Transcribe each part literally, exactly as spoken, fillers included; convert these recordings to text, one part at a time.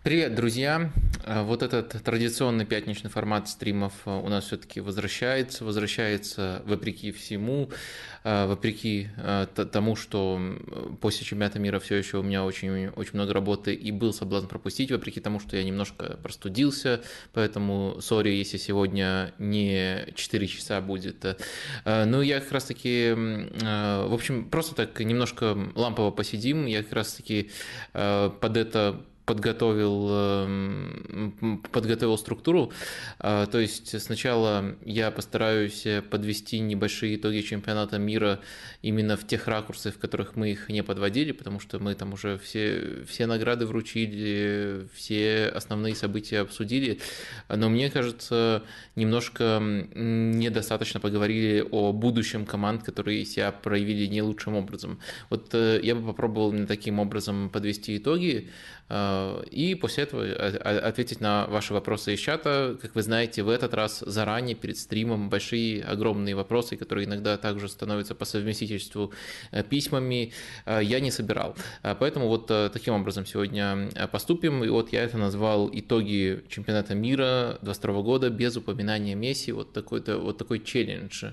Привет, друзья! А, Вот этот традиционный пятничный формат стримов а, у нас все-таки возвращается, возвращается вопреки всему, а, вопреки а, т- тому, что м, после чемпионата мира все еще у меня очень, очень много работы и был соблазн пропустить, вопреки тому, что я немножко простудился, поэтому сори, если сегодня не четыре часа будет. А, Ну, я как раз-таки, м, а, в общем, просто так немножко лампово посидим, я как раз-таки а, под это подготовил, эм, подготовил структуру. А, То есть сначала я постараюсь подвести небольшие итоги чемпионата мира именно в тех ракурсах, в которых мы их не подводили, потому что мы там уже все, все награды вручили, все основные события обсудили. Но мне кажется, немножко м, недостаточно поговорили о будущем команд, которые себя проявили не лучшим образом. Вот э, я бы попробовал именно таким образом подвести итоги, э, и после этого о- о- ответить на ваши вопросы из чата. Как вы знаете, в этот раз заранее перед стримом большие, огромные вопросы, которые иногда также становятся по совместительству э, письмами, э, я не собирал. А Поэтому вот э, таким образом сегодня э, поступим. И вот я это назвал итоги чемпионата мира двадцать второго года без упоминания Месси. Вот такой-то, вот такой челлендж.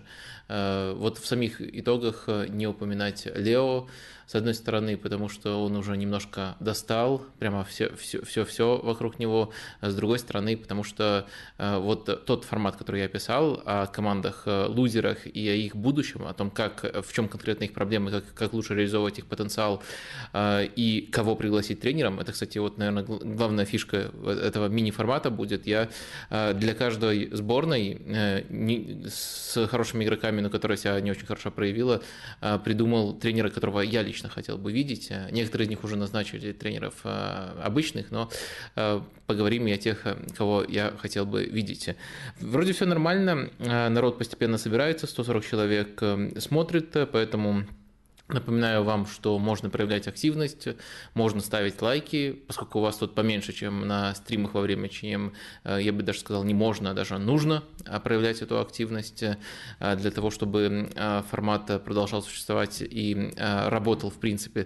Э, Вот в самих итогах э, не упоминать Лео, с одной стороны, потому что он уже немножко достал, прямо все, все, все, все вокруг него, а с другой стороны, потому что э, вот тот формат, который я описал, о командах-лузерах и о их будущем, о том, как, в чем конкретно их проблемы, как, как лучше реализовывать их потенциал э, и кого пригласить тренером, это, кстати, вот, наверное, главная фишка этого мини-формата будет. Я э, для каждой сборной э, не, с хорошими игроками, но которая себя не очень хорошо проявила, э, придумал тренера, которого я лично хотел бы видеть. Некоторые из них уже назначили тренеров э, обычных, но э, поговорим и о тех, э, кого я хотел бы видеть. Вроде все нормально, э, народ постепенно собирается, сто сорок человек э, смотрит, поэтому напоминаю вам, что можно проявлять активность, можно ставить лайки, поскольку у вас тут поменьше, чем на стримах во время ЧМ, э, я бы даже сказал, не можно, а даже нужно э, проявлять эту активность э, для того, чтобы э, формат продолжал существовать и э, работал в принципе.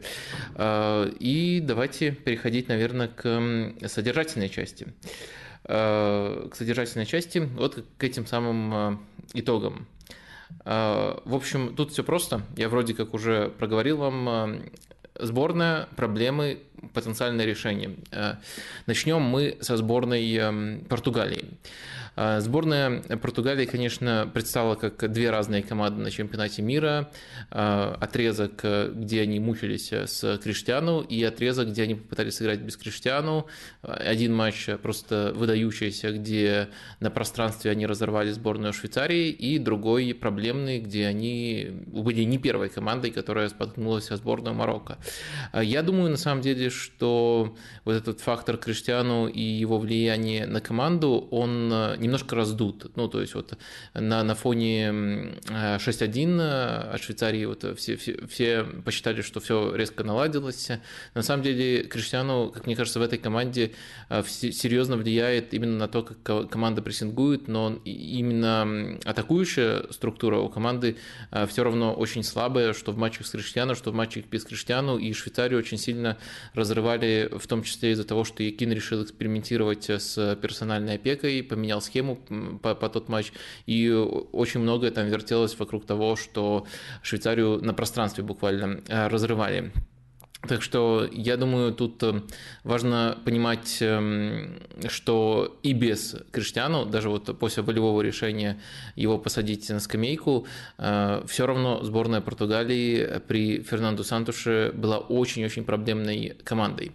Э, И давайте переходить, наверное, к м, содержательной части. Э, К содержательной части, вот к этим самым э, итогам. А, В общем, тут все просто. Я вроде как уже проговорил вам. а, Сборная, проблемы, потенциальное решение. А, Начнем мы со сборной эм, Португалии. А, Сборная Португалии, конечно, предстала как две разные команды на чемпионате мира. А, Отрезок, э, где они мучились с Криштиану, и отрезок, где они попытались сыграть без Криштиану. Один матч просто выдающийся, где на пространстве они разорвали сборную Швейцарии, и другой проблемный, где они были не первой командой, которая споткнулась о сборную Марокко. Я думаю, на самом деле, что вот этот фактор Криштиану и его влияние на команду, он немножко раздут. Ну, то есть вот на, на фоне шесть один от Швейцарии вот все, все, все посчитали, что все резко наладилось. На самом деле, Криштиану, как мне кажется, в этой команде серьезно влияет именно на то, как команда прессингует, но именно атакующая структура у команды все равно очень слабая, что в матчах с Криштиану, что в матчах без Криштиану, и Швейцарию очень сильно разрывали, в том числе из-за того, что Якин решил экспериментировать с персональной опекой, поменял схему по, по тот матч, и очень многое там вертелось вокруг того, что Швейцарию на пространстве буквально разрывали. Так что я думаю, тут важно понимать, что и без Криштиану, даже вот после волевого решения его посадить на скамейку, все равно сборная Португалии при Фернандо Сантуше была очень-очень проблемной командой.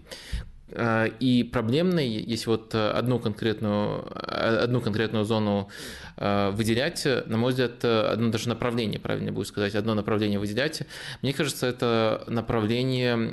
И проблемной, если вот одну конкретную, одну конкретную зону выделять, на мой взгляд, одно даже направление, правильно будет сказать, одно направление выделять, мне кажется, это направление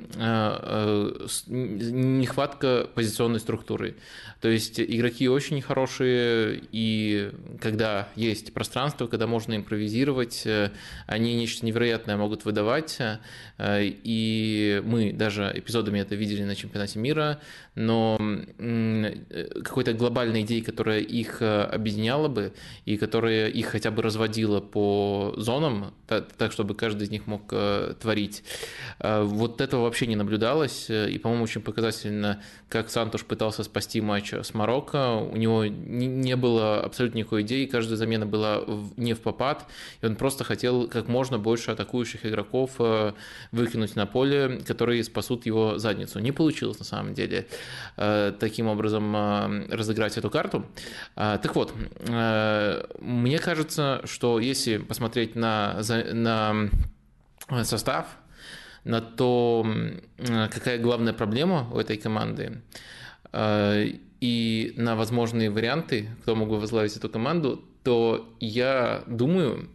нехватка позиционной структуры. То есть игроки очень хорошие, и когда есть пространство, когда можно импровизировать, они нечто невероятное могут выдавать, и мы даже эпизодами это видели на чемпионате мира, но какой-то глобальной идеи, которая их объединяла бы, и которая их хотя бы разводила по зонам, так, так чтобы каждый из них мог творить. Вот этого вообще не наблюдалось, и, по-моему, очень показательно, как Сантош пытался спасти матч с Марокко. У него не было абсолютно никакой идеи, каждая замена была не в попад, и он просто хотел как можно больше атакующих игроков выкинуть на поле, которые спасут его задницу. Не получилось на самом деле таким образом разыграть эту карту. Так вот, мне кажется, что если посмотреть на, на состав, на то, какая главная проблема у этой команды, и на возможные варианты, кто мог бы возглавить эту команду, то я думаю,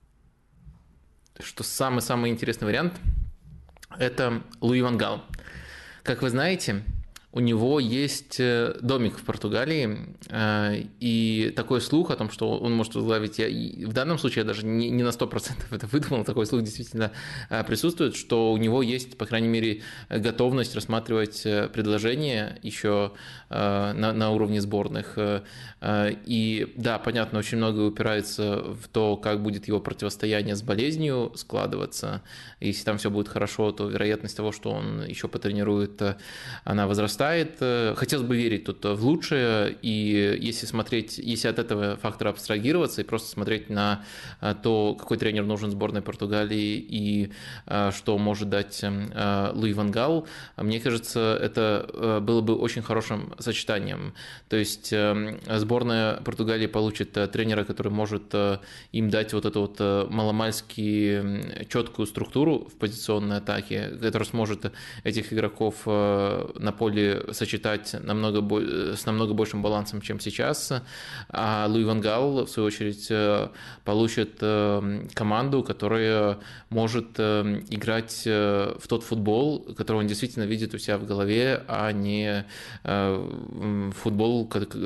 что самый-самый интересный вариант – это Луи ван Гал. Как вы знаете, у него есть домик в Португалии, и такой слух о том, что он может возглавить, я в данном случае я даже не на сто процентов это выдумал, такой слух действительно присутствует, что у него есть, по крайней мере, готовность рассматривать предложения еще на, на уровне сборных. И да, понятно, очень многое упирается в то, как будет его противостояние с болезнью складываться. Если там все будет хорошо, то вероятность того, что он еще потренирует, она возрастает. Хотелось бы верить тут в лучшее, и если смотреть, если от этого фактора абстрагироваться и просто смотреть на то, какой тренер нужен сборной Португалии и что может дать Луи ван Гал, мне кажется, это было бы очень хорошим сочетанием. То есть сборная Португалии получит тренера, который может им дать вот эту вот маломальски четкую структуру в позиционной атаке, который сможет этих игроков на поле сочетать намного, с намного большим балансом, чем сейчас. А Луи ван Гал, в свою очередь, получит команду, которая может играть в тот футбол, который он действительно видит у себя в голове, а не футбол,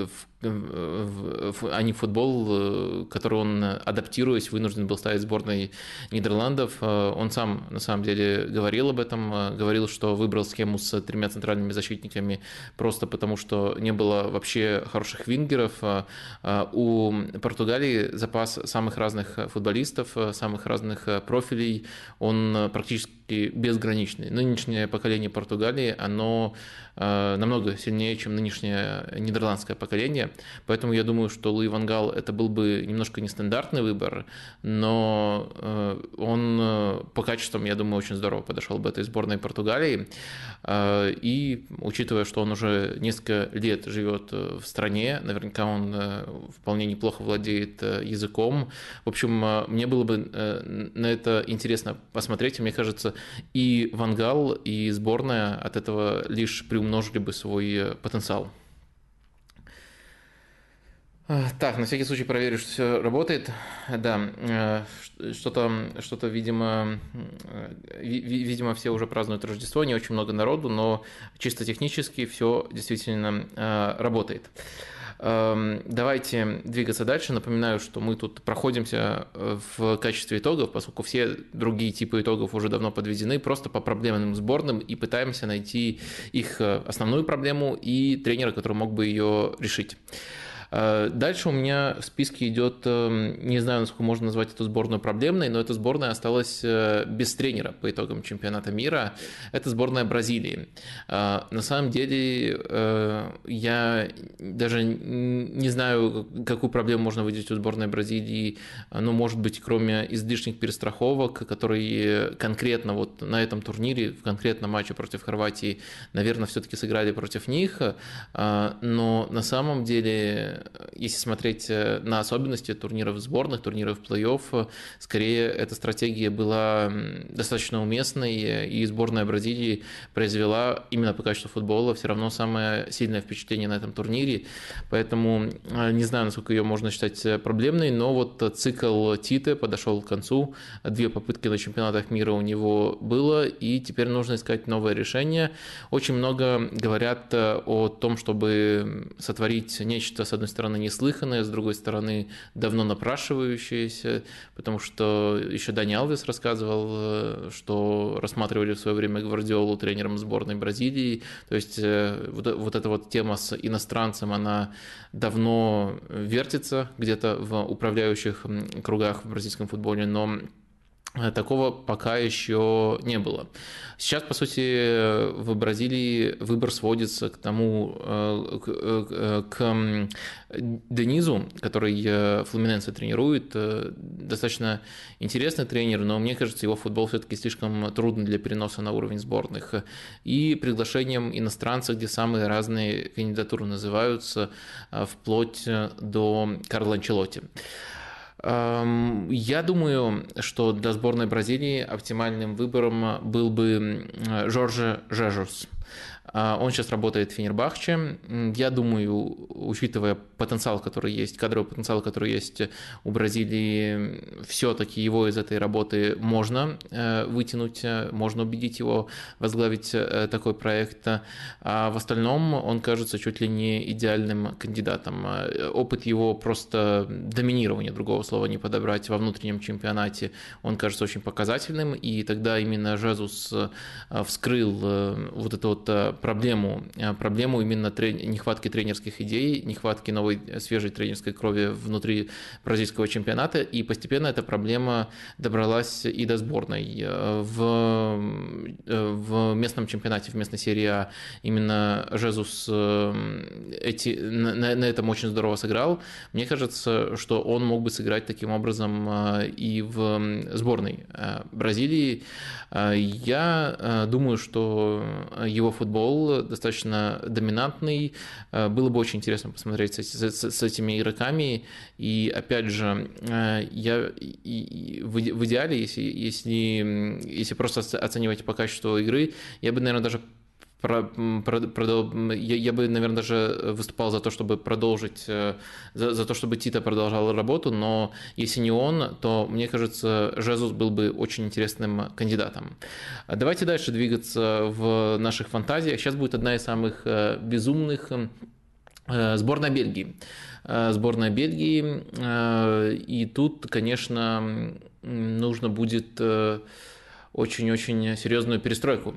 а не футбол, который он, адаптируясь, вынужден был ставить сборной Нидерландов. Он сам, на самом деле, говорил об этом, говорил, что выбрал схему с тремя центральными защитниками просто потому, что не было вообще хороших вингеров. У Португалии запас самых разных футболистов, самых разных профилей, он практически безграничный. Нынешнее поколение Португалии, оно намного сильнее, чем нынешнее нидерландское поколение. Поэтому я думаю, что Луи ван Гал это был бы немножко нестандартный выбор, но он по качествам, я думаю, очень здорово подошел бы этой сборной Португалии. И учитывая, что он уже несколько лет живет в стране, наверняка он вполне неплохо владеет языком. В общем, мне было бы на это интересно посмотреть. И мне кажется, и ван Гал, и сборная от этого лишь приумножили бы свой потенциал. Так, на всякий случай проверю, что все работает. Да, что-то, что-то, видимо, видимо, все уже празднуют Рождество, не очень много народу, но чисто технически все действительно работает. Давайте двигаться дальше. Напоминаю, что мы тут проходимся в качестве итогов, поскольку все другие типы итогов уже давно подведены, просто по проблемным сборным и пытаемся найти их основную проблему и тренера, который мог бы ее решить. Дальше у меня в списке идет, не знаю, насколько можно назвать эту сборную проблемной, но эта сборная осталась без тренера по итогам чемпионата мира. Это сборная Бразилии. На самом деле я даже не знаю, какую проблему можно выделить у сборной Бразилии, ну, может быть, кроме излишних перестраховок, которые конкретно вот на этом турнире, в конкретном матче против Хорватии, наверное, все-таки сыграли против них, но на самом деле, если смотреть на особенности турниров сборных, турниров плей-офф, скорее эта стратегия была достаточно уместной, и сборная Бразилии произвела именно по качеству футбола все равно самое сильное впечатление на этом турнире, поэтому не знаю, насколько ее можно считать проблемной, но вот цикл Тите подошел к концу, две попытки на чемпионатах мира у него было, и теперь нужно искать новое решение. Очень много говорят о том, чтобы сотворить нечто с одной одной стороны, неслыханное, с другой стороны, давно напрашивающееся, потому что еще Дани Алвес рассказывал, что рассматривали в свое время Гвардиолу тренером сборной Бразилии, то есть вот, вот эта вот тема с иностранцем, она давно вертится где-то в управляющих кругах в бразильском футболе, но такого пока еще не было. Сейчас, по сути, в Бразилии выбор сводится к тому, к, к Денизу, который Флуминенсе тренирует. Достаточно интересный тренер, но мне кажется, его футбол все-таки слишком трудный для переноса на уровень сборных. И приглашением иностранцев, где самые разные кандидатуры называются, вплоть до Карло Анчелотти. Я думаю, что для сборной Бразилии оптимальным выбором был бы Жорже Жезус. Он сейчас работает в Фенербахче. Я думаю, учитывая потенциал, который есть, кадровый потенциал, который есть у Бразилии, все-таки его из этой работы можно вытянуть, можно убедить его возглавить такой проект. А в остальном он кажется чуть ли не идеальным кандидатом. Опыт его просто доминирования, другого слова не подобрать, во внутреннем чемпионате, он кажется очень показательным, и тогда именно Жезус вскрыл вот эту вот проблему, проблему именно нехватки тренерских идей, нехватки новой свежей тренерской крови внутри бразильского чемпионата, и постепенно эта проблема добралась и до сборной. В, в местном чемпионате, в местной серии А именно Жезус эти, на, на этом очень здорово сыграл. Мне кажется, что он мог бы сыграть таким образом и в сборной Бразилии. Я думаю, что его футбол достаточно доминантный. Было бы очень интересно посмотреть с, с, с этими игроками. И опять же, я в идеале, если, если, если просто оценивать по качеству игры, я бы, наверное, даже Про, про, про, я, я бы, наверное, даже выступал за то, чтобы продолжить, за, за то, чтобы Тита продолжал работу, но если не он, то, мне кажется, Жезус был бы очень интересным кандидатом. Давайте дальше двигаться в наших фантазиях. Сейчас будет одна из самых безумных. Сборная Бельгии. Сборная Бельгии. И тут, конечно, нужно будет очень-очень серьезную перестройку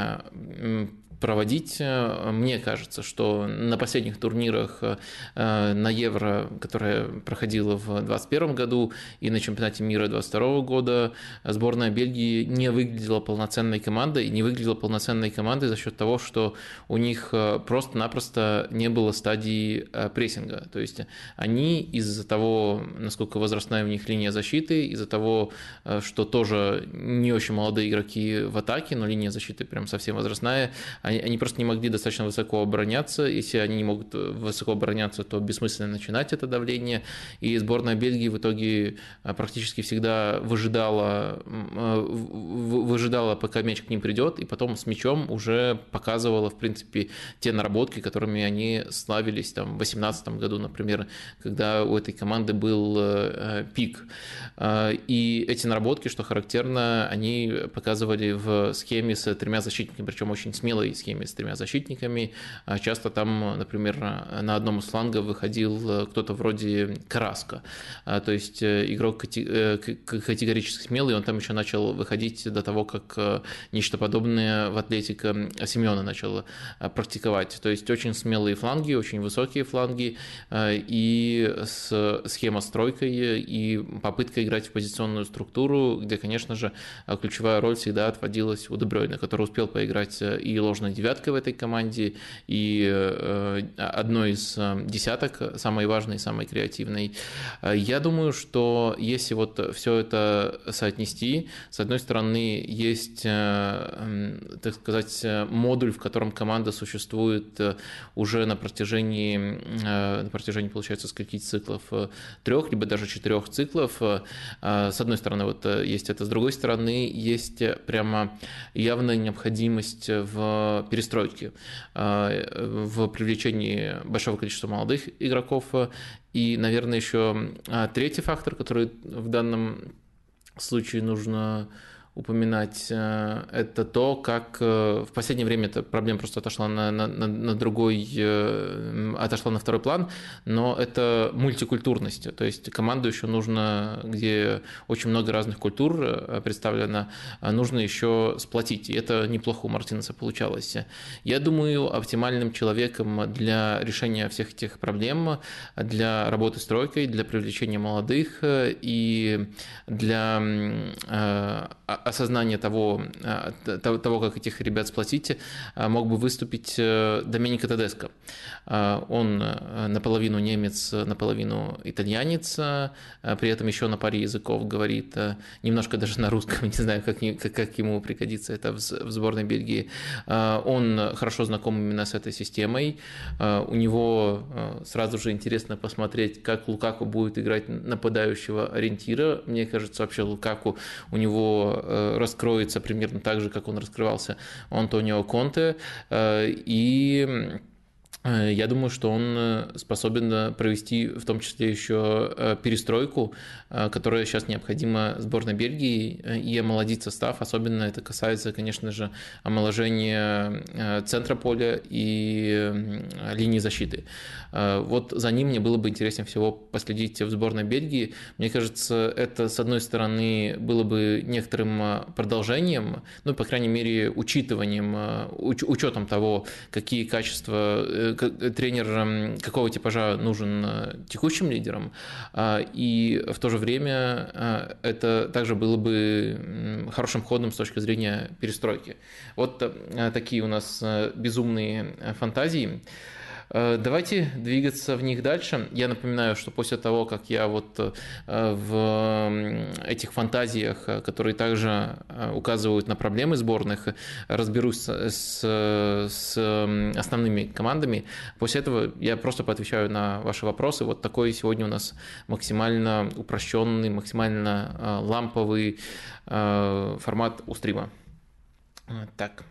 проводить. Мне кажется, что на последних турнирах на Евро, которое проходило в двадцать первом году, и на чемпионате мира двадцать второго года, сборная Бельгии не выглядела полноценной командой, не выглядела полноценной командой за счет того, что у них просто-напросто не было стадии прессинга. То есть они из-за того, насколько возрастная у них линия защиты, из-за того, что тоже не очень молодые игроки в атаке, но линия защиты прям совсем возрастная, они просто не могли достаточно высоко обороняться. Если они не могут высоко обороняться, то бессмысленно начинать это давление. И сборная Бельгии в итоге практически всегда выжидала, выжидала, пока мяч к ним придет, и потом с мячом уже показывала, в принципе, те наработки, которыми они славились там, в две тысячи восемнадцатом году, например, когда у этой команды был пик. И эти наработки, что характерно, они показывали в схеме с тремя защитниками, причем очень смелой схеме с тремя защитниками. Часто там, например, на одном из флангов выходил кто-то вроде Караска, то есть игрок категорически смелый, он там еще начал выходить до того, как нечто подобное в Атлетико Симеона начал практиковать. То есть очень смелые фланги, очень высокие фланги, и с схема с тройкой, и попытка играть в позиционную структуру, где, конечно же, ключевая роль всегда отводилась у Де Брuyне, который успел поиграть и ложной девяткой в этой команде, и одной из десяток, самой важной, самой креативной. Я думаю, что если вот все это соотнести, с одной стороны, есть, так сказать, модуль, в котором команда существует уже на протяжении, на протяжении, получается, скольки циклов, трех, либо даже четырех циклов. С одной стороны, вот есть это, с другой стороны, есть прямо явная необходимость в перестройке, в привлечении большого количества молодых игроков. И, наверное, еще третий фактор, который в данном случае нужно упоминать, это то, как в последнее время эта проблема просто отошла на, на, на другой, отошла на второй план, но это мультикультурность. То есть команду еще нужно, где очень много разных культур представлено, нужно еще сплотить. И это неплохо у Мартинеса получалось. Я думаю, оптимальным человеком для решения всех этих проблем, для работы с тройкой, для привлечения молодых и для осознания того, того, как этих ребят сплотить, мог бы выступить Доменико Тедеско. Он наполовину немец, наполовину итальянец, при этом еще на паре языков говорит, немножко даже на русском, не знаю, как, как, как ему пригодится это в, в сборной Бельгии. Он хорошо знаком именно с этой системой. У него сразу же интересно посмотреть, как Лукаку будет играть нападающего ориентира. Мне кажется, вообще Лукаку у него раскроется примерно так же, как он раскрывался у Антонио Конте. И я думаю, что он способен провести в том числе еще перестройку, которая сейчас необходима сборной Бельгии, и омолодить состав. Особенно это касается, конечно же, омоложения центра поля и линии защиты. Вот за ним мне было бы интереснее всего последить в сборной Бельгии. Мне кажется, это, с одной стороны, было бы некоторым продолжением, ну, по крайней мере, учитыванием, уч- учетом того, какие качества тренер какого типажа нужен текущим лидерам, и в то же время это также было бы хорошим ходом с точки зрения перестройки. Вот такие у нас безумные фантазии. Давайте двигаться в них дальше. Я напоминаю, что после того, как я вот в этих фантазиях, которые также указывают на проблемы сборных, разберусь с, с основными командами, после этого я просто поотвечаю на ваши вопросы. Вот такой сегодня у нас максимально упрощенный, максимально ламповый формат у стрима. Так.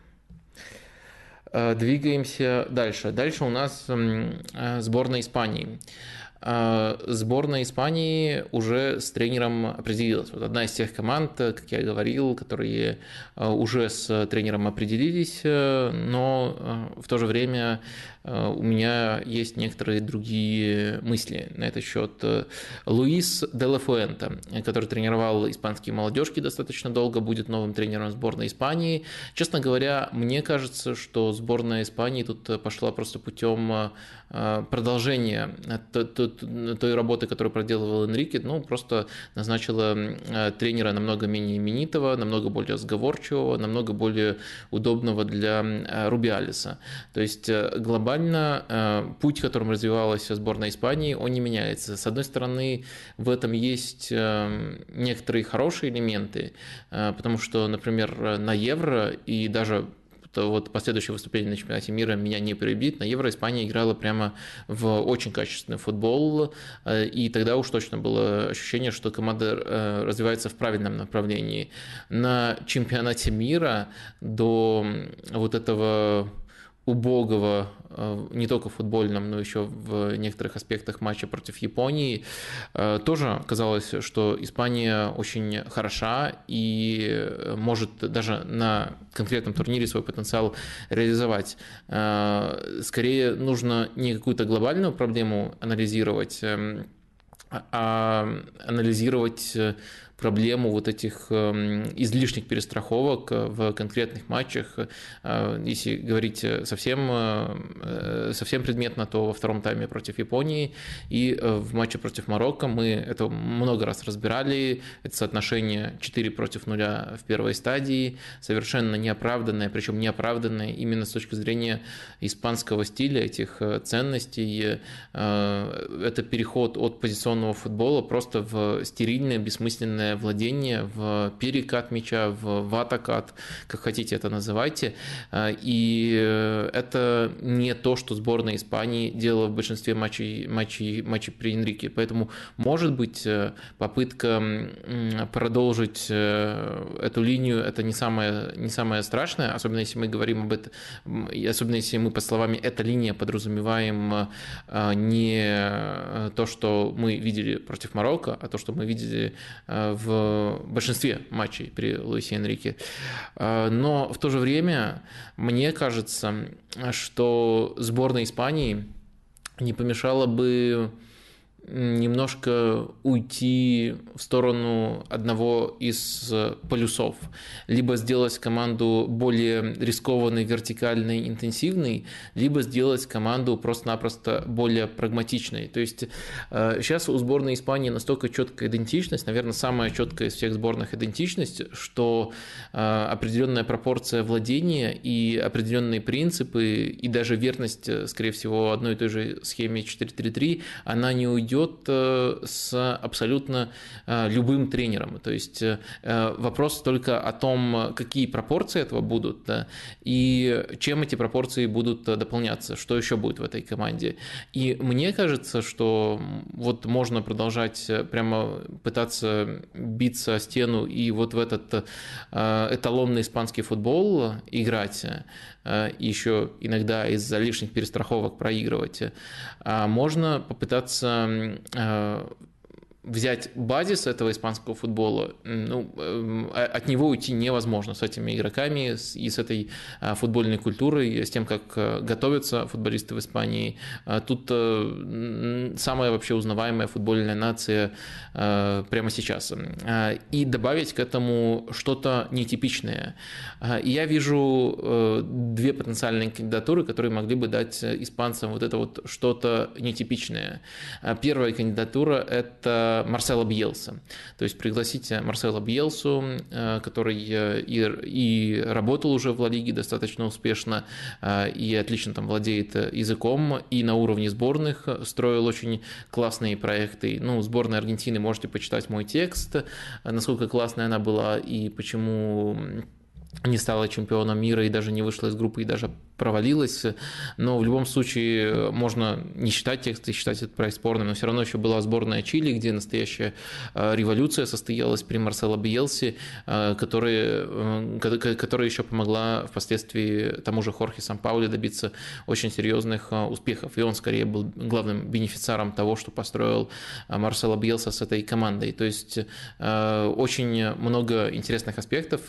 Двигаемся дальше. Дальше у нас сборная Испании. Сборная Испании уже с тренером определилась. Вот одна из тех команд, как я говорил, которые уже с тренером определились, но в то же время у меня есть некоторые другие мысли на этот счет. Луис де ла Фуэнте, который тренировал испанские молодежки достаточно долго, будет новым тренером сборной Испании. Честно говоря, мне кажется, что сборная Испании тут пошла просто путем продолжения той работы, которую проделывал Энрике, ну, просто назначила тренера намного менее именитого, намного более сговорчивого, намного более удобного для Рубиалиса. То есть глобально путь, которым развивалась сборная Испании, он не меняется. С одной стороны, в этом есть некоторые хорошие элементы, потому что, например, на Евро и даже вот последующее выступление на чемпионате мира меня не перебит. На Евро Испания играла прямо в очень качественный футбол, и тогда уж точно было ощущение, что команда развивается в правильном направлении. На чемпионате мира до вот этого убогого, не только в футбольном, но еще в некоторых аспектах матча против Японии, тоже казалось, что Испания очень хороша и может даже на конкретном турнире свой потенциал реализовать. Скорее нужно не какую-то глобальную проблему анализировать, а анализировать проблему вот этих излишних перестраховок в конкретных матчах. Если говорить совсем, совсем предметно, то во втором тайме против Японии и в матче против Марокко мы это много раз разбирали. Это соотношение четыре против нуля в первой стадии, совершенно неоправданное, причем неоправданное именно с точки зрения испанского стиля, этих ценностей. Это переход от позиционного футбола просто в стерильное, бессмысленное владение, в перекат мяча, в, в атакат, как хотите это называйте. И это не то, что сборная Испании делала в большинстве матчей, матчей, матчей при Энрике. Поэтому, может быть, попытка продолжить эту линию, это не самое, не самое страшное, особенно если мы говорим об этом, особенно если мы, по словам «эта линия» подразумеваем не то, что мы видели против Марокко, а то, что мы видели в в большинстве матчей при Луисе Энрике. Но в то же время мне кажется, что сборная Испании не помешало бы немножко уйти в сторону одного из полюсов. Либо сделать команду более рискованной, вертикальной, интенсивной, либо сделать команду просто-напросто более прагматичной. То есть сейчас у сборной Испании настолько четкая идентичность, наверное, самая четкая из всех сборных идентичность, что определенная пропорция владения и определенные принципы, и даже верность, скорее всего, одной и той же схеме четыре три три, она не уйдет с абсолютно любым тренером. То есть вопрос только о том, какие пропорции этого будут, да, и чем эти пропорции будут дополняться, что еще будет в этой команде. И мне кажется, что вот можно продолжать прямо пытаться биться о стену и вот в этот эталонный испанский футбол играть, еще иногда из-за лишних перестраховок проигрывать, а можно попытаться взять базис этого испанского футбола, ну, от него уйти невозможно с этими игроками и с этой футбольной культурой, с тем, как готовятся футболисты в Испании. Тут самая вообще узнаваемая футбольная нация прямо сейчас. И добавить к этому что-то нетипичное. И я вижу две потенциальные кандидатуры, которые могли бы дать испанцам вот это вот что-то нетипичное. Первая кандидатура – это Марсело Бьелса. То есть пригласите Марсело Бьелсу, который и, и работал уже в Ла Лиге достаточно успешно, и отлично там владеет языком, и на уровне сборных строил очень классные проекты. Ну, сборная Аргентины, можете почитать мой текст, насколько классная она была и почему не стала чемпионом мира и даже не вышла из группы и даже провалилась, но в любом случае можно не считать тексты, считать этот проект спорным, но все равно еще была сборная Чили, где настоящая революция состоялась при Марсело Бьелсе, которая, которая еще помогла впоследствии тому же Хорхе Сампауле добиться очень серьезных успехов, и он скорее был главным бенефициаром того, что построил Марсело Бьелса с этой командой. То есть очень много интересных аспектов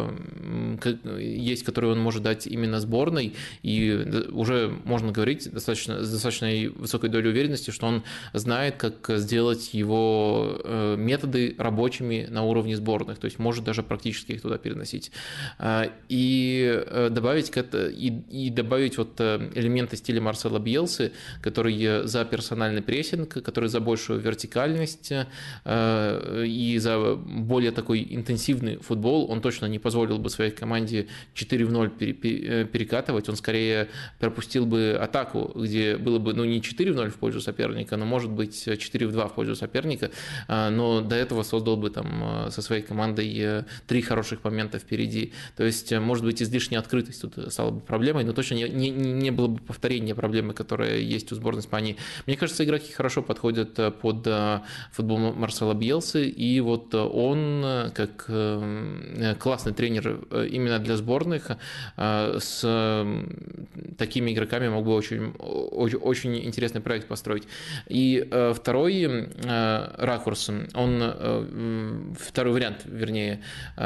есть, которые он может дать именно сборной, и уже можно говорить достаточно, с достаточно высокой долей уверенности, что он знает, как сделать его методы рабочими на уровне сборных, то есть может даже практически их туда переносить. И добавить, и, и добавить вот элементы стиля Марсело Бьелсы, который за персональный прессинг, который за большую вертикальность и за более такой интенсивный футбол. Он точно не позволил бы своей команде четыре в ноль перекатывать, он скорее пропустил бы атаку, где было бы, ну, не четыре в ноль в пользу соперника, но, может быть, четыре в два в пользу соперника, но до этого создал бы там со своей командой три хороших момента впереди. То есть, может быть, излишняя открытость тут стала бы проблемой, но точно не, не, не было бы повторения проблемы, которая есть у сборной Испании. Мне кажется, игроки хорошо подходят под футбол Марсело Бьелсы, и вот он, как классный тренер именно для сборных, с такими игроками мог бы очень, очень, очень интересный проект построить. И второй ракурс, он, второй вариант, вернее,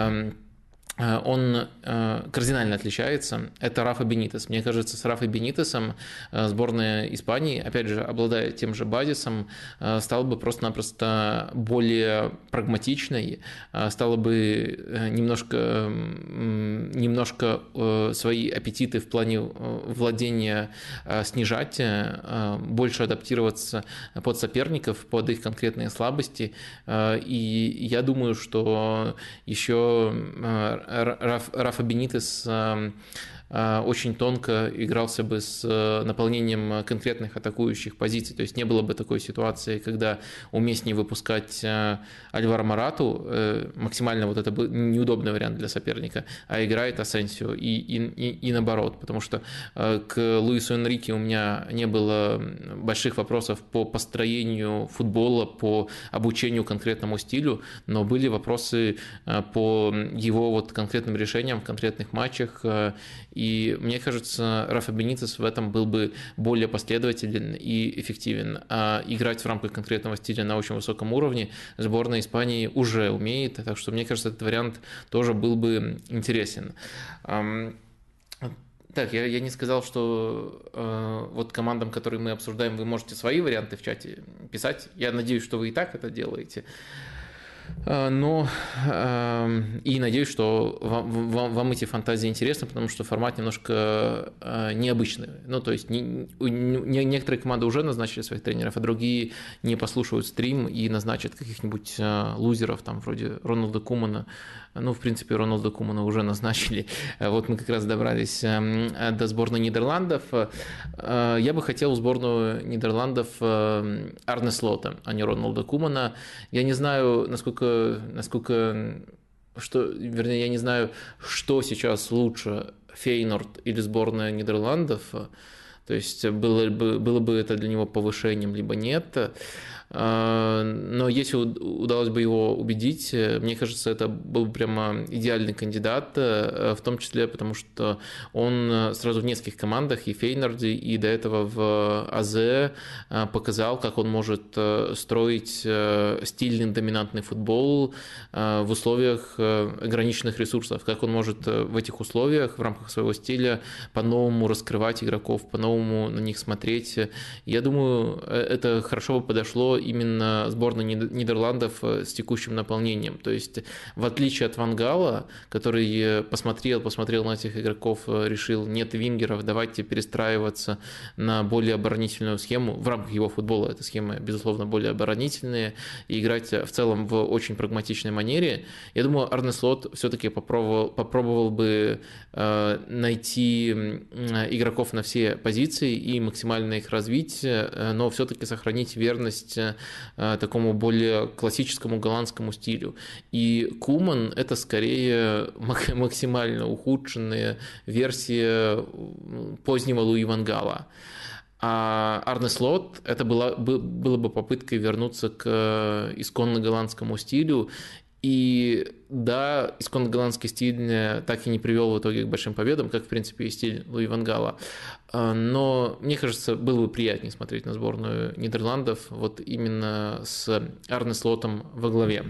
он кардинально отличается. Это Рафа Бенитес. Мне кажется, с Рафой Бенитесом сборная Испании, опять же, обладая тем же базисом, стала бы просто-напросто более прагматичной, стала бы немножко, немножко свои аппетиты в плане владения снижать, больше адаптироваться под соперников, под их конкретные слабости. И я думаю, что еще Рафа Бенитес очень тонко игрался бы с наполнением конкретных атакующих позиций. То есть не было бы такой ситуации, когда уместнее выпускать Альваро Морату, максимально вот это был неудобный вариант для соперника, а играет Асенсио и, и, и наоборот. Потому что к Луису Энрике у меня не было больших вопросов по построению футбола, по обучению конкретному стилю, но были вопросы по его вот конкретным решениям в конкретных матчах. И мне кажется, Рафа Бенитес в этом был бы более последователен и эффективен. А играть в рамках конкретного стиля на очень высоком уровне сборная Испании уже умеет, так что мне кажется, этот вариант тоже был бы интересен. Так, я, я не сказал, что э, вот командам, которые мы обсуждаем, вы можете свои варианты в чате писать. Я надеюсь, что вы и так это делаете. Но и надеюсь, что вам, вам, вам эти фантазии интересны, потому что формат немножко необычный. Ну, то есть не, не, некоторые команды уже назначили своих тренеров, а другие не послушают стрим и назначат каких-нибудь лузеров, там, вроде Роналда Кумана. Ну, в принципе, Роналда Кумана уже назначили. Вот мы как раз добрались до сборной Нидерландов. Я бы хотел в сборную Нидерландов Арне Слота, а не Роналда Кумана. Я не знаю, насколько, насколько, что, вернее, я не знаю, что сейчас лучше, Фейнорд или сборная Нидерландов. То есть было бы, было бы это для него повышением, либо нет. Но если удалось бы его убедить, мне кажется, это был бы прямо идеальный кандидат, в том числе потому, что он сразу в нескольких командах, и в Фейнорде, и до этого в АЗ показал, как он может строить стильный доминантный футбол в условиях ограниченных ресурсов, как он может в этих условиях в рамках своего стиля по-новому раскрывать игроков, по-новому на них смотреть. Я думаю, это хорошо бы подошло именно сборной Нидерландов с текущим наполнением. То есть, в отличие от Ван Гала, который посмотрел, посмотрел на этих игроков, решил, нет вингеров, давайте перестраиваться на более оборонительную схему. В рамках его футбола эта схема, безусловно, более оборонительная, и играть в целом в очень прагматичной манере. Я думаю, Арне Слот все-таки попробовал, попробовал бы найти игроков на все позиции и максимально их развить, но все-таки сохранить верность такому более классическому голландскому стилю. И Куман – это скорее максимально ухудшенная версия позднего Луи ван Гала. А Арне Слот – это была, было бы попыткой вернуться к исконно голландскому стилю. И да, исконно голландский стиль так и не привел в итоге к большим победам, как, в принципе, и стиль Луи ван Гала. Но, мне кажется, было бы приятнее смотреть на сборную Нидерландов вот именно с Арне Слотом во главе.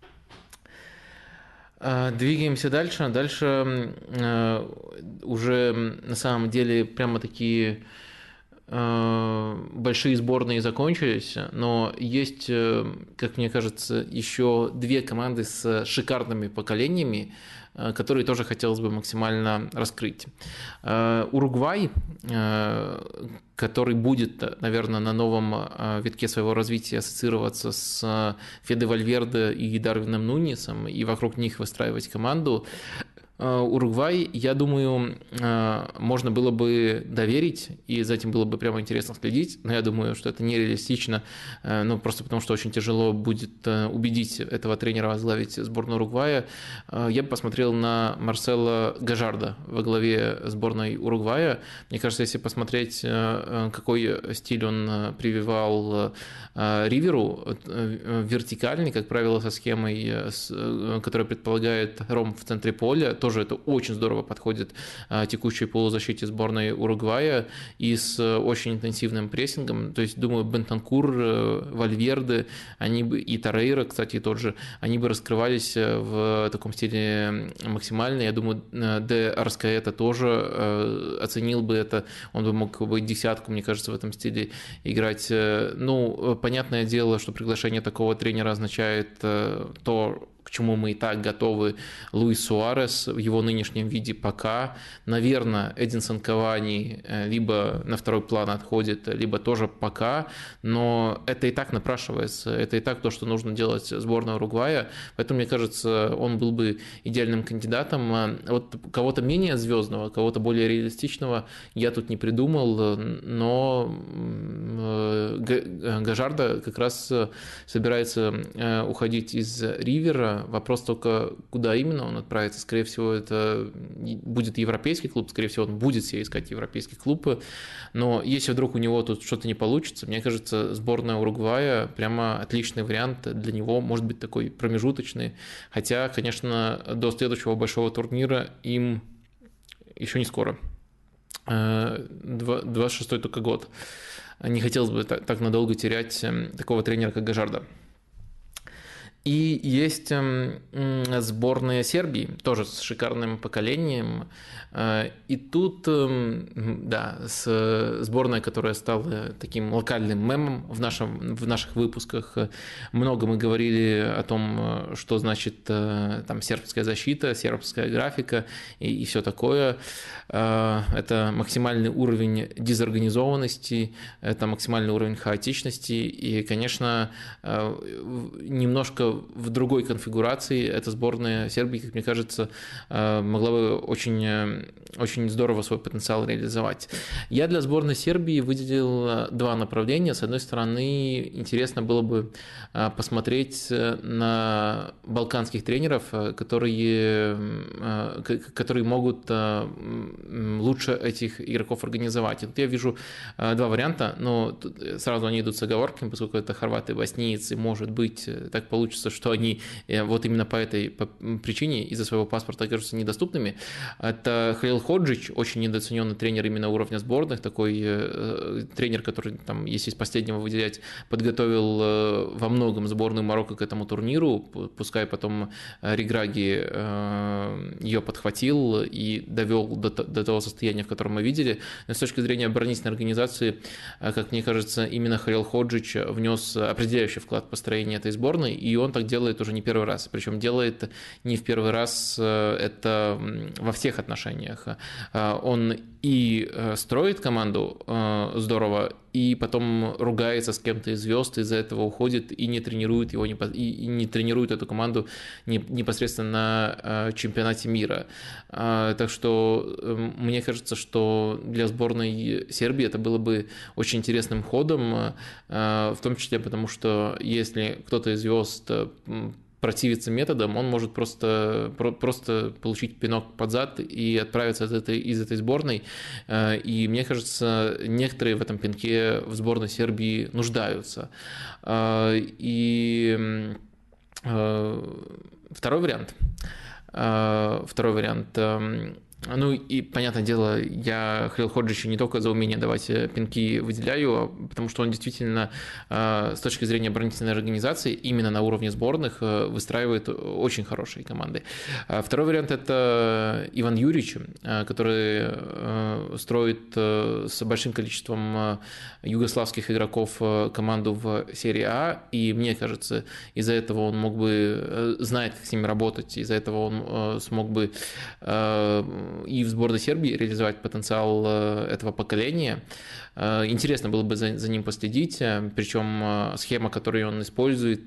Двигаемся дальше. Дальше уже на самом деле прямо такие большие сборные закончились, но есть, как мне кажется, еще две команды с шикарными поколениями, которые тоже хотелось бы максимально раскрыть. Уругвай, который будет, наверное, на новом витке своего развития ассоциироваться с Феде Вальверде и Дарвином Нуньесом и вокруг них выстраивать команду. Уругвай, я думаю, можно было бы доверить, и за этим было бы прямо интересно следить, но я думаю, что это нереалистично, ну, просто потому что очень тяжело будет убедить этого тренера возглавить сборную Уругвая. Я бы посмотрел на Марсело Гажарда во главе сборной Уругвая. Мне кажется, если посмотреть, какой стиль он прививал Риверу, вертикальный, как правило, со схемой, которая предполагает ром в центре поля, тоже это очень здорово подходит текущей полузащите сборной Уругвая и с очень интенсивным прессингом. То есть, думаю, Бентанкур, Вальверде, они бы, и Торрейра, кстати, тот же, они бы раскрывались в таком стиле максимально. Я думаю, Де Арскаэта тоже оценил бы это, он бы мог бы десятку, мне кажется, в этом стиле играть. Ну, понятное дело, что приглашение такого тренера означает то, к чему мы и так готовы. Луис Суарес в его нынешнем виде пока. Наверное, Эдинсон Кавани либо на второй план отходит, либо тоже пока, но это и так напрашивается, это и так то, что нужно делать сборная Уругвая, поэтому, мне кажется, он был бы идеальным кандидатом. Вот кого-то менее звездного, кого-то более реалистичного я тут не придумал, но Гажарда как раз собирается уходить из Ривера. Вопрос только, куда именно он отправится. Скорее всего, это будет европейский клуб, скорее всего, он будет себе искать европейский клуб. Но если вдруг у него тут что-то не получится, мне кажется, сборная Уругвая прямо отличный вариант для него, может быть, такой промежуточный. Хотя, конечно, до следующего большого турнира им еще не скоро. двадцать шестой только год. Не хотелось бы так, так надолго терять такого тренера, как Гажарда. И есть сборная Сербии, тоже с шикарным поколением. И тут, да, с сборная, которая стала таким локальным мемом в, нашем, в наших выпусках. Много мы говорили о том, что значит там сербская защита, сербская графика и, и все такое. Это максимальный уровень дезорганизованности, это максимальный уровень хаотичности. И, конечно, немножко в другой конфигурации эта сборная Сербии, как мне кажется, могла бы очень, очень здорово свой потенциал реализовать. Я для сборной Сербии выделил два направления. С одной стороны, интересно было бы посмотреть на балканских тренеров, которые, которые могут лучше этих игроков организовать. И тут я вижу два варианта, но сразу они идут с оговорками, поскольку это хорваты, боснийцы, может быть, так получится, что они вот именно по этой причине из-за своего паспорта окажутся недоступными. Это Халил Ходжич, очень недооцененный тренер именно уровня сборных, такой э, тренер, который, там, если из последнего выделять, подготовил э, во многом сборную Марокко к этому турниру, пускай потом Реграги э, ее подхватил и довел до, до того состояния, в котором мы видели. Но с точки зрения оборонительной организации, э, как мне кажется, именно Халил Ходжич внес определяющий вклад в построение этой сборной, и он так делает уже не первый раз. Причем делает не в первый раз это во всех отношениях. Он и строит команду здорово, и потом ругается с кем-то из звезд, из-за этого уходит и не тренирует его, и не тренирует эту команду непосредственно на чемпионате мира. Так что мне кажется, что для сборной Сербии это было бы очень интересным ходом, в том числе потому, что если кто-то из звезд противиться методом, он может просто, просто получить пинок под зад и отправиться от этой, из этой сборной. И мне кажется, некоторые в этом пинке в сборной Сербии нуждаются. И второй вариант. Второй вариант. Ну и, понятное дело, я Халил Ходжича не только за умение давать пинки выделяю, потому что он действительно с точки зрения оборонительной организации именно на уровне сборных выстраивает очень хорошие команды. Второй вариант – это Иван Юрич, который строит с большим количеством югославских игроков команду в серии А, и мне кажется, из-за этого он мог бы, знает, как с ними работать, из-за этого он смог бы и в сборной Сербии реализовать потенциал этого поколения. Интересно было бы за, за ним последить, причем схема, которую он использует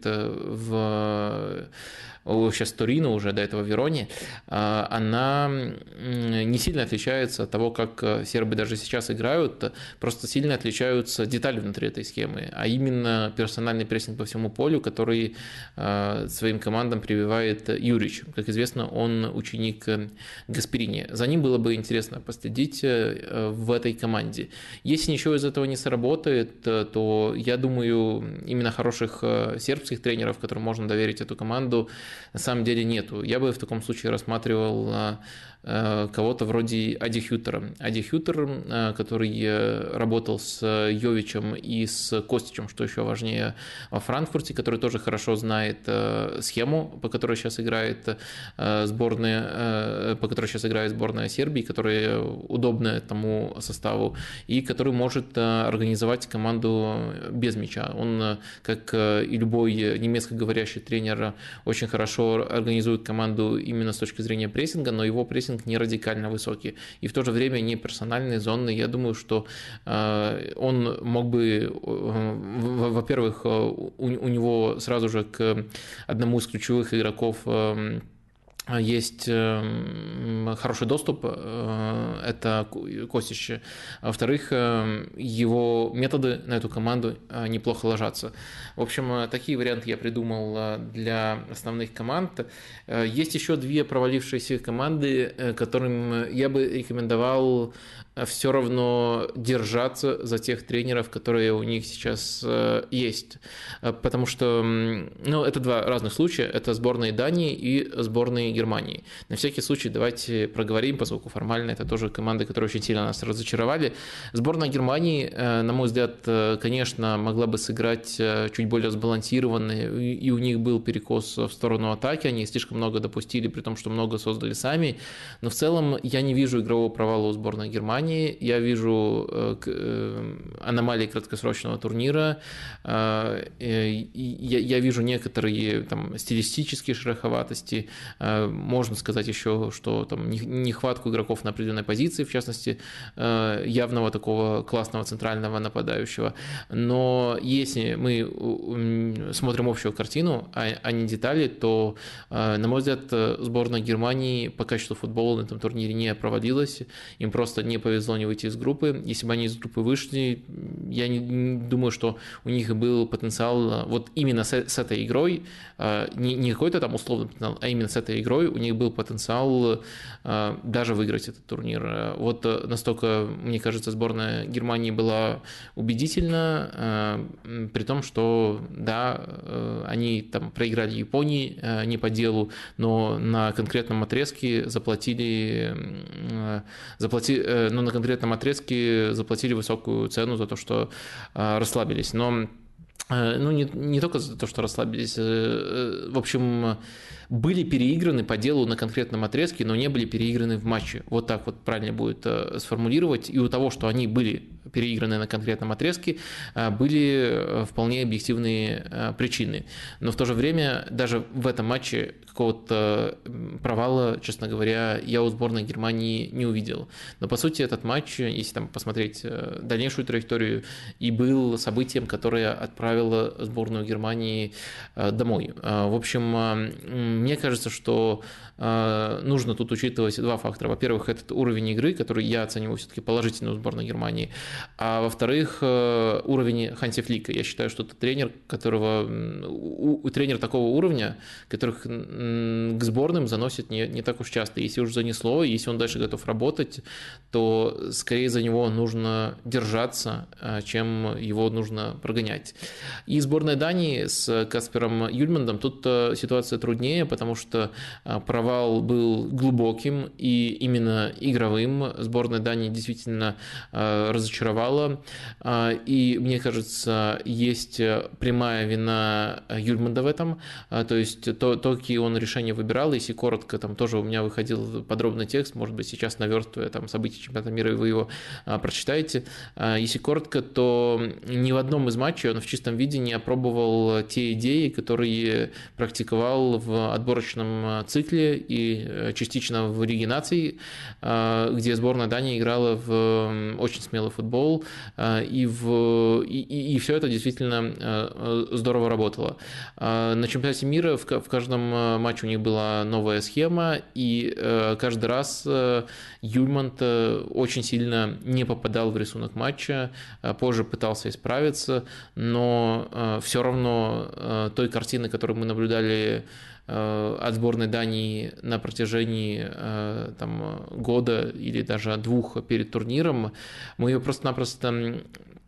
в сейчас Торино, уже до этого Вероне, она не сильно отличается от того, как сербы даже сейчас играют, просто сильно отличаются детали внутри этой схемы, а именно персональный прессинг по всему полю, который своим командам прививает Юрич. Как известно, он ученик Гасперини. За ним было бы интересно последить в этой команде. Если ничего из этого не сработает, то я думаю, именно хороших сербских тренеров, которым можно доверить эту команду, на самом деле нету. Я бы в таком случае рассматривал кого-то вроде Ади Хютера. Ади Хютер, который работал с Йовичем и с Костичем, что еще важнее, во Франкфурте, который тоже хорошо знает схему, по которой сейчас играет сборная, по которой сейчас играет сборная Сербии, которая удобна этому составу, и который может организовать команду без мяча. Он, как и любой немецкоговорящий тренер, очень хорошо организует команду именно с точки зрения прессинга, но его прессинг не радикально высокий и в то же время не персональный, зонный. Я думаю, что он мог бы, во-первых, у него сразу же к одному из ключевых игроков есть хороший доступ, это Костич. Во-вторых, его методы на эту команду неплохо ложатся. В общем, такие варианты я придумал для основных команд. Есть еще две провалившиеся команды, которым я бы рекомендовал все равно держаться за тех тренеров, которые у них сейчас есть. Потому что, ну, это два разных случая. Это сборная Дании и сборная Германии. На всякий случай давайте проговорим, поскольку формально это тоже команды, которые очень сильно нас разочаровали. Сборная Германии, на мой взгляд, конечно, могла бы сыграть чуть более сбалансированно, и у них был перекос в сторону атаки, они слишком много допустили, при том, что много создали сами. Но в целом я не вижу игрового провала у сборной Германии. Я вижу аномалии краткосрочного турнира, я вижу некоторые там стилистические шероховатости, можно сказать еще, что там нехватку игроков на определенной позиции, в частности, явного такого классного центрального нападающего. Но если мы смотрим общую картину, а не детали, то, на мой взгляд, сборная Германии по качеству футбола на этом турнире не провалилась, им просто не повезло не выйти из группы. Если бы они из группы вышли, я не, не думаю, что у них был потенциал вот именно с, с этой игрой, не, не какой-то там условный потенциал, а именно с этой игрой у них был потенциал даже выиграть этот турнир. Вот настолько, мне кажется, сборная Германии была убедительна, при том, что да, они там проиграли Японии не по делу, но на конкретном отрезке заплатили, заплатили ну, на конкретном отрезке заплатили высокую цену за то, что расслабились. Но ну, не, не только за то, что расслабились, в общем, были переиграны по делу на конкретном отрезке, но не были переиграны в матче. Вот так вот правильно будет сформулировать. И у того, что они были переиграны на конкретном отрезке, были вполне объективные причины. Но в то же время даже в этом матче какого-то провала, честно говоря, я у сборной Германии не увидел. Но по сути этот матч, если там посмотреть дальнейшую траекторию, и был событием, которое отправило сборную Германии домой. В общем, мне кажется, что нужно тут учитывать два фактора. Во-первых, этот уровень игры, который я оцениваю все-таки положительно у сборной Германии. А во-вторых, уровень Ханси Флика. Я считаю, что это тренер, которого, у, тренер такого уровня, которых к сборным заносит не, не так уж часто. Если уж занесло, если он дальше готов работать, то скорее за него нужно держаться, чем его нужно прогонять. И сборная Дании с Каспером Юльмандом, тут ситуация труднее, потому что провал был глубоким и именно игровым. Сборная Дании действительно разочаровала. И, мне кажется, есть прямая вина Юльманда в этом. То есть то, то, какие он решения выбирал, если коротко, там тоже у меня выходил подробный текст, может быть, сейчас наверстывая там события чемпионата мира, и вы его прочитаете. Если коротко, то ни в одном из матчей он в чистом виде не опробовал те идеи, которые практиковал в отборочном цикле и частично в Лиге наций, где сборная Дании играла в очень смелый футбол, и, в, и, и все это действительно здорово работало. На чемпионате мира в, в каждом матче у них была новая схема, и каждый раз Юльманд очень сильно не попадал в рисунок матча, позже пытался исправиться, но все равно той картины, которую мы наблюдали от сборной Дании на протяжении там, года или даже двух перед турниром, мы ее просто-напросто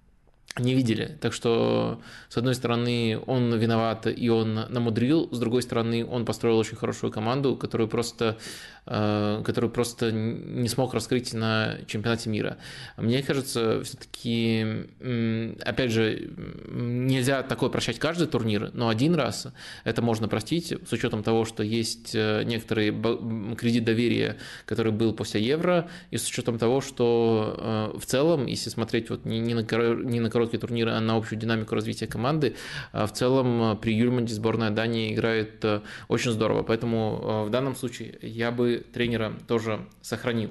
не видели. Так что, с одной стороны, он виноват и он намудрил, с другой стороны, он построил очень хорошую команду, которую просто, которую просто не смог раскрыть на чемпионате мира. Мне кажется, все-таки, опять же, нельзя такое прощать каждый турнир, но один раз это можно простить, с учетом того, что есть некоторый кредит доверия, который был после Евро, и с учетом того, что в целом, если смотреть вот не на короткий турнир, а на общую динамику развития команды, в целом при Юльманде сборная Дании играет очень здорово. Поэтому в данном случае я бы тренера тоже сохранил.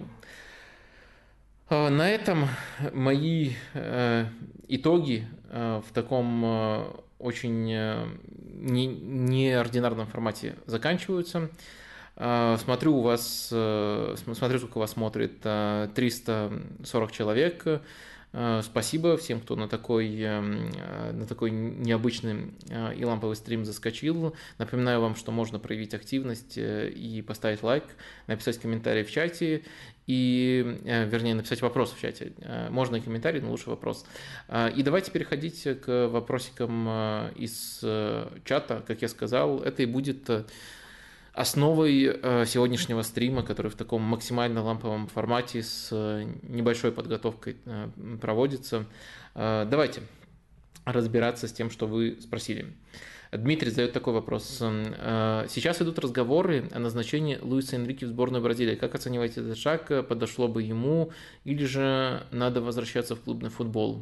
На этом мои итоги в таком очень неординарном формате заканчиваются. Смотрю, у вас, смотрю, сколько вас смотрит, триста сорок человек. Спасибо всем, кто на такой, на такой необычный и ламповый стрим заскочил. Напоминаю вам, что можно проявить активность и поставить лайк, написать комментарий в чате, и, вернее, написать вопрос в чате. Можно и комментарий, но лучше вопрос. И давайте переходить к вопросикам из чата. Как я сказал, это и будет основой сегодняшнего стрима, который в таком максимально ламповом формате с небольшой подготовкой проводится. Давайте разбираться с тем, что вы спросили. Дмитрий задает такой вопрос. Сейчас идут разговоры о назначении Луиса Энрике в сборную Бразилии. Как оцениваете этот шаг? Подошло бы ему? Или же надо возвращаться в клубный футбол?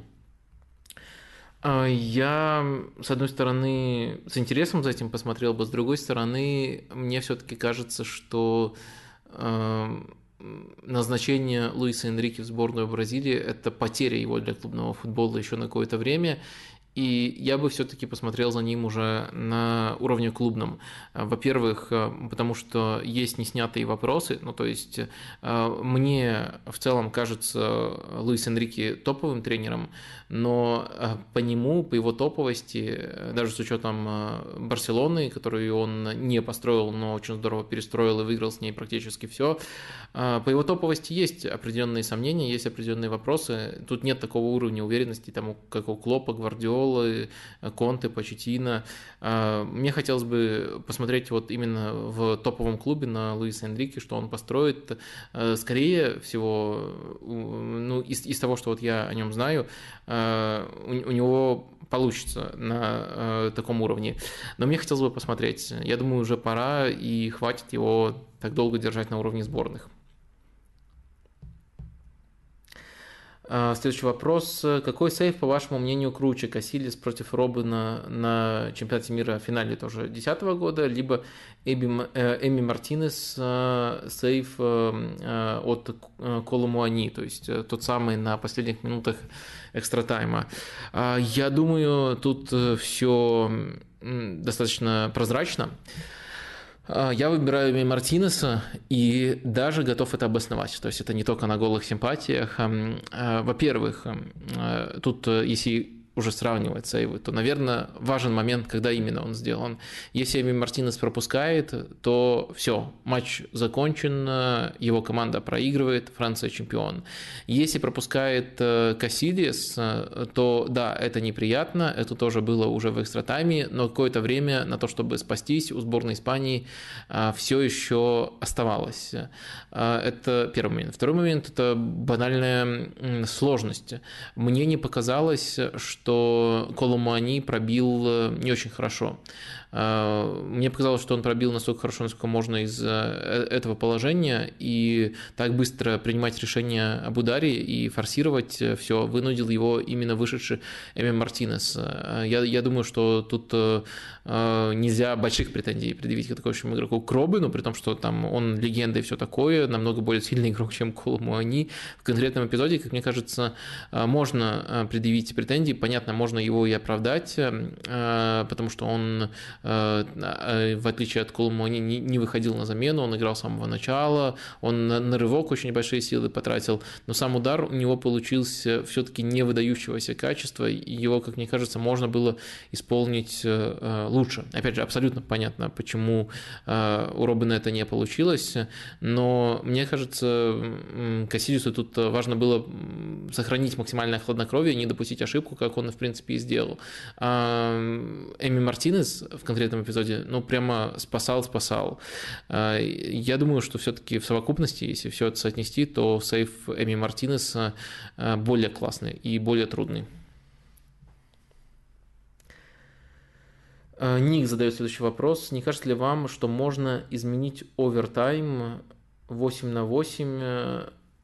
Я, с одной стороны, с интересом за этим посмотрел бы, с другой стороны, мне все-таки кажется, что назначение Луиса Энрике в сборную Бразилии – это потеря его для клубного футбола еще на какое-то время. И я бы все-таки посмотрел за ним уже на уровне клубном. Во-первых, потому что есть неснятые вопросы. Ну, то есть, мне в целом кажется Луис Энрике топовым тренером, но по нему, по его топовости, даже с учетом Барселоны, которую он не построил, но очень здорово перестроил и выиграл с ней практически все, по его топовости есть определенные сомнения, есть определенные вопросы. Тут нет такого уровня уверенности, там, как у Клопа, Гвардиолы, Конте, Почеттино. Мне хотелось бы посмотреть вот именно в топовом клубе на Луиса Энрике, что он построит. Скорее всего, ну, из, из того, что вот я о нем знаю, у, у него получится на э, таком уровне. Но мне хотелось бы посмотреть. Я думаю, уже пора и хватит его так долго держать на уровне сборных. Следующий вопрос. Какой сейв, по вашему мнению, круче? Касильес против Робина на чемпионате мира в финале тоже две тысячи десятого года, либо Эми, Эми Мартинес сейв от Колу Муани, то есть тот самый на последних минутах экстра-тайма. Я думаю, тут все достаточно прозрачно. Я выбираю Эми Мартинеса и даже готов это обосновать. То есть это не только на голых симпатиях. Во-первых, тут если уже сравнивать сейвы, то, наверное, важен момент, когда именно он сделан. Если Эми Мартинес пропускает, то все, матч закончен, его команда проигрывает, Франция чемпион. Если пропускает Касильес, то да, это неприятно, это тоже было уже в экстра-тайме, но какое-то время на то, чтобы спастись, у сборной Испании все еще оставалось. Это первый момент. Второй момент – это банальная сложность. Мне не показалось, что что Колу Муани пробил не очень хорошо. Мне показалось, что он пробил настолько хорошо, насколько можно из этого положения, и так быстро принимать решение об ударе и форсировать все вынудил его именно вышедший Эми Мартинес. Я, я думаю, что тут нельзя больших претензий предъявить к такому игроку к Робину, при том, что там он легенда и все такое, намного более сильный игрок, чем Колу Муани. В конкретном эпизоде, как мне кажется, можно предъявить претензии. Понятно, можно его и оправдать, потому что он, в отличие от Колу Муани, не выходил на замену, он играл с самого начала, он на рывок очень большие силы потратил, но сам удар у него получился все-таки не выдающегося качества, и его, как мне кажется, можно было исполнить лучше. Опять же, абсолютно понятно, почему у Робина это не получилось, но мне кажется, Касильесу тут важно было сохранить максимальное хладнокровие, не допустить ошибку, как он, в принципе, и сделал. Эми Мартинес в конкретном эпизоде, ну, прямо спасал-спасал. Я думаю, что все-таки в совокупности, если все это соотнести, то сейв Эми Мартинеса более классный и более трудный. Ник задает следующий вопрос. Не кажется ли вам, что можно изменить овертайм восемь на восемь?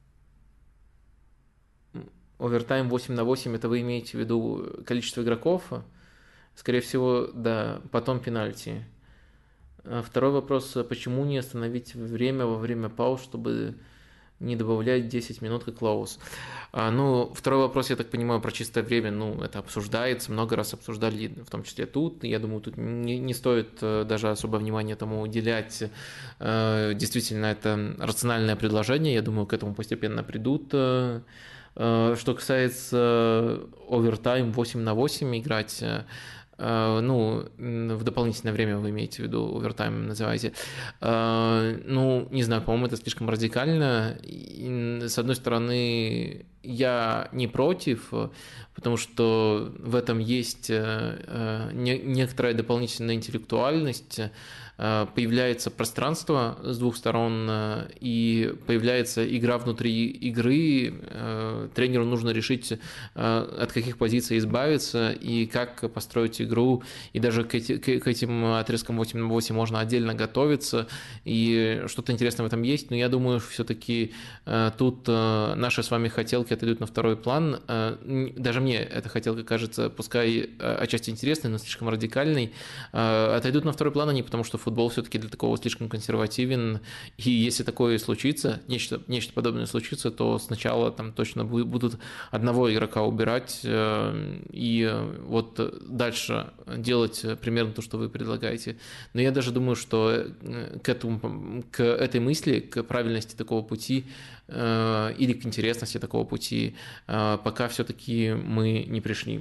Овертайм восемь на восемь, это вы имеете в виду количество игроков? Скорее всего, да, потом пенальти. Второй вопрос. Почему не остановить время во время пауз, чтобы не добавлять десять минут, как Лоус? Ну, второй вопрос, я так понимаю, про чистое время, ну, это обсуждается, много раз обсуждали, в том числе тут. Я думаю, тут не, не стоит даже особо внимания этому уделять. Действительно, это рациональное предложение, я думаю, к этому постепенно придут. Что касается овертайм восемь на восемь играть, ну, в дополнительное время вы имеете в виду, овертайм называете, ну, не знаю, по-моему, это слишком радикально. С одной стороны, я не против, потому что в этом есть некоторая дополнительная интеллектуальность, появляется пространство с двух сторон, и появляется игра внутри игры. Тренеру нужно решить, от каких позиций избавиться и как построить игру. И даже к этим отрезкам восемь на восемь можно отдельно готовиться, и что-то интересное в этом есть. Но я думаю, все-таки тут наши с вами хотелки отойдут на второй план. Даже мне эта хотелка кажется, пускай отчасти интересной, но слишком радикальной. Отойдут на второй план они, потому что футбол все-таки для такого слишком консервативен, и если такое случится, нечто, нечто подобное случится, то сначала там точно будут одного игрока убирать, и вот дальше делать примерно то, что вы предлагаете. Но я даже думаю, что к, этому, к этой мысли, к правильности такого пути или к интересности такого пути пока все-таки мы не пришли.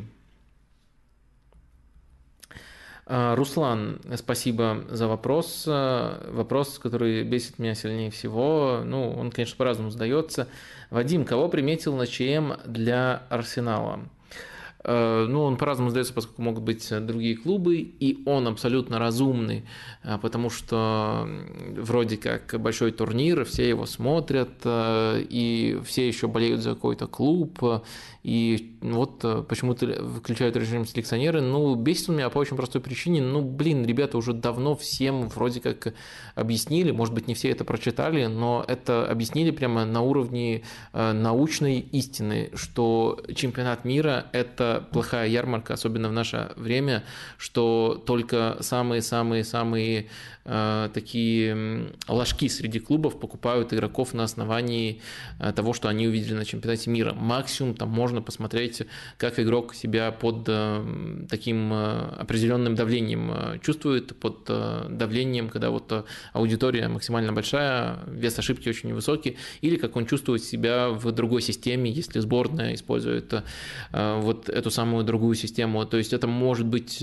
Руслан, спасибо за вопрос. Вопрос, который бесит меня сильнее всего. Ну, он, конечно, по-разному задается. Вадим, кого приметил на ЧМ для Арсенала? Ну, он по-разному задается, поскольку могут быть другие клубы, и он абсолютно разумный, потому что вроде как большой турнир, все его смотрят, и все еще болеют за какой-то клуб, и вот почему-то включают режим селекционеры. Ну, бесит он меня по очень простой причине. Ну, блин, ребята уже давно всем вроде как объяснили, может быть, не все это прочитали, но это объяснили прямо на уровне научной истины, что чемпионат мира – это плохая ярмарка, особенно в наше время, что только самые-самые-самые э, такие ложки среди клубов покупают игроков на основании того, что они увидели на чемпионате мира. Максимум там можно посмотреть, как игрок себя под э, таким э, определенным давлением чувствует, под э, давлением, когда вот аудитория максимально большая, вес ошибки очень невысокий, или как он чувствует себя в другой системе, если сборная использует э, вот эту самую другую систему. То есть это может быть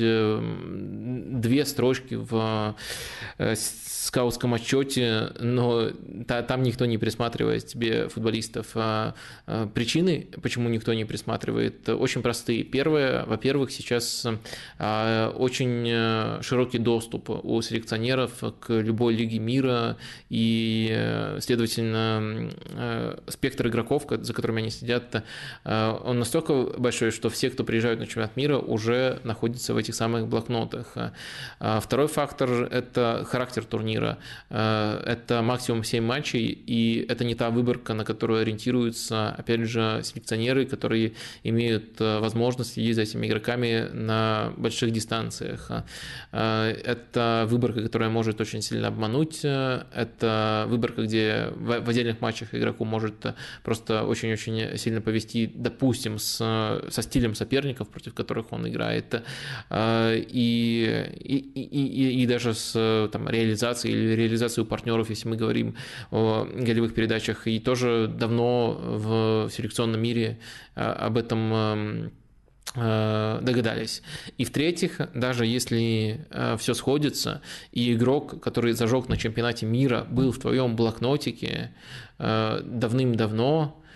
две строчки в скаутском отчете, но там никто не присматривает тебе футболистов. Причины, почему никто не присматривает, очень простые. Первое, во-первых, сейчас очень широкий доступ у селекционеров к любой лиге мира, и, следовательно, спектр игроков, за которыми они следят, он настолько большой, что все, кто приезжают на чемпионат мира, уже находятся в этих самых блокнотах. Второй фактор – это характер турнира. Это максимум семь матчей, и это не та выборка, на которую ориентируются, опять же, селекционеры, которые имеют возможность следить за этими игроками на больших дистанциях. Это выборка, которая может очень сильно обмануть. Это выборка, где в отдельных матчах игроку может просто очень-очень сильно повести, допустим, с, со стилем соперников, против которых он играет, и, и, и, и даже с там, реализацией или реализацией у партнеров, если мы говорим о голевых передачах. И тоже давно в селекционном мире об этом догадались. И в-третьих, даже если все сходится, и игрок, который зажег на чемпионате мира, был в твоем блокнотике давным-давно,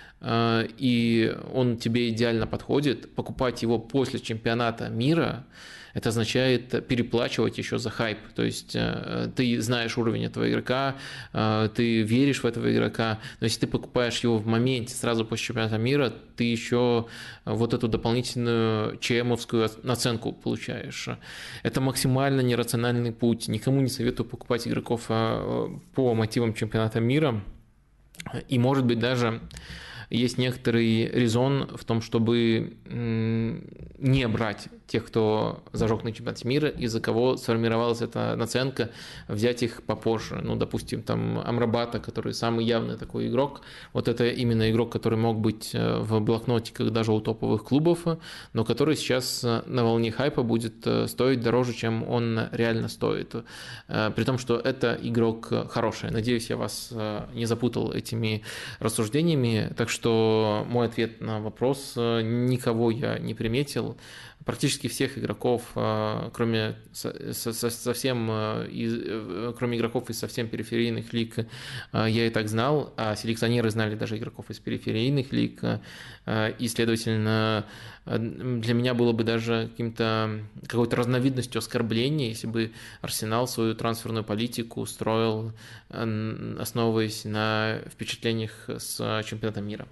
и он тебе идеально подходит, покупать его после чемпионата мира, это означает переплачивать еще за хайп. То есть ты знаешь уровень этого игрока, ты веришь в этого игрока, но если ты покупаешь его в моменте, сразу после чемпионата мира, ты еще вот эту дополнительную ЧМовскую наценку получаешь. Это максимально нерациональный путь. Никому не советую покупать игроков по мотивам чемпионата мира. И, может быть, даже есть некоторый резон в том, чтобы не брать тех, кто зажег на чемпионате мира, из-за кого сформировалась эта наценка, взять их попозже. Ну, допустим, там Амрабата, который самый явный такой игрок, вот это именно игрок, который мог быть в блокнотиках даже у топовых клубов, но который сейчас на волне хайпа будет стоить дороже, чем он реально стоит. При том, что это игрок хороший. Надеюсь, я вас не запутал этими рассуждениями. Так что мой ответ на вопрос: никого я не приметил. Практически всех игроков, кроме совсем, кроме игроков из совсем периферийных лиг, я и так знал, а селекционеры знали даже игроков из периферийных лиг, и, следовательно, для меня было бы даже каким-то, какой-то разновидностью оскорбления, если бы Арсенал свою трансферную политику строил, основываясь на впечатлениях с чемпионата мира.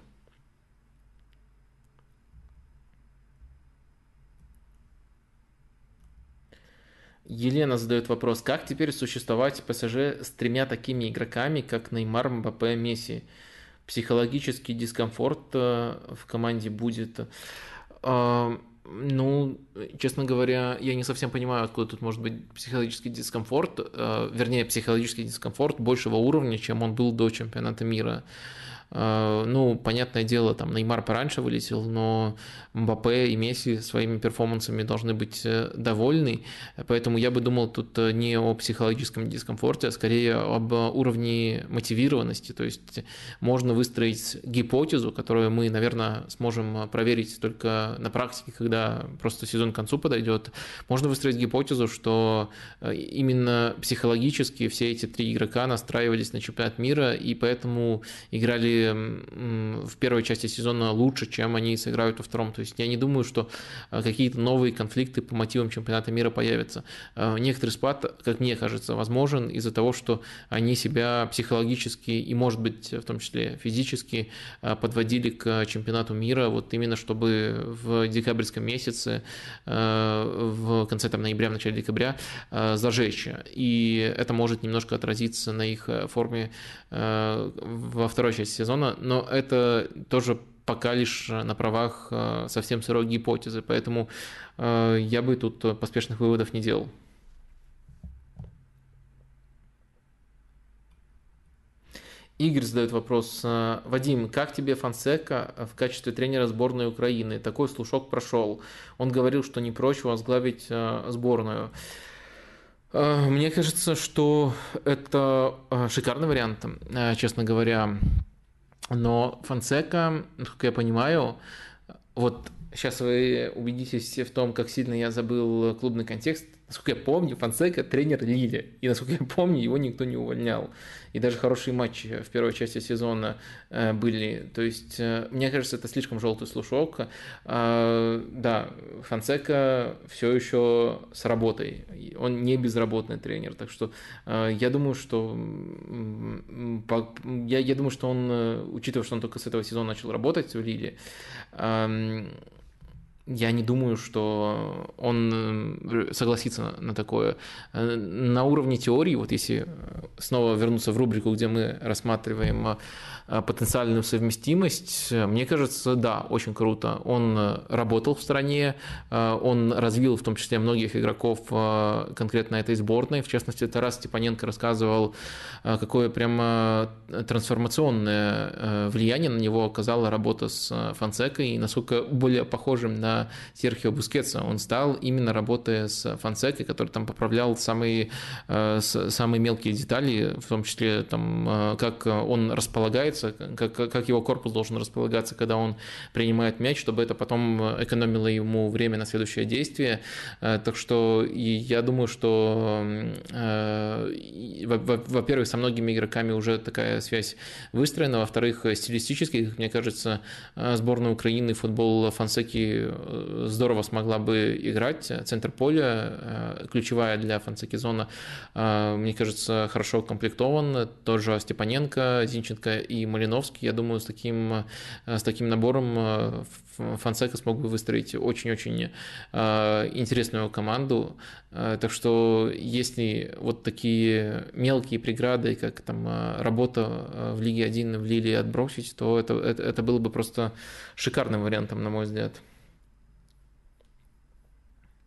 Елена задает вопрос: как теперь существовать ПСЖ с тремя такими игроками, как Неймар, Мбаппе, Месси? Психологический дискомфорт в команде будет. Ну, честно говоря, я не совсем понимаю, откуда тут может быть психологический дискомфорт, вернее, психологический дискомфорт большего уровня, чем он был до чемпионата мира. Ну, понятное дело, там Неймар пораньше вылетел, но Мбаппе и Месси своими перформансами должны быть довольны, поэтому я бы думал тут не о психологическом дискомфорте, а скорее об уровне мотивированности, то есть можно выстроить гипотезу, которую мы, наверное, сможем проверить только на практике, когда просто сезон к концу подойдет. Можно выстроить гипотезу, что именно психологически все эти три игрока настраивались на чемпионат мира и поэтому играли в первой части сезона лучше, чем они сыграют во втором. То есть я не думаю, что какие-то новые конфликты по мотивам чемпионата мира появятся. Некоторый спад, как мне кажется, возможен из-за того, что они себя психологически и, может быть, в том числе физически подводили к чемпионату мира, вот именно чтобы в декабрьском месяце, в конце там, ноября, в начале декабря зажечь. И это может немножко отразиться на их форме во второй части сезона, но это тоже пока лишь на правах совсем сырой гипотезы, поэтому я бы тут поспешных выводов не делал. Игорь задает вопрос: Вадим, как тебе Фонсека в качестве тренера сборной Украины? Такой слушок прошел. Он говорил, что не прочь возглавить сборную. Мне кажется, что это шикарный вариант, честно говоря. Но Фонсека, как я понимаю, вот сейчас вы убедитесь в том, как сильно я забыл клубный контекст. Насколько я помню, Фонсека тренер Лили, и насколько я помню, его никто не увольнял. И даже хорошие матчи в первой части сезона были. То есть, мне кажется, это слишком желтый слушок. Да, Фонсека все еще с работой. Он не безработный тренер. Так что я думаю, что я, я думаю, что он, учитывая, что он только с этого сезона начал работать в Лиле, я не думаю, что он согласится на такое. На уровне теории, вот если снова вернуться в рубрику, где мы рассматриваем потенциальную совместимость, мне кажется, да, очень круто. Он работал в стране, он развил в том числе многих игроков конкретно этой сборной. В частности, Тарас Степаненко рассказывал, какое прямо трансформационное влияние на него оказала работа с Фонсекой и насколько более похожим на Серхио Бускетса он стал, именно работая с Фонсекой, который там поправлял самые, самые мелкие детали, в том числе там, как он располагается, как, как его корпус должен располагаться, когда он принимает мяч, чтобы это потом экономило ему время на следующее действие. Так что я думаю, что, во-первых, со многими игроками уже такая связь выстроена, во-вторых, стилистически, мне кажется, сборная Украины футбол Фонсеки здорово смогла бы играть. Центр поля, ключевая для Фонсеки зона, мне кажется, хорошо укомплектован. Тоже Степаненко, Зинченко и Малиновский. Я думаю, с таким, с таким набором Фонсека смог бы выстроить очень-очень интересную команду. Так что если вот такие мелкие преграды, как там работа в Лиге один в Лиле отбросить, то это, это, это было бы просто шикарным вариантом, на мой взгляд.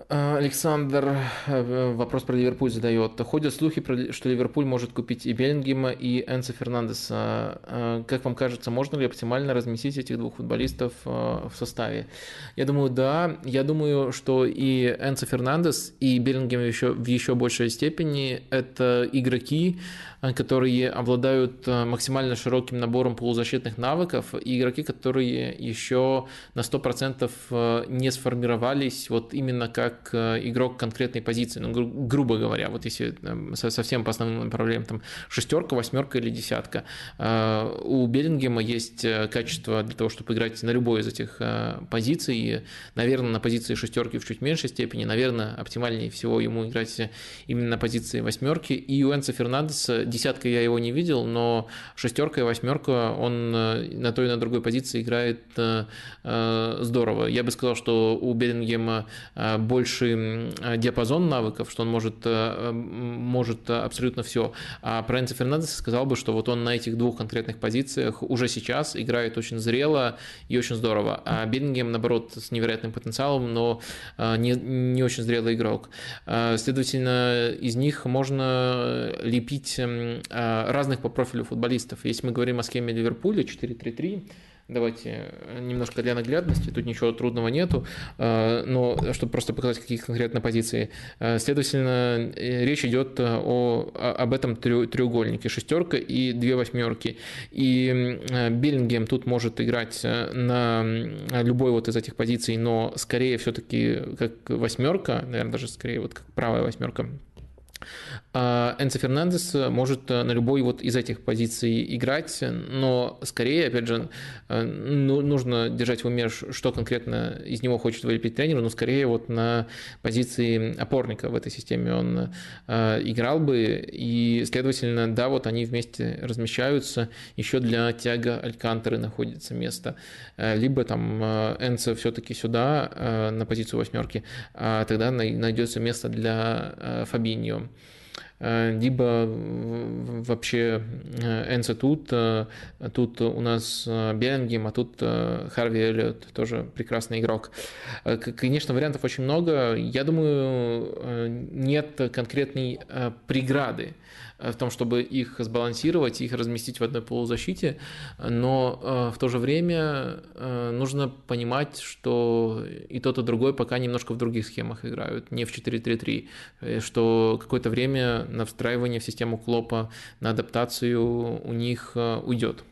Александр вопрос про Ливерпуль задает. Ходят слухи, что Ливерпуль может купить и Беллингема, и Энцо Фернандеса. Как вам кажется, можно ли оптимально разместить этих двух футболистов в составе? Я думаю, да. Я думаю, что и Энцо Фернандес, и Беллингем еще, в еще большей степени это игроки, которые обладают максимально широким набором полузащитных навыков, и игроки, которые еще на сто процентов не сформировались вот именно как игрок конкретной позиции, ну, гру- грубо говоря, вот если там, совсем по основным направлениям, там, шестерка, восьмерка или десятка. У Беллингема есть качество для того, чтобы играть на любой из этих позиций, наверное, на позиции шестерки в чуть меньшей степени, наверное, оптимальнее всего ему играть именно на позиции восьмерки, и у Энцо Фернандеса десятка я его не видел, но шестерка и восьмерка он на той и на другой позиции играет здорово. Я бы сказал, что у Беллингема больший диапазон навыков, что он может, может абсолютно все. А про Энцо Фернандеса сказал бы, что вот он на этих двух конкретных позициях уже сейчас играет очень зрело и очень здорово. А Беллингем, наоборот, с невероятным потенциалом, но не, не очень зрелый игрок. Следовательно, из них можно лепить разных по профилю футболистов. Если мы говорим о схеме Ливерпуля четыре три три, давайте немножко для наглядности, тут ничего трудного нету, но чтобы просто показать, какие конкретно позиции. Следовательно, речь идет о, об этом треугольнике: шестерка и две восьмерки. И Беллингем тут может играть на любой вот из этих позиций, но скорее все-таки как восьмерка, наверное, даже скорее вот как правая восьмерка. Энцо Фернандес может на любой вот из этих позиций играть, но скорее, опять же, нужно держать в уме, что конкретно из него хочет вылепить тренер, но скорее вот на позиции опорника в этой системе он играл бы, и, следовательно, да, вот они вместе размещаются, еще для Тиаго Алькантеры находится место, либо там Энцо все-таки сюда на позицию восьмерки, а тогда найдется место для Фабиньо. Либо вообще Энцо тут, тут у нас Беллингем, а тут Харви Эллиот, тоже прекрасный игрок. Конечно, вариантов очень много. Я думаю, нет конкретной преграды в том, чтобы их сбалансировать, их разместить в одной полузащите, но в то же время нужно понимать, что и тот, и другой пока немножко в других схемах играют, не в четыре три три, что какое-то время на встраивание в систему Клопа, на адаптацию у них уйдет.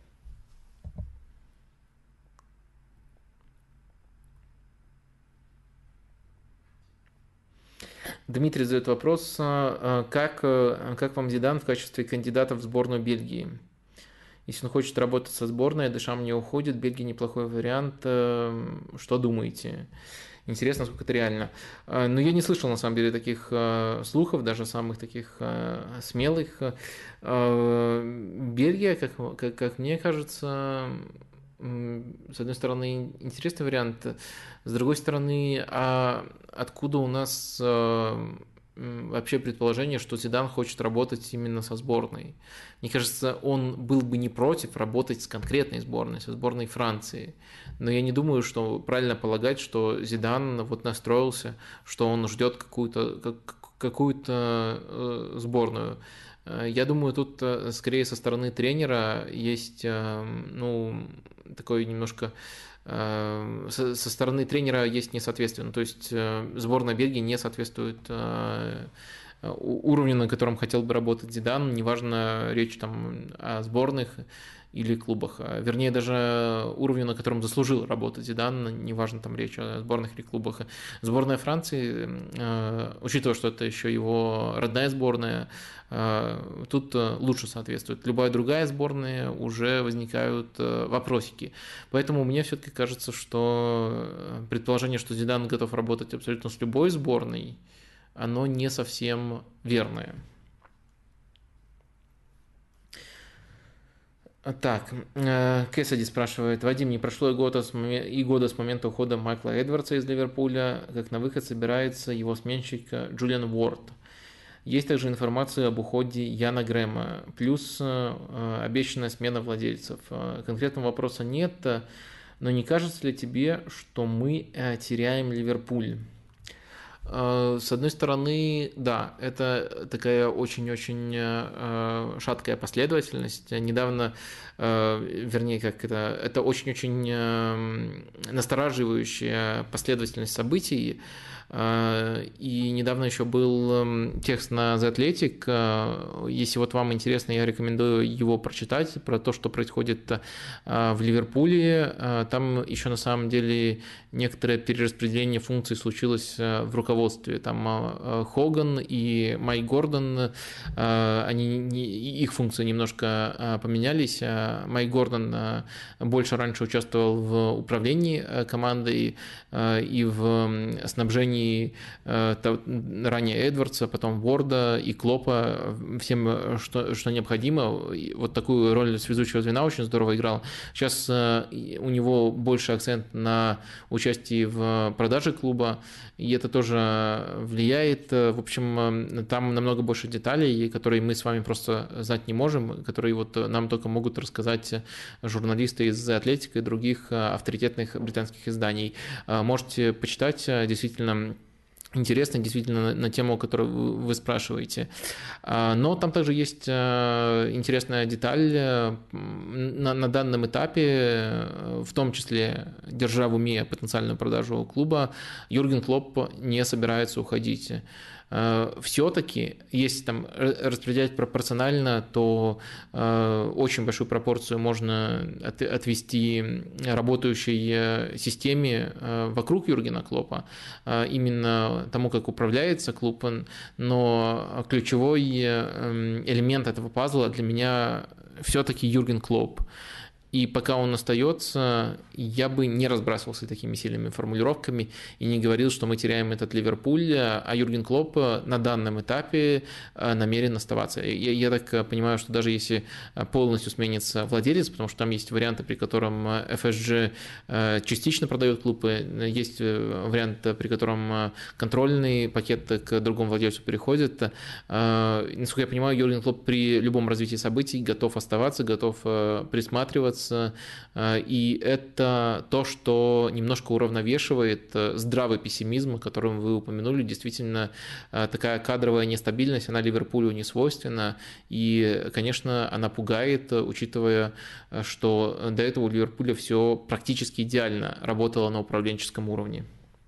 Дмитрий задает вопрос, как, как вам Зидан в качестве кандидата в сборную Бельгии? Если он хочет работать со сборной, Дешам не уходит, Бельгия неплохой вариант, что думаете? Интересно, насколько это реально. Но я не слышал, на самом деле, таких слухов, даже самых таких смелых. Бельгия, как, как, как мне кажется, с одной стороны, интересный вариант, с другой стороны, а откуда у нас вообще предположение, что Зидан хочет работать именно со сборной? Мне кажется, он был бы не против работать с конкретной сборной, со сборной Франции. Но я не думаю, что правильно полагать, что Зидан вот настроился, что он ждет какую-то какую-то сборную. Я думаю, тут скорее со стороны тренера есть, ну, такой немножко со стороны тренера есть несоответствие. То есть сборная Бельгии не соответствует уровню, на котором хотел бы работать Зидан, неважно, речь там о сборных или клубах, вернее, даже уровню, на котором заслужил работать Зидан, неважно, там речь о сборных или клубах. Сборная Франции, учитывая, что это еще его родная сборная, тут лучше соответствует. Любая другая сборная, уже возникают вопросики. Поэтому мне все-таки кажется, что предположение, что Зидан готов работать абсолютно с любой сборной, оно не совсем верное. Так, Кэссиди спрашивает: Вадим, не прошло и года, с момен... и года с момента ухода Майкла Эдвардса из Ливерпуля, как на выход собирается его сменщик Джулиан Уорд. Есть также информация об уходе Яна Грэма, плюс обещанная смена владельцев. Конкретного вопроса нет, но не кажется ли тебе, что мы теряем Ливерпуль? э, с одной стороны, да, это такая очень-очень э, шаткая последовательность. Недавно, э, вернее, как это, это очень-очень э, настораживающая последовательность событий. Э, И недавно еще был эм, текст на The Athletic. Э, Если вот вам интересно, я рекомендую его прочитать про то, что происходит э, в Ливерпуле. Э, Там еще на самом деле некоторое перераспределение функций случилось э, в руководстве. Там э, Хоган и Майк Гордон, э, они, не- их функции немножко э, поменялись. Э, Майк Гордон э, больше раньше участвовал в управлении э, командой э, и в м, снабжении э, то- ранее Эдвардса, потом Уорда и Клопа всем, э, что, что необходимо. И вот такую роль связующего звена очень здорово играл. Сейчас э, и у него больше акцент на участии в продаже клуба, и это тоже влияет. В общем, там намного больше деталей, которые мы с вами просто знать не можем, которые вот нам только могут рассказать журналисты из The Athletic и других авторитетных британских изданий. Можете почитать, действительно интересно, действительно, на, на тему, которую вы, вы спрашиваете. А, Но там также есть а, интересная деталь. э, На, на данном этапе, э, в том числе, держа в уме потенциальную продажу клуба, Юрген Клопп не собирается уходить. Все-таки, если там р- распределять пропорционально, то э, очень большую пропорцию можно от- отвести работающей э, системе э, вокруг Юргена Клоппа, э, именно тому, как управляется клуб, но ключевой э, элемент этого пазла для меня все-таки Юрген Клопп. И пока он остается, я бы не разбрасывался такими сильными формулировками и не говорил, что мы теряем этот Ливерпуль, а Юрген Клопп на данном этапе намерен оставаться. Я, я так понимаю, что даже если полностью сменится владелец, потому что там есть варианты, при котором эф эс джи частично продает клуб, есть вариант, при котором контрольный пакет к другому владельцу переходит. Насколько я понимаю, Юрген Клопп при любом развитии событий готов оставаться, готов присматриваться. И это то, что немножко уравновешивает здравый пессимизм, о котором вы упомянули. Действительно, такая кадровая нестабильность, она Ливерпулю не свойственна. И, конечно, она пугает, учитывая, что до этого у Ливерпуля все практически идеально работало на управленческом уровне.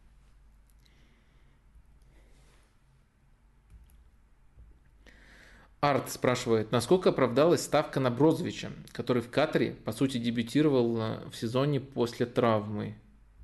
Арт спрашивает, насколько оправдалась ставка на Брозовича, который в Катаре, по сути, дебютировал э, в сезоне после травмы?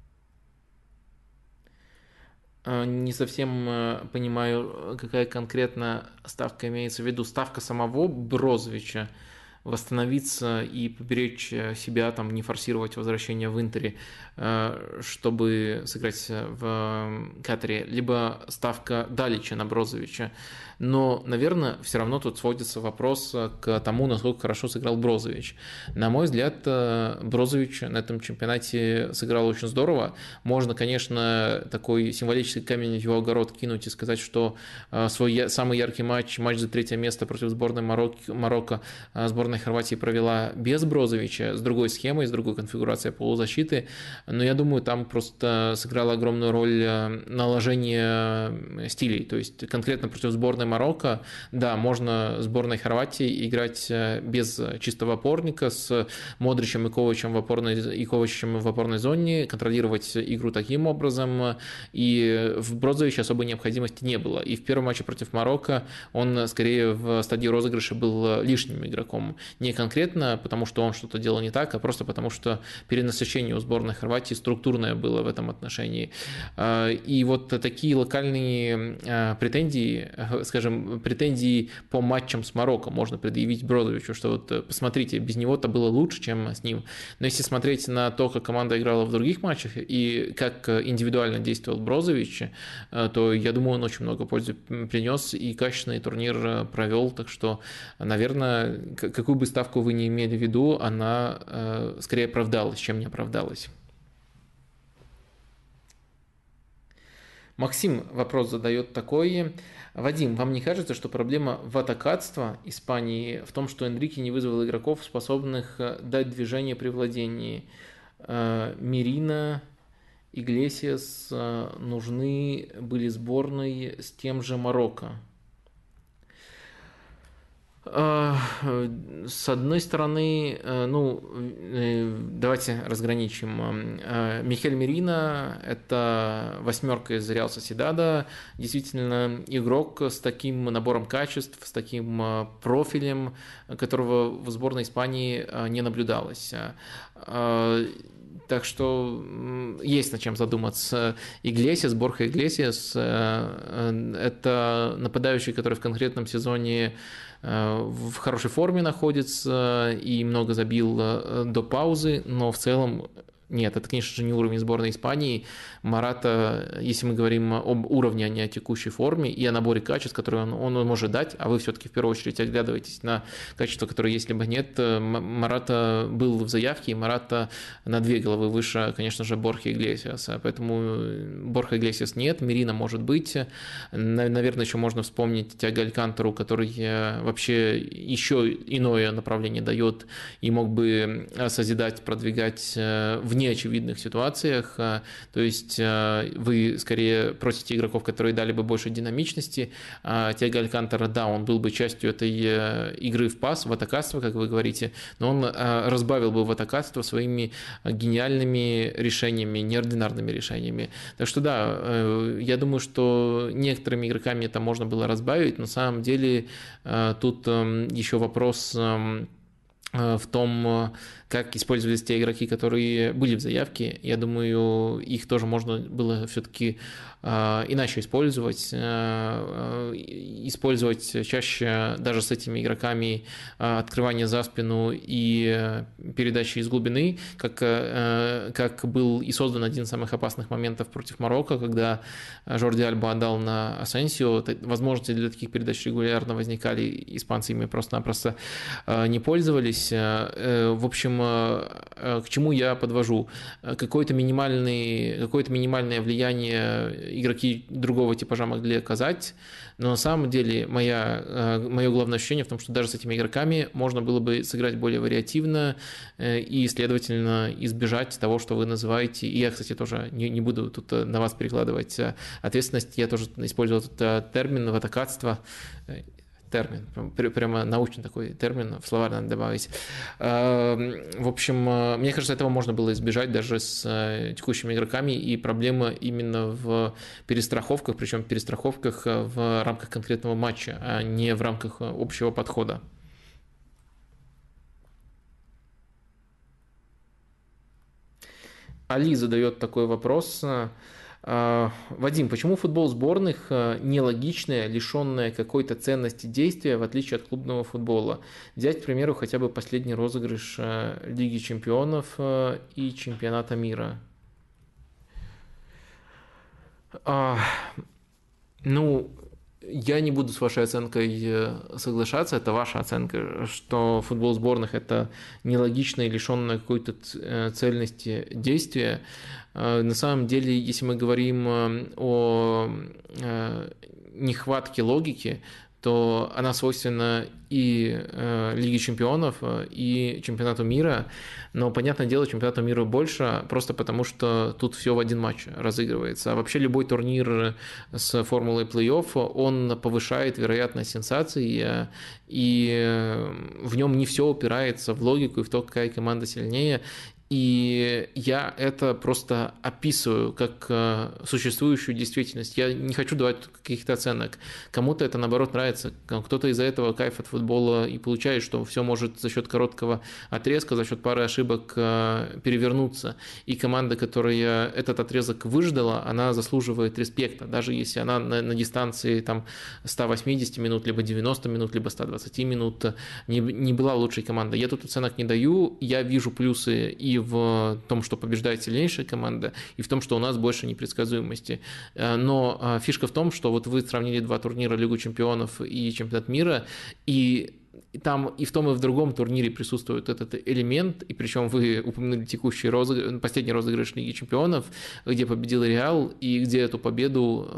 Э, Не совсем э, понимаю, какая конкретно ставка имеется в виду. Ставка самого Брозовича восстановиться и поберечь э, себя, там, не форсировать возвращение в Интере, э, чтобы сыграть в Катаре, либо ставка Далича на Брозовича. Но, наверное, все равно тут сводится вопрос к тому, насколько хорошо сыграл Брозович. На мой взгляд, э, Брозович на этом чемпионате сыграл очень здорово. Можно, конечно, такой символический камень в его огород кинуть и сказать, что э, свой я- самый яркий матч, матч за третье место против сборной Марок- Марокко, э, сборная Хорватии провела без Брозовича, с другой схемой, с другой конфигурацией полузащиты. Но я думаю, там просто сыграла огромную роль э, наложение стилей. То есть конкретно против сборной Марокко, да, можно сборной Хорватии играть э, без чистого опорника, с Модричем и Ковачем в опорной, и Ковачем в опорной зоне, контролировать игру таким образом, и в Брозовиче особой необходимости не было. И в первом матче против Марокко он скорее в стадии розыгрыша был лишним игроком. Не конкретно потому, что он что-то делал не так, а просто потому, что перенасыщение у сборной Хорватии структурное было в этом отношении. И вот такие локальные претензии, скажем, претензии по матчам с Марокко можно предъявить Брозовичу, что вот посмотрите, без него-то было лучше, чем с ним. Но если смотреть на то, как команда играла в других матчах и как индивидуально действовал Брозович, то я думаю, он очень много пользы принес и качественный турнир провел. Так что, наверное, какую бы ставку вы ни имели в виду, она скорее оправдалась, чем не оправдалась. Максим вопрос задает такой. Вадим, вам не кажется, что проблема ватакатства Испании в том, что Энрике не вызвал игроков, способных дать движение при владении? Мирина Иглесиас нужны были сборной с тем же Марокко? С одной стороны, ну, давайте разграничим. Михель Мерино – это восьмерка из Реал Сосьедада, действительно игрок с таким набором качеств, с таким профилем, которого в сборной Испании не наблюдалось. Так что есть над чем задуматься. Иглесиас, Борха Иглесиас – это нападающий, который в конкретном сезоне в хорошей форме находится и много забил до паузы, но в целом нет, это, конечно же, не уровень сборной Испании. Марата, если мы говорим об уровне, а не о текущей форме и о наборе качеств, которые он, он может дать, а вы все-таки в первую очередь оглядываетесь на качества, которые есть либо нет, Марата был в заявке, и Марата на две головы выше, конечно же, Борхи Иглесиаса. Поэтому Борха Иглесиас нет, Мерино может быть. Наверное, еще можно вспомнить Тиаго Алькантару, который вообще еще иное направление дает и мог бы созидать, продвигать в неочевидных ситуациях, то есть вы скорее просите игроков, которые дали бы больше динамичности. Тиаго Алькантара, да, он был бы частью этой игры в пас, в атакастство, как вы говорите, но он разбавил бы в атакастство своими гениальными решениями, неординарными решениями. Так что да, я думаю, что некоторыми игроками это можно было разбавить, но на самом деле тут еще вопрос в том, как использовались те игроки, которые были в заявке. Я думаю, их тоже можно было все-таки иначе использовать, использовать чаще даже с этими игроками открывание за спину и передачи из глубины, как, как был и создан один из самых опасных моментов против Марокко, когда Жорди Альба отдал на Асенсио. Возможности для таких передач регулярно возникали, испанцы ими просто-напросто не пользовались. В общем, к чему я подвожу? Какое-то минимальное, какое-то минимальное влияние игроки другого типажа могли оказать, но на самом деле моя, мое главное ощущение в том, что даже с этими игроками можно было бы сыграть более вариативно и, следовательно, избежать того, что вы называете, и я, кстати, тоже не, не буду тут на вас перекладывать ответственность, я тоже использовал этот термин «ватакатство», термин, прямо научный такой термин, в словарь надо добавить. В общем, мне кажется, этого можно было избежать даже с текущими игроками, и проблема именно в перестраховках, причем перестраховках в рамках конкретного матча, а не в рамках общего подхода. Али задает такой вопрос. Вадим, почему футбол сборных нелогичное, лишенное какой-то ценности действия, в отличие от клубного футбола? Взять, к примеру, хотя бы последний розыгрыш Лиги чемпионов и чемпионата мира. Ну, я не буду с вашей оценкой соглашаться, это ваша оценка, что футбол сборных – это нелогичное, лишенное какой-то цельности действия. На самом деле, если мы говорим о нехватке логики, то она свойственна и Лиге чемпионов, и чемпионату мира. Но, понятное дело, чемпионату мира больше, просто потому что тут все в один матч разыгрывается. А вообще любой турнир с формулой плей-офф, он повышает вероятность сенсаций, и в нем не все упирается в логику и в то, какая команда сильнее. И я это просто описываю как существующую действительность. Я не хочу давать каких-то оценок. Кому-то это, наоборот, нравится. Кто-то из-за этого кайф от футбола и получает, что все может за счет короткого отрезка, за счет пары ошибок перевернуться. И команда, которая этот отрезок выждала, она заслуживает респекта. Даже если она на, на дистанции там, сто восемьдесят минут, либо девяносто минут, либо сто двадцать минут не, не была лучшей командой. Я тут оценок не даю. Я вижу плюсы и в том, что побеждает сильнейшая команда, и в том, что у нас больше непредсказуемости. Но фишка в том, что вот вы сравнили два турнира, Лигу чемпионов и чемпионат мира, и там и в том, и в другом турнире присутствует этот элемент, и причем вы упомянули текущий розыгрыш, последний розыгрыш Лиги чемпионов, где победил Реал, и где эту победу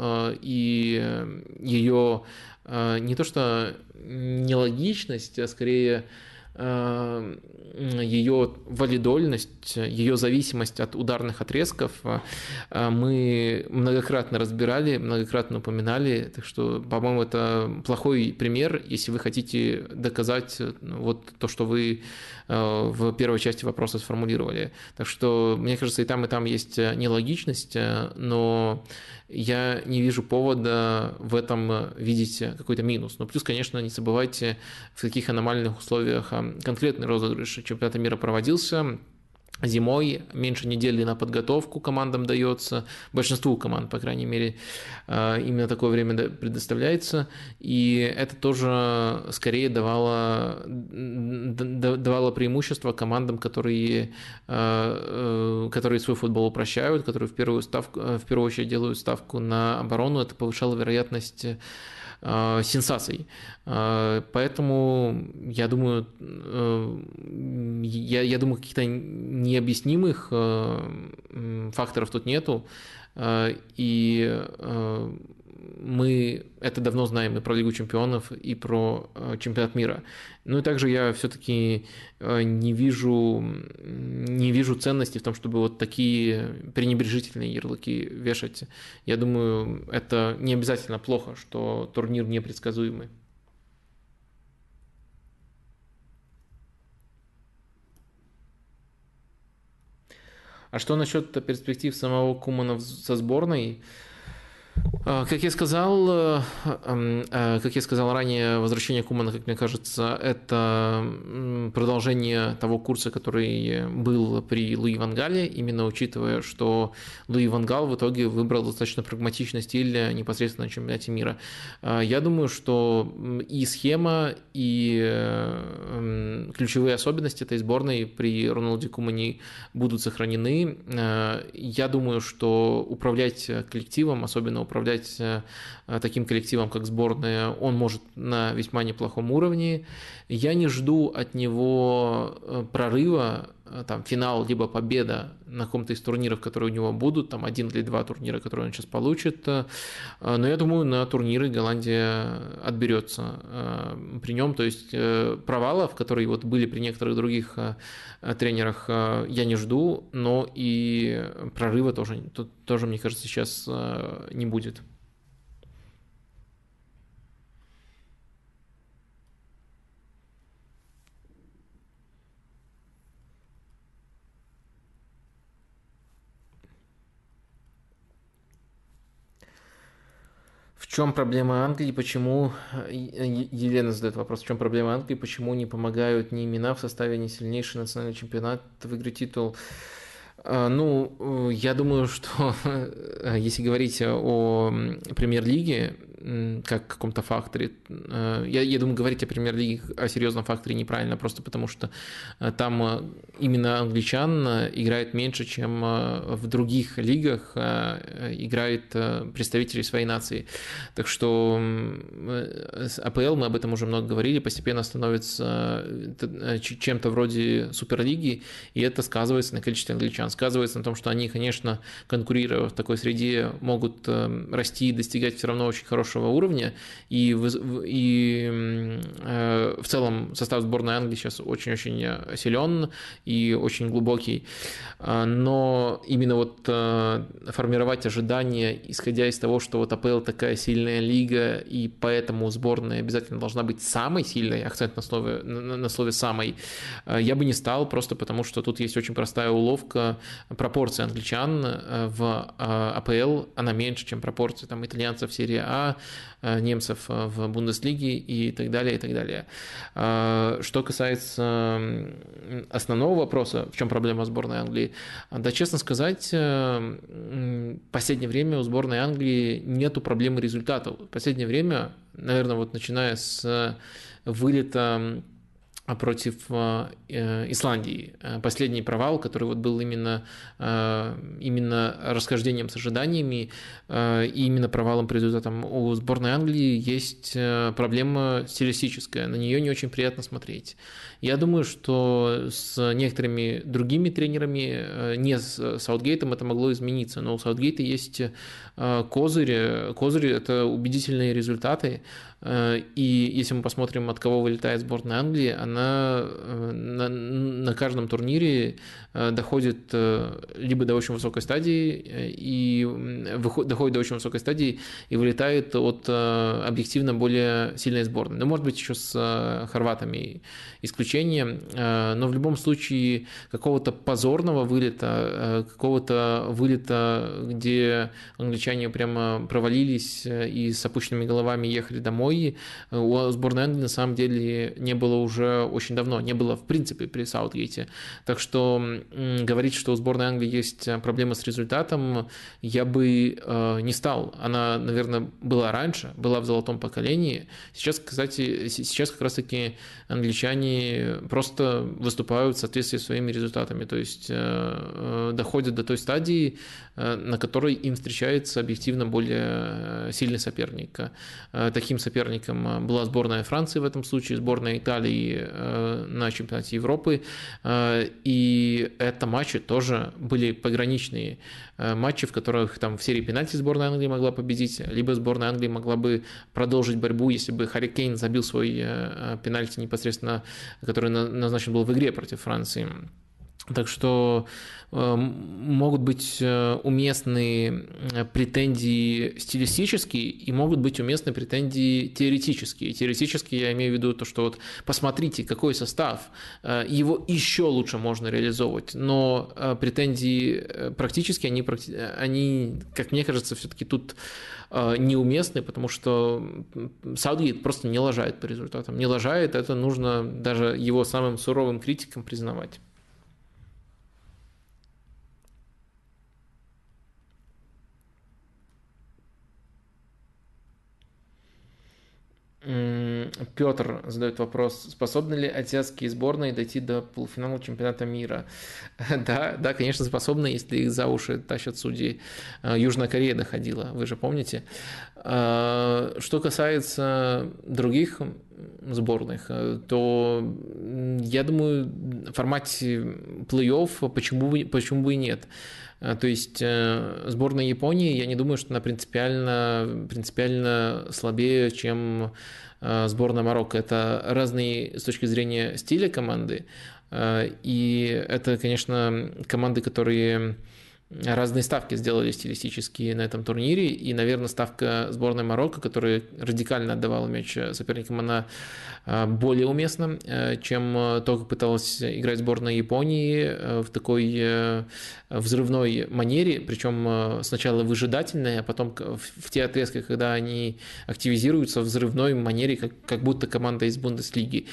и ее не то что нелогичность, а скорее ее валидольность, ее зависимость от ударных отрезков мы многократно разбирали, многократно упоминали, так что, по-моему, это плохой пример, если вы хотите доказать вот то, что вы в первой части вопроса сформулировали. Так что, мне кажется, и там, и там есть нелогичность, но я не вижу повода в этом видеть какой-то минус. Но плюс, конечно, не забывайте, в каких аномальных условиях конкретный розыгрыш чемпионата мира проводился. Зимой меньше недели на подготовку командам дается, большинству команд, по крайней мере, именно такое время предоставляется, и это тоже скорее давало, давало преимущество командам, которые, которые свой футбол упрощают, которые в первую, ставку, в первую очередь делают ставку на оборону, это повышало вероятность сенсаций. Поэтому я думаю, я, я думаю, каких-то необъяснимых факторов тут нету. И мы это давно знаем и про Лигу чемпионов, и про чемпионат мира. Ну и также я все-таки не вижу, не вижу ценности в том, чтобы вот такие пренебрежительные ярлыки вешать. Я думаю, это не обязательно плохо, что турнир непредсказуемый. А что насчет перспектив самого Кумана со сборной? Как я сказал, как я сказал ранее, возвращение Кумана, как мне кажется, это продолжение того курса, который был при Луи ван Галле, именно учитывая, что Луи ван Гал в итоге выбрал достаточно прагматичный стиль непосредственно на чемпионате мира. Я думаю, что и схема, и ключевые особенности этой сборной при Роналде Кумане будут сохранены. Я думаю, что управлять коллективом, особенно управлять таким коллективом, как сборная, он может на весьма неплохом уровне. Я не жду от него прорыва, там, финал, либо победа на каком-то из турниров, которые у него будут, там, один или два турнира, которые он сейчас получит. Но я думаю, на турниры Голландия отберется при нем. То есть провалов, которые вот были при некоторых других тренерах, я не жду, но и прорыва тоже, тоже, мне кажется, сейчас не будет. В чем проблема Англии? Почему Елена задает вопрос, в чем проблема Англии? Почему не помогают ни имена в составе, ни сильнейший национальный чемпионат выиграть титул? Ну, я думаю, что если говорить о премьер-лиге как каком-то факторе, я, я думаю, говорить о премьер-лиге о серьезном факторе неправильно, просто потому что там именно англичан играет меньше, чем в других лигах играют представители своей нации. Так что АПЛ, мы об этом уже много говорили, постепенно становится чем-то вроде суперлиги, и это сказывается на количестве англичан. Сказывается на том, что они, конечно, конкурируя в такой среде, могут расти и достигать все равно очень хорошего уровня, и, и э, в целом состав сборной Англии сейчас очень-очень силен и очень глубокий, но именно вот э, формировать ожидания, исходя из того, что вот АПЛ такая сильная лига, и поэтому сборная обязательно должна быть самой сильной, акцент на слове, на, на слове «самой», я бы не стал, просто потому что тут есть очень простая уловка, пропорция англичан в АПЛ, она меньше, чем пропорция там итальянцев в серии А, немцев в Бундеслиге и так далее, и так далее. Что касается основного вопроса, в чем проблема сборной Англии, да, честно сказать, в последнее время у сборной Англии нету проблемы результатов. В последнее время, наверное, вот начиная с вылета против Исландии. Последний провал, который вот был именно, именно расхождением с ожиданиями и именно провалом по результатам. У сборной Англии есть проблема стилистическая, на нее не очень приятно смотреть. Я думаю, что с некоторыми другими тренерами, не с Саутгейтом, это могло измениться, но у Саутгейта есть козырь. Козырь – это убедительные результаты. И если мы посмотрим, от кого вылетает сборная Англии, она она на, на каждом турнире доходит либо до очень высокой стадии и выходит, доходит до очень высокой стадии и вылетает от объективно более сильной сборной. Но может быть еще с хорватами исключение, но в любом случае какого-то позорного вылета, какого-то вылета, где англичане прямо провалились и с опущенными головами ехали домой, у сборной Англии на самом деле не было уже очень давно, не было в принципе при Саутгейте. Так что говорить, что у сборной Англии есть проблемы с результатом, я бы не стал. Она, наверное, была раньше, была в золотом поколении. Сейчас, кстати, сейчас как раз-таки англичане просто выступают в соответствии с своими результатами, то есть доходят до той стадии, на которой им встречается объективно более сильный соперник. Таким соперником была сборная Франции в этом случае, сборная Италии на чемпионате Европы, и это матчи тоже были пограничные матчи, в которых там в серии пенальти сборная Англии могла победить, либо сборная Англии могла бы продолжить борьбу, если бы Харри Кейн забил свой пенальти непосредственно, который назначен был в игре против Франции. Так что э, могут быть уместны претензии стилистические и могут быть уместны претензии теоретические. Теоретически я имею в виду то, что вот посмотрите, какой состав, э, его еще лучше можно реализовывать, но э, претензии практически, они, они, как мне кажется, все-таки тут э, неуместны, потому что Саутгейт просто не лажает по результатам. Не лажает, это нужно даже его самым суровым критикам признавать. Петр задает вопрос, способны ли азиатские сборные дойти до полуфинала чемпионата мира? Да, да, конечно, способны, если их за уши тащат судьи. Южная Корея доходила, вы же помните. Что касается других сборных, то я думаю, в формате плей-офф почему бы, почему бы и нет. То есть сборная Японии, я не думаю, что она принципиально, принципиально слабее, чем сборная Марокко. Это разные с точки зрения стиля команды, и это, конечно, команды, которые разные ставки сделали стилистические на этом турнире, и, наверное, ставка сборной Марокко, которая радикально отдавала мяч соперникам, она более уместна, чем то, как пыталась играть сборная Японии в такой взрывной манере, причем сначала выжидательной, а потом в те отрезки, когда они активизируются в взрывной манере, как, как будто команда из Бундеслиги.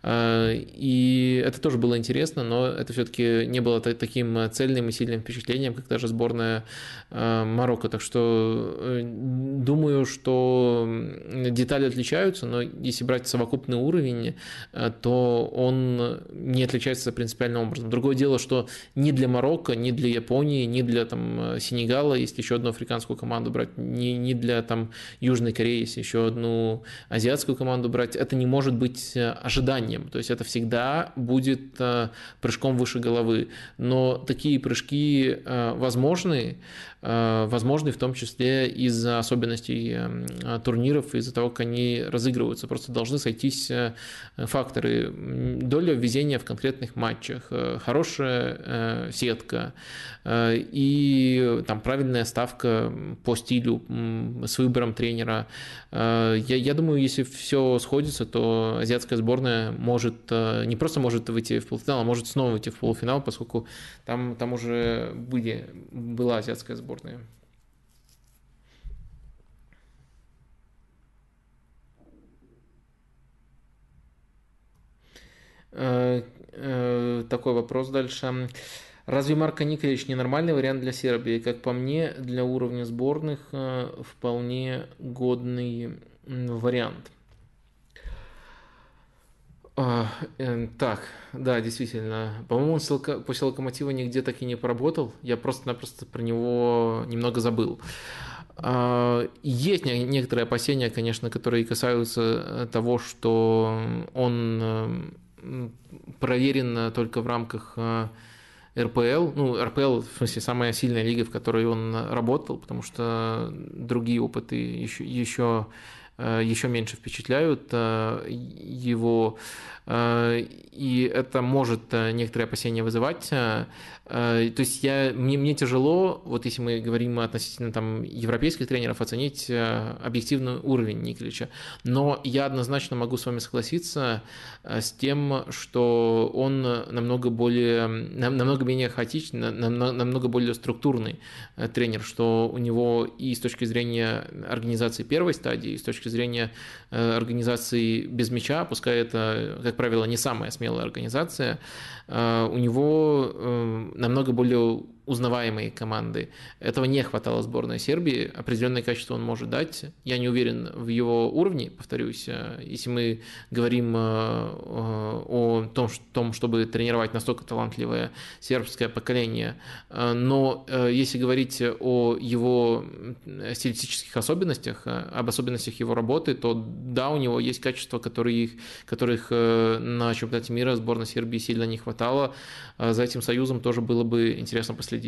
И это тоже было интересно, но это все-таки не было таким цельным и сильным впечатлением, как даже сборная Марокко. Так что думаю, что детали отличаются, но если брать совокупный уровень, то он не отличается принципиальным образом. Другое дело, что ни для Марокко, ни для Японии, ни для там, Сенегала, если еще одну африканскую команду брать, ни, ни для там, Южной Кореи, если еще одну азиатскую команду брать, это не может быть ожиданием. То есть это всегда будет прыжком выше головы. Но такие прыжки возможны, возможны в том числе из-за особенностей турниров, из-за того, как они разыгрываются. Просто должны сойтись факторы. Доля везения в конкретных матчах, хорошая сетка и там, правильная ставка по стилю с выбором тренера. Я, я думаю, если все сходится, то азиатская сборная может, не просто может выйти в полуфинал, а может снова выйти в полуфинал, поскольку там, там уже были, была азиатская сборная. Такой вопрос дальше. Разве Марко Николич не нормальный вариант для Сербии? Как по мне, для уровня сборных вполне годный вариант. Так, да, действительно. По-моему, он после Локомотива нигде так и не поработал. Я просто-напросто про него немного забыл. Есть некоторые опасения, конечно, которые касаются того, что он проверен только в рамках эр пэ эл, ну, эр пэ эл, в смысле, самая сильная лига, в которой он работал, потому что другие опыты еще, еще еще меньше впечатляют его, и это может некоторые опасения вызывать. То есть я, мне, мне тяжело, вот если мы говорим относительно там, европейских тренеров, оценить объективный уровень Николича, но я однозначно могу с вами согласиться с тем, что он намного более, намного менее хаотичный, намного более структурный тренер, что у него и с точки зрения организации первой стадии, и с точки зрения организации без мяча, пускай это, как правило, не самая смелая организация, у него намного более узнаваемые команды. Этого не хватало сборной Сербии. Определенное качество он может дать. Я не уверен в его уровне, повторюсь. Если мы говорим о том, чтобы тренировать настолько талантливое сербское поколение. Но если говорить о его стилистических особенностях, об особенностях его работы, то да, у него есть качества, которые, которых на чемпионате мира сборной Сербии сильно не хватало. За этим союзом тоже было бы интересно последить.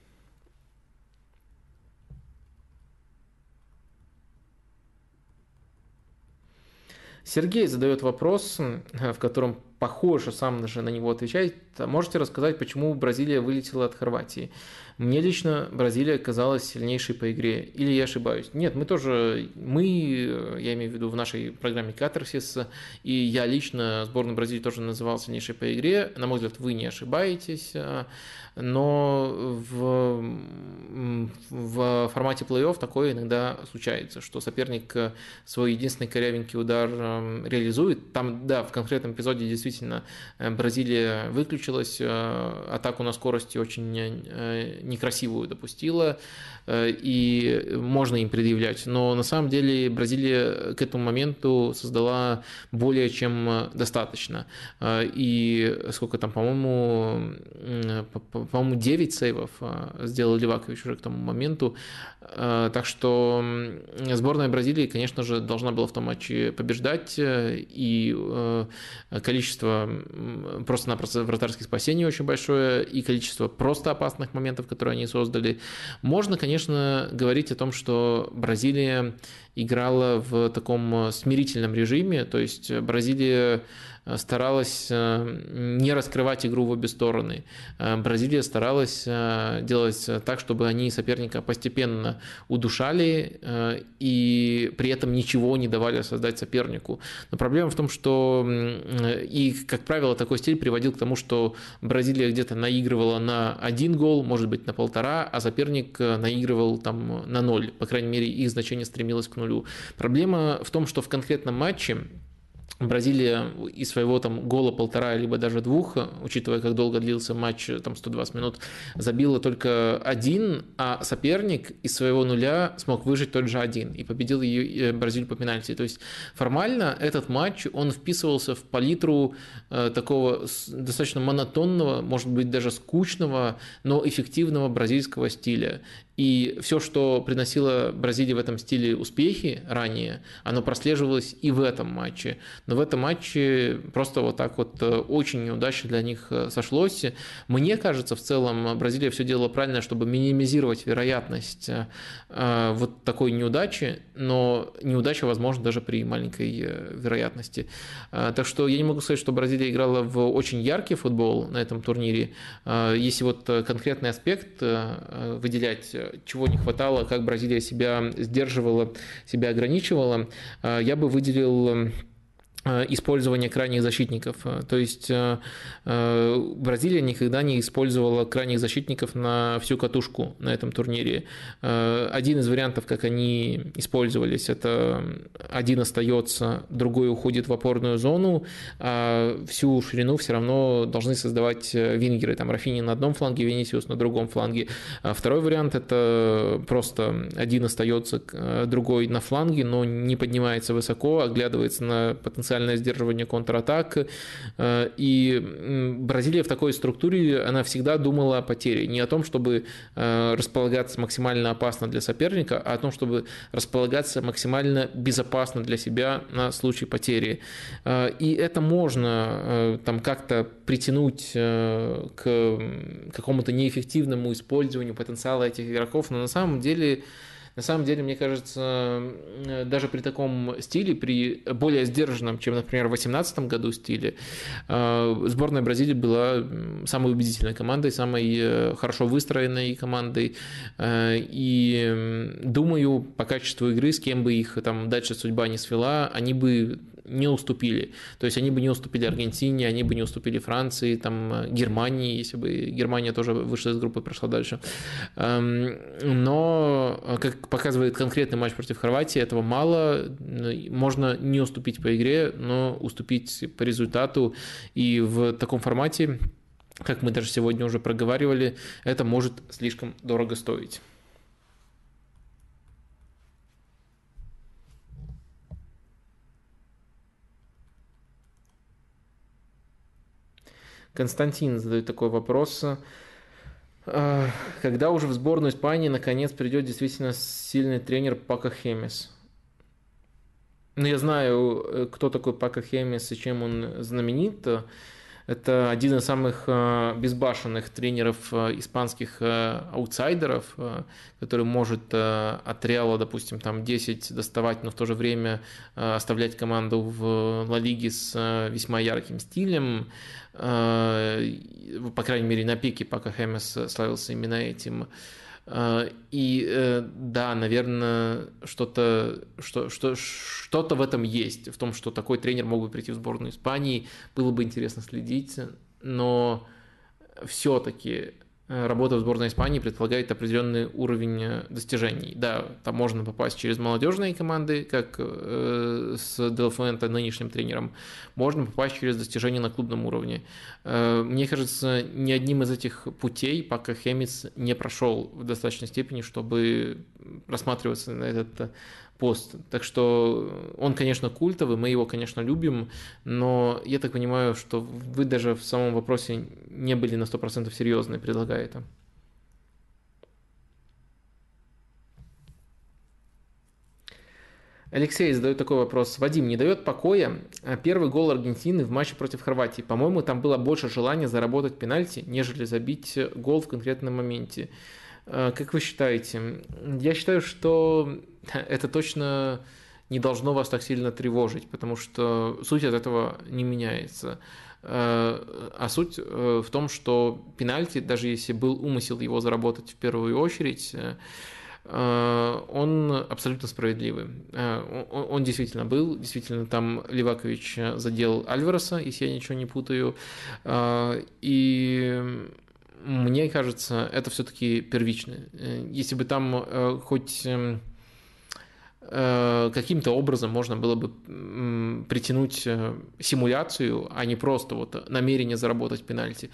Сергей задает вопрос, в котором похоже сам даже на него отвечает. Можете рассказать, почему Бразилия вылетела от Хорватии? Мне лично Бразилия казалась сильнейшей по игре. Или я ошибаюсь? Нет, мы тоже, мы, я имею в виду в нашей программе «Катарсис», и я лично сборную Бразилии тоже называл сильнейшей по игре. На мой взгляд, вы не ошибаетесь. Но в, в формате плей-офф такое иногда случается, что соперник свой единственный корявенький удар реализует. Там, да, в конкретном эпизоде действительно Бразилия выключилась, атаку на скорости очень некрасивую допустила, и можно им предъявлять. Но на самом деле Бразилия к этому моменту создала более чем достаточно. И сколько там, по-моему, по-моему, девять сейвов сделал Левакович уже к тому моменту. Так что сборная Бразилии, конечно же, должна была в том матче побеждать, и количество просто-напросто вратарских спасений очень большое, и количество просто опасных моментов, которые они создали. Можно, конечно, говорить о том, что Бразилия играла в таком смирительном режиме, то есть Бразилия старалась не раскрывать игру в обе стороны. Бразилия старалась делать так, чтобы они соперника постепенно удушали и при этом ничего не давали создать сопернику. Но проблема в том, что и, как правило, такой стиль приводил к тому, что Бразилия где-то наигрывала на один гол, может быть, на полтора, а соперник наигрывал там на ноль. По крайней мере, их значение стремилось к нулю. Проблема в том, что в конкретном матче Бразилия из своего там гола полтора, либо даже двух, учитывая, как долго длился матч, там сто двадцать минут, забила только один, а соперник из своего нуля смог выжить тот же один и победил ее Бразилию по пенальти. То есть формально этот матч, он вписывался в палитру э, такого достаточно монотонного, может быть, даже скучного, но эффективного бразильского стиля. И все, что приносило Бразилии в этом стиле успехи ранее, оно прослеживалось и в этом матче. Но в этом матче просто вот так вот очень неудачно для них сошлось. Мне кажется, в целом Бразилия все делала правильно, чтобы минимизировать вероятность вот такой неудачи, но неудача возможна даже при маленькой вероятности. Так что я не могу сказать, что Бразилия играла в очень яркий футбол на этом турнире. Если вот конкретный аспект выделять, чего не хватало, как Бразилия себя сдерживала, себя ограничивала, я бы выделил использование крайних защитников. То есть Бразилия никогда не использовала крайних защитников на всю катушку на этом турнире. Один из вариантов, как они использовались, это один остается, другой уходит в опорную зону, а всю ширину все равно должны создавать вингеры. Там Рафини на одном фланге, Винисиус на другом фланге. Второй вариант – это просто один остается, другой на фланге, но не поднимается высоко, оглядывается на потенциальный сдерживание контратак. И Бразилия в такой структуре, она всегда думала о потере. Не о том, чтобы располагаться максимально опасно для соперника, а о том, чтобы располагаться максимально безопасно для себя на случай потери. И это можно там как-то притянуть к какому-то неэффективному использованию потенциала этих игроков, но на самом деле На самом деле, мне кажется, даже при таком стиле, при более сдержанном, чем, например, в две тысячи восемнадцатом году стиле, сборная Бразилии была самой убедительной командой, самой хорошо выстроенной командой. И думаю, по качеству игры, с кем бы их там дальше судьба не свела, они бы не уступили. То есть они бы не уступили Аргентине, они бы не уступили Франции, там, Германии, если бы Германия тоже вышла из группы и прошла дальше. Но, как показывает конкретный матч против Хорватии, этого мало. Можно не уступить по игре, но уступить по результату. И в таком формате, как мы даже сегодня уже проговаривали, это может слишком дорого стоить. Константин задает такой вопрос. Когда уже в сборную Испании наконец придет действительно сильный тренер Пако Хемес? Ну, я знаю, кто такой Пако Хемес и чем он знаменит. Это один из самых безбашенных тренеров испанских аутсайдеров, который может от Реала, допустим, там десять доставать, но в то же время оставлять команду в Ла Лиге с весьма ярким стилем. По крайней мере, на пике Пако Хемес славился именно этим. И да, наверное, что-то, что, что, что-то в этом есть, в том, что такой тренер мог бы прийти в сборную Испании, было бы интересно следить, но все-таки работа в сборной Испании предполагает определенный уровень достижений. Да, там можно попасть через молодежные команды, как с Де Ла Фуэнте, нынешним тренером, можно попасть через достижения на клубном уровне. Мне кажется, ни одним из этих путей Пако Хемес не прошел в достаточной степени, чтобы рассматриваться на этот пост. Так что он, конечно, культовый, мы его, конечно, любим, но я так понимаю, что вы даже в самом вопросе не были на сто процентов серьезны, предлагая это. Алексей задает такой вопрос. Вадим, не дает покоя первый гол Аргентины в матче против Хорватии. По-моему, там было больше желания заработать пенальти, нежели забить гол в конкретном моменте. Как вы считаете? Я считаю, что это точно не должно вас так сильно тревожить, потому что суть от этого не меняется. А суть в том, что пенальти, даже если был умысел его заработать в первую очередь, он абсолютно справедливый. Он действительно был, действительно там Ливакович задел Альвареса, если я ничего не путаю, и мне кажется, это все-таки первично. Если бы там хоть каким-то образом можно было бы притянуть симуляцию, а не просто вот намерение заработать пенальти.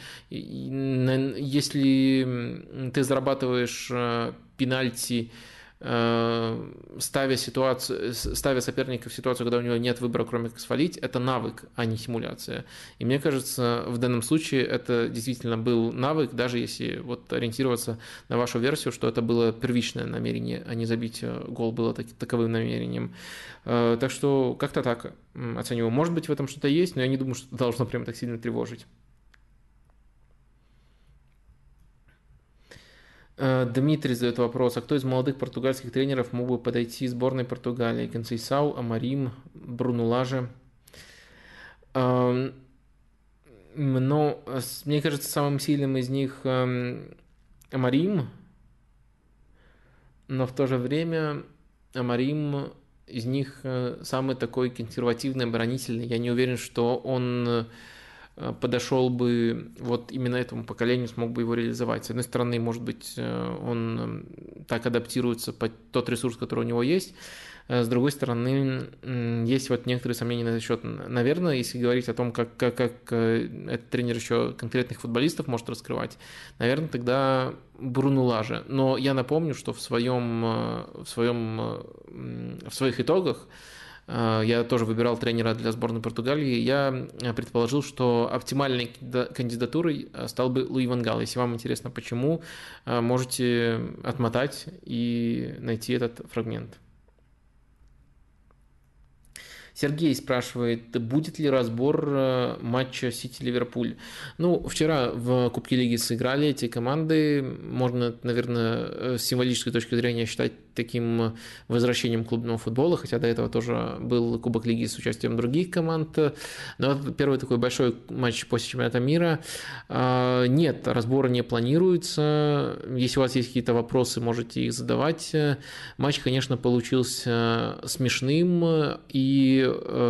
Если ты зарабатываешь пенальти, ставя, ситуацию, ставя соперника в ситуацию, когда у него нет выбора, кроме как свалить, это навык, а не симуляция. И мне кажется, в данном случае это действительно был навык, даже если вот ориентироваться на вашу версию, что это было первичное намерение, а не забить гол было так, таковым намерением. Так что как-то так оцениваю. Может быть, в этом что-то есть, но я не думаю, что это должно прям так сильно тревожить. Дмитрий задает вопрос, а кто из молодых португальских тренеров мог бы подойти в сборной Португалии? Консейсау, Амарим, Бруно Лаже? Но мне кажется, самым сильным из них Амарим, но в то же время Амарим из них самый такой консервативный, оборонительный. Я не уверен, что он подошел бы вот именно этому поколению, смог бы его реализовать. С одной стороны, может быть, он так адаптируется под тот ресурс, который у него есть. С другой стороны, есть вот некоторые сомнения на этот счет. Наверное, если говорить о том, как, как, как этот тренер еще конкретных футболистов может раскрывать, наверное, тогда Бруно Лаже. Но я напомню, что в, своем, в, своем, в своих итогах я тоже выбирал тренера для сборной Португалии. Я предположил, что оптимальной кандидатурой стал бы Луи ван Гал. Если вам интересно, почему, можете отмотать и найти этот фрагмент. Сергей спрашивает, будет ли разбор матча Сити-Ливерпуль. Ну, вчера в Кубке Лиги сыграли эти команды. Можно, наверное, с символической точки зрения считать таким возвращением клубного футбола, хотя до этого тоже был Кубок Лиги с участием других команд. Но это первый такой большой матч после чемпионата мира. Нет, разбора не планируется. Если у вас есть какие-то вопросы, можете их задавать. Матч, конечно, получился смешным и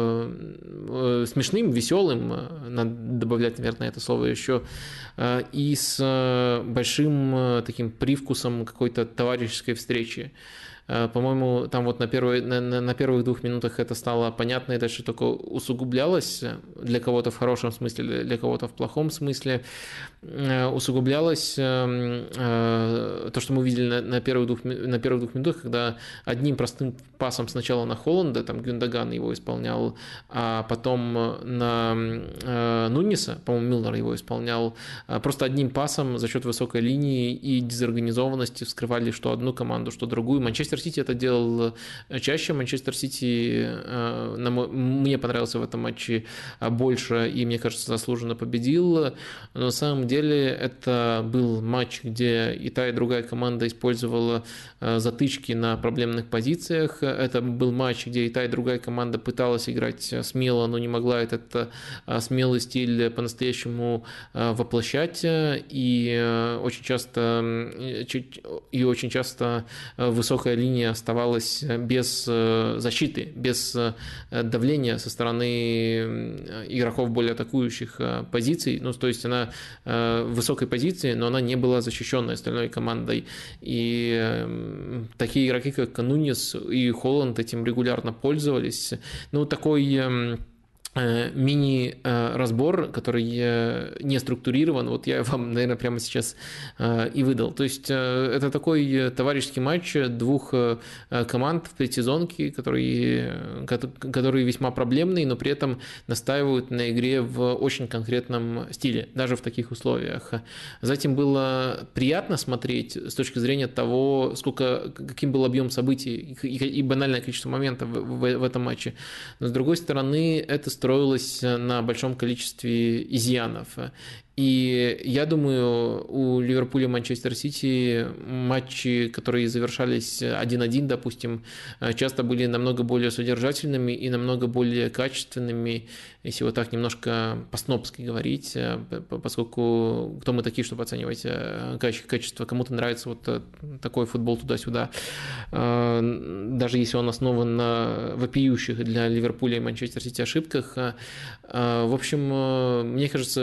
э, смешным, веселым, надо добавлять, наверное, это слово еще, и с большим таким привкусом какой-то товарищеской встречи. По-моему, там вот на, первой, на, на первых двух минутах это стало понятно, и дальше только усугублялось, для кого-то в хорошем смысле, для кого-то в плохом смысле. Усугублялось то, что мы увидели на, на, первых двух, на первых двух минутах, когда одним простым пасом сначала на Холланда, там Гюндоган его исполнял, а потом на Нуниса, по-моему, Милнер его исполнял, просто одним пасом за счет высокой линии и дезорганизованности вскрывали что одну команду, что другую. Манчестер Сити это делал чаще. Манчестер Сити мне понравился в этом матче больше и, мне кажется, заслуженно победил. Но на самом деле это был матч, где и та, и другая команда использовала затычки на проблемных позициях. Это был матч, где и та, и другая команда пыталась играть смело, но не могла этот смелый стиль по-настоящему воплощать. И очень часто, и очень часто высокая линия оставалась без защиты, без давления со стороны игроков более атакующих позиций. Ну, то есть она в высокой позиции, но она не была защищенной остальной командой. И такие игроки, как Нуньес и Холланд, этим регулярно пользовались. Ну, такой мини-разбор, который не структурирован, вот я вам, наверное, прямо сейчас и выдал. То есть это такой товарищеский матч двух команд в предсезонке, которые, которые весьма проблемные, но при этом настаивают на игре в очень конкретном стиле, даже в таких условиях. За этим было приятно смотреть с точки зрения того, сколько, каким был объем событий и банальное количество моментов в, в этом матче. Но с другой стороны, это строилось на большом количестве изъянов. И я думаю, у Ливерпуля и Манчестер Сити матчи, которые завершались один-один, допустим, часто были намного более содержательными и намного более качественными, если вот так немножко по-снобски говорить, поскольку кто мы такие, чтобы оценивать качество, кому-то нравится вот такой футбол туда-сюда, даже если он основан на вопиющих для Ливерпуля и Манчестер Сити ошибках. В общем, мне кажется,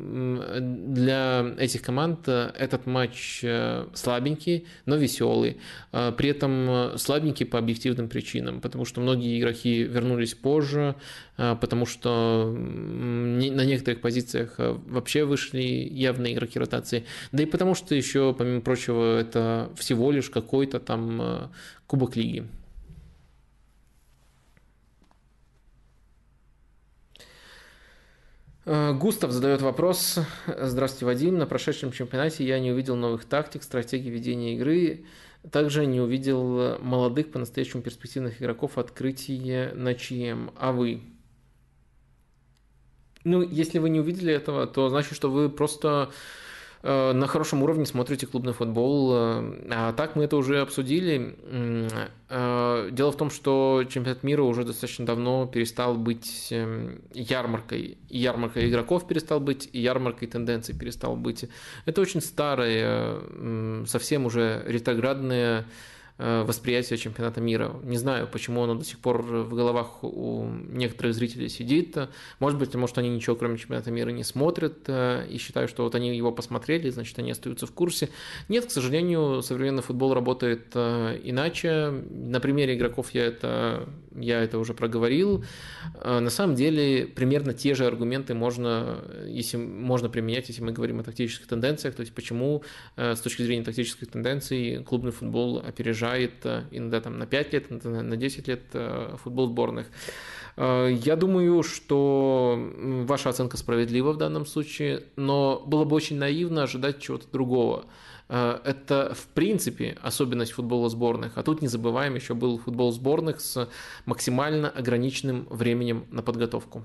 для этих команд этот матч слабенький, но веселый. При этом слабенький по объективным причинам, потому что многие игроки вернулись позже, потому что на некоторых позициях вообще вышли явные игроки ротации, да и потому что еще, помимо прочего, это всего лишь какой-то там Кубок Лиги. Густав задает вопрос. Здравствуйте, Вадим. На прошедшем чемпионате я не увидел новых тактик, стратегий ведения игры. Также не увидел молодых, по-настоящему перспективных игроков открытия на ЧМ. А вы? Ну, если вы не увидели этого, то значит, что вы просто на хорошем уровне смотрите клубный футбол. А так мы это уже обсудили. Дело в том, что чемпионат мира уже достаточно давно перестал быть ярмаркой. И ярмаркой игроков перестал быть, и ярмаркой тенденций перестал быть. Это очень старое, совсем уже ретроградное восприятие чемпионата мира. Не знаю, почему оно до сих пор в головах у некоторых зрителей сидит. Может быть, потому что они ничего кроме чемпионата мира не смотрят и считают, что вот они его посмотрели, значит, они остаются в курсе. Нет, к сожалению, современный футбол работает иначе. На примере игроков я это, я это уже проговорил. На самом деле, примерно те же аргументы можно, если, можно применять, если мы говорим о тактических тенденциях. То есть, почему с точки зрения тактических тенденций клубный футбол опережает иногда там на пять лет, на десять лет футбол сборных. Я думаю, что ваша оценка справедлива в данном случае, но было бы очень наивно ожидать чего-то другого. Это, в принципе, особенность футбола сборных. А тут, не забываем, еще был футбол сборных с максимально ограниченным временем на подготовку.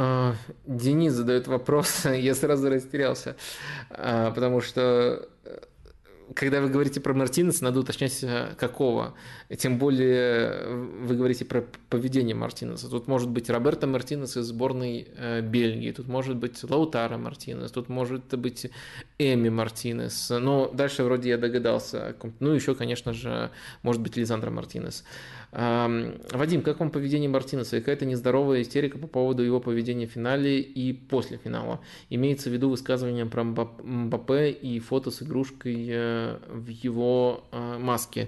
Денис задает вопрос, я сразу растерялся, потому что когда вы говорите про Мартинеса, надо уточнять, какого. Тем более вы говорите про поведение Мартинеса. Тут может быть Роберто Мартинес из сборной Бельгии, тут может быть Лаутаро Мартинес, тут может быть Эми Мартинес. Но дальше вроде я догадался. Ну, еще, конечно же, может быть Лизандро Мартинес. Вадим, как вам поведение Мартинеса? Какая-то нездоровая истерика по поводу его поведения в финале и после финала. Имеется в виду высказывание про Мбаппе и фото с игрушкой в его маске.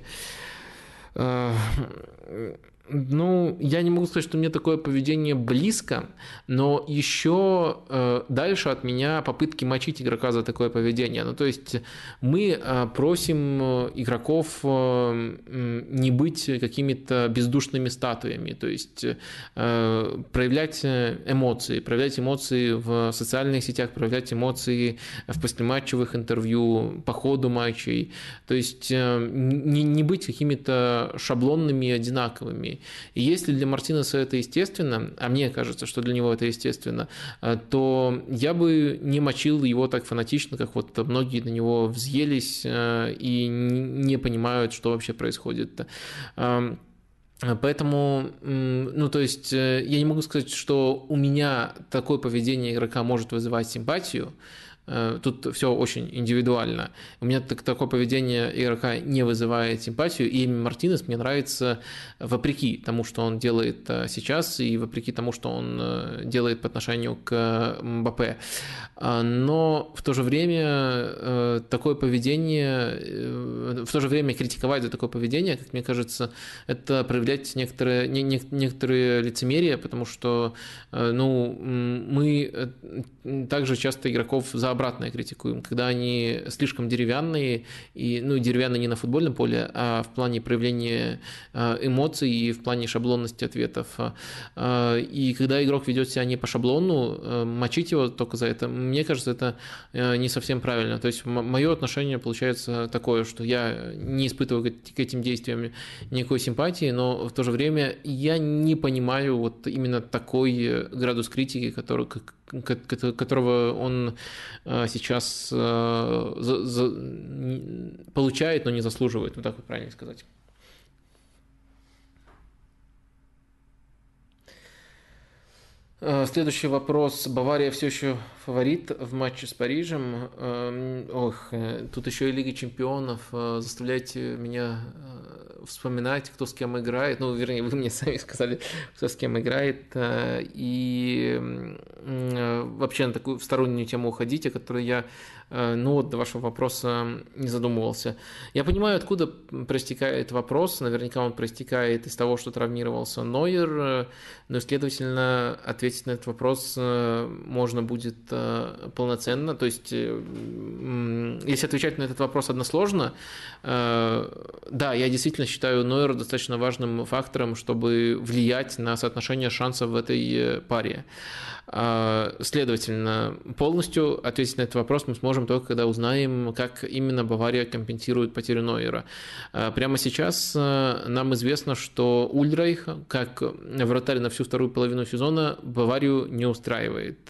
Ну, я не могу сказать, что мне такое поведение близко, но еще э, дальше от меня попытки мочить игрока за такое поведение. Ну, то есть мы э, просим игроков э, не быть какими-то бездушными статуями, то есть э, проявлять эмоции, проявлять эмоции в социальных сетях, проявлять эмоции в послематчевых интервью, по ходу матчей, то есть э, не, не быть какими-то шаблонными и одинаковыми. И если для Мартинеса это естественно, а мне кажется, что для него это естественно, то я бы не мочил его так фанатично, как вот многие на него взъелись и не понимают, что вообще происходит. Поэтому, ну, то есть, я не могу сказать, что у меня такое поведение игрока может вызывать симпатию. Тут все очень индивидуально. У меня так, такое поведение игрока не вызывает симпатию, и Эми Мартинес мне нравится вопреки тому, что он делает сейчас, и вопреки тому, что он делает по отношению к Мбаппе. Но в то же время такое поведение, в то же время критиковать за такое поведение, как мне кажется, это проявлять некоторые, не, не, некоторые лицемерие, потому что, ну, мы также часто игроков за обратное критикуем, когда они слишком деревянные, и, ну, деревянные не на футбольном поле, а в плане проявления эмоций и в плане шаблонности ответов. И когда игрок ведет себя не по шаблону, мочить его только за это, мне кажется, это не совсем правильно. То есть мое отношение получается такое, что я не испытываю к этим действиям никакой симпатии, но в то же время я не понимаю вот именно такой градус критики, который, которого он сейчас получает, но не заслуживает, вот так вот правильно сказать. Следующий вопрос. Бавария все еще фаворит в матче с Парижем. Ох, тут еще и Лига чемпионов. Заставляйте меня вспоминать, кто с кем играет. Ну, вернее, вы мне сами сказали, кто с кем играет. И вообще на такую стороннюю тему уходить, о которой я, ну, вот до вашего вопроса не задумывался. Я понимаю, откуда проистекает вопрос. Наверняка он проистекает из того, что травмировался Нойер. Но, следовательно, ответить на этот вопрос можно будет полноценно. То есть, если отвечать на этот вопрос односложно, да, я действительно считаю Нойера достаточно важным фактором, чтобы влиять на соотношение шансов в этой паре. Следовательно, полностью ответить на этот вопрос мы сможем только когда узнаем, как именно Бавария компенсирует потерю Нойера. Прямо сейчас нам известно, что Ульрайх, как вратарь на всю вторую половину сезона, Баварию не устраивает.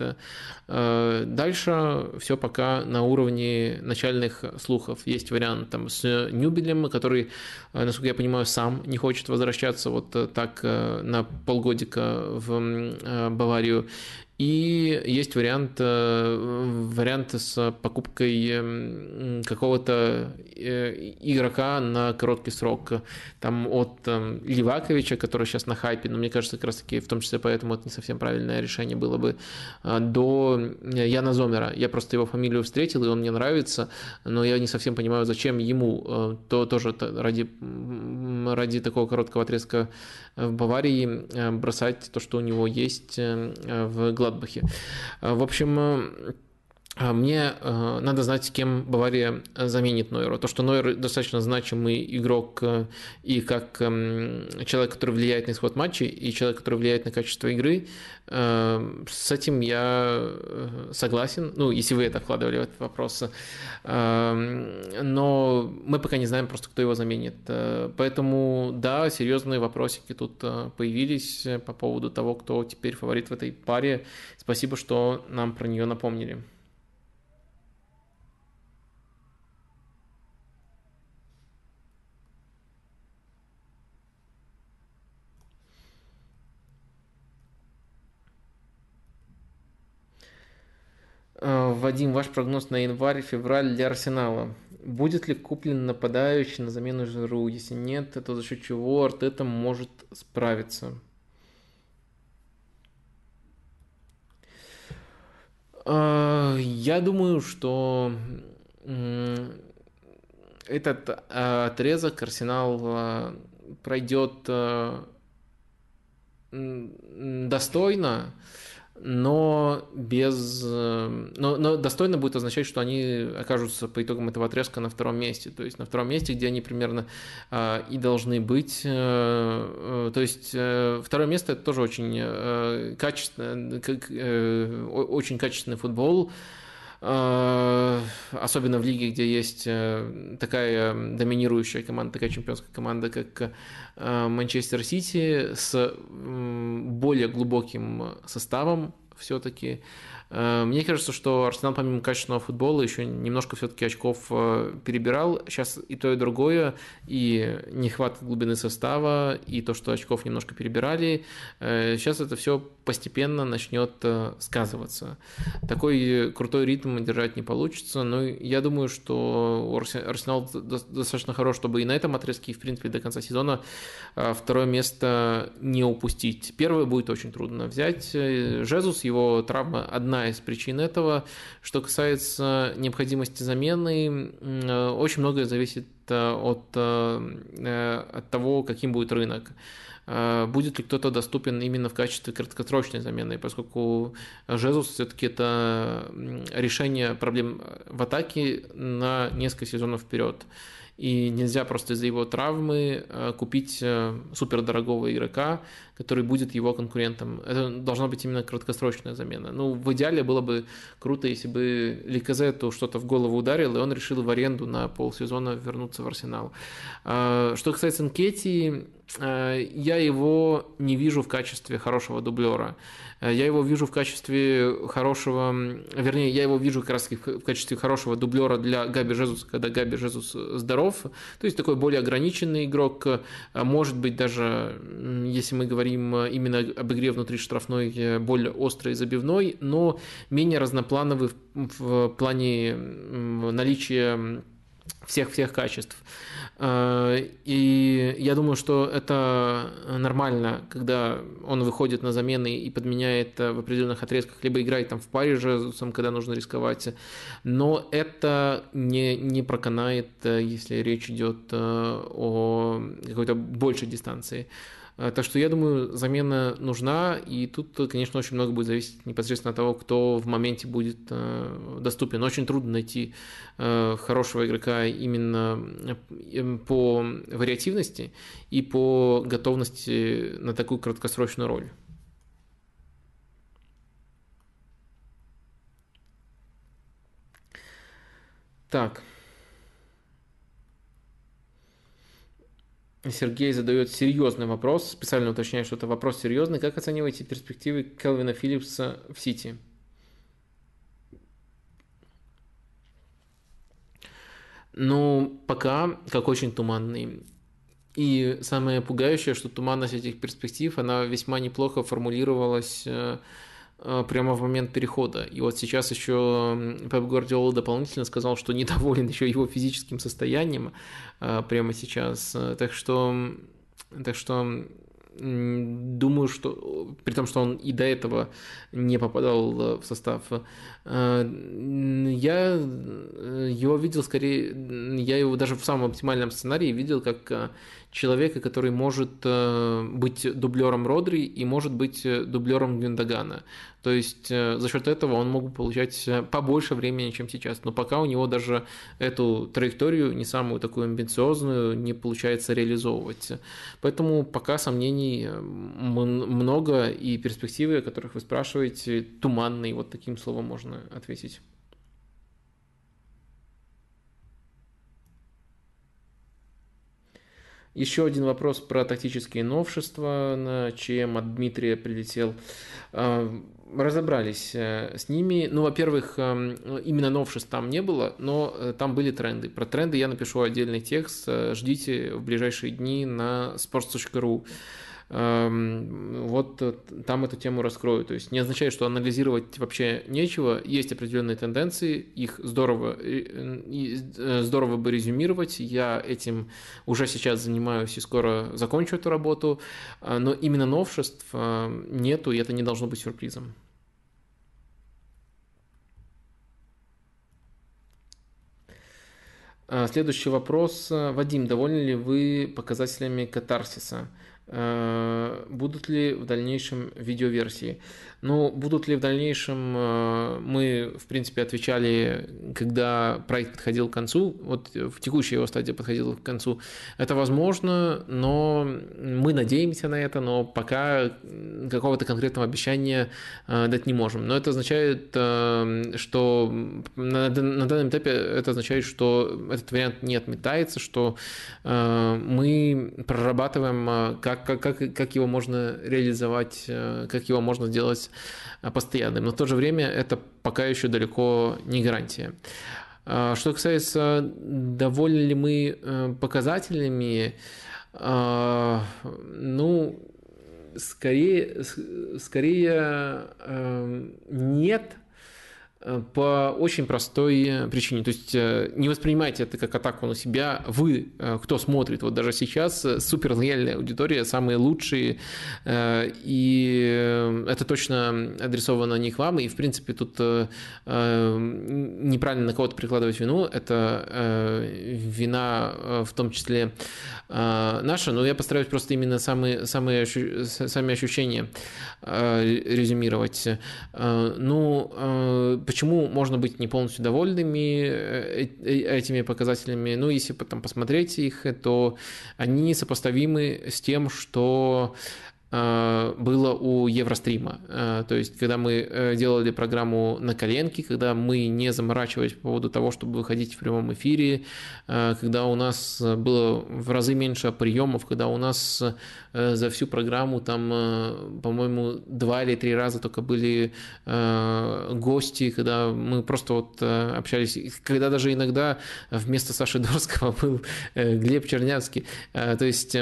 Дальше все пока на уровне начальных слухов. Есть вариант там с Нюбелем, который, насколько я понимаю, сам не хочет возвращаться вот так на полгодика в Баварию. И есть вариант, вариант с покупкой какого-то игрока на короткий срок. Там от Ливаковича, который сейчас на хайпе, но мне кажется, как раз таки в том числе поэтому это не совсем правильное решение было бы, до Яна Зомера. Я просто его фамилию встретил, и он мне нравится, но я не совсем понимаю, зачем ему то тоже ради, ради такого короткого отрезка в Баварии бросать то, что у него есть в Гладбахе. В общем, мне надо знать, с кем Бавария заменит Нойера. То, что Нойер достаточно значимый игрок и как человек, который влияет на исход матча, и человек, который влияет на качество игры, с этим я согласен. Ну, если вы это вкладывали в этот вопрос. но мы пока не знаем просто, кто его заменит. Поэтому, да, серьезные вопросики тут появились по поводу того, кто теперь фаворит в этой паре. Спасибо, что нам про нее напомнили. Вадим, ваш прогноз на январь-февраль для Арсенала. Будет ли куплен нападающий на замену Жиру? Если нет, то за счет чего Артета может справиться? Я думаю, что этот отрезок Арсенал пройдет достойно, но без, но, но достойно будет означать, что они окажутся по итогам этого отрезка на втором месте, то есть на втором месте, где они примерно э, и должны быть. Э, то есть э, второе место — это тоже очень э, качественно, как, э, очень качественный футбол. Особенно в лиге, где есть такая доминирующая команда, такая чемпионская команда, как Манчестер Сити, с более глубоким составом все-таки. Мне кажется, что Арсенал помимо качественного футбола еще немножко все-таки очков перебирал. Сейчас и то, и другое, и нехватка глубины состава, и то, что очков немножко перебирали. Сейчас это все постепенно начнет сказываться. Такой крутой ритм держать не получится, но я думаю, что Арсенал достаточно хорош, чтобы и на этом отрезке, и в принципе до конца сезона второе место не упустить. Первое будет очень трудно взять. Жезус, его травма одна из причин этого. Что касается необходимости замены, очень многое зависит от, от того, каким будет рынок. Будет ли кто-то доступен именно в качестве краткосрочной замены, поскольку Жезус все-таки это решение проблем в атаке на несколько сезонов вперед. И нельзя просто из-за его травмы купить супердорогого игрока, который будет его конкурентом. Это должна быть именно краткосрочная замена. Ну, в идеале было бы круто, если бы Лаказетту что-то в голову ударило, и он решил в аренду на полсезона вернуться в Арсенал. Что касается Нкетти, я его не вижу в качестве хорошего дублера. Я его вижу в качестве хорошего, вернее, я его вижу как раз в качестве хорошего дублера для Габи Жезуса, когда Габи Жезус здоров. То есть такой более ограниченный игрок, может быть, даже, если мы говорим именно об игре внутри штрафной, более острый и забивной, но менее разноплановый в плане наличия всех-всех качеств. И я думаю, что это нормально, когда он выходит на замены и подменяет в определенных отрезках, либо играет там в паре с Жезусом, когда нужно рисковать. Но это не, не проканает, если речь идет о какой-то большей дистанции. Так что я думаю, замена нужна, и тут, конечно, очень много будет зависеть непосредственно от того, кто в моменте будет доступен. Очень трудно найти хорошего игрока именно по вариативности и по готовности на такую краткосрочную роль. Так. Сергей задает серьезный вопрос, специально уточняю, что это вопрос серьезный. Как оцениваете перспективы Кэлвина Филлипса в Сити? Ну, пока как очень туманный. И самое пугающее, что туманность этих перспектив, она весьма неплохо формулировалась прямо в момент перехода. И вот сейчас еще Пеп Гвардиола дополнительно сказал, что недоволен еще его физическим состоянием прямо сейчас. Так что, так что думаю, что при том, что он и до этого не попадал в состав, я его видел скорее, я его даже в самом оптимальном сценарии видел как человека, который может быть дублером Родри и может быть дублером Гюндогана. То есть за счет этого он мог бы получать побольше времени, чем сейчас. Но пока у него даже эту траекторию, не самую такую амбициозную, не получается реализовывать. Поэтому пока сомнений много, и перспективы, о которых вы спрашиваете, туманные, вот таким словом можно ответить. Еще один вопрос про тактические новшества на ЧМ от Дмитрия прилетел. Разобрались с ними. Ну, во-первых, именно новшеств там не было, но там были тренды. Про тренды я напишу отдельный текст. Ждите в ближайшие дни на sports точка ru. Вот там эту тему раскрою. То есть не означает, что анализировать вообще нечего. Есть определенные тенденции, их здорово, здорово бы резюмировать. Я этим уже сейчас занимаюсь и скоро закончу эту работу. Но именно новшеств нету, и это не должно быть сюрпризом. Следующий вопрос. Вадим, довольны ли вы показателями катарсиса? Будут ли в дальнейшем видеоверсии? Ну, будут ли в дальнейшем, мы, в принципе, отвечали, когда проект подходил к концу, вот в текущей его стадии подходил к концу. Это возможно, но мы надеемся на это, но пока какого-то конкретного обещания дать не можем. Но это означает, что на данном этапе это означает, что этот вариант не отметается, что мы прорабатываем, как, как, как его можно реализовать, как его можно сделать постоянным. Но в то же время это пока еще далеко не гарантия. Что касается, довольны ли мы показателями, ну, скорее, скорее нет, по очень простой причине. То есть не воспринимайте это как атаку на себя. Вы, кто смотрит, вот даже сейчас супер лояльная аудитория, самые лучшие, и это точно адресовано не к вам, и в принципе тут неправильно на кого-то прикладывать вину, это вина в том числе наша, но я постараюсь просто именно самые, самые, сами ощущения резюмировать. Ну, почему можно быть не полностью довольными этими показателями? Ну, если потом посмотреть их, то они сопоставимы с тем, что было у Еврострима. То есть, когда мы делали программу на коленке, когда мы не заморачивались по поводу того, чтобы выходить в прямом эфире, когда у нас было в разы меньше приемов, когда у нас за всю программу там, по-моему, два или три раза только были гости, когда мы просто вот общались, когда даже иногда вместо Саши Дорского был Глеб Чернявский. То есть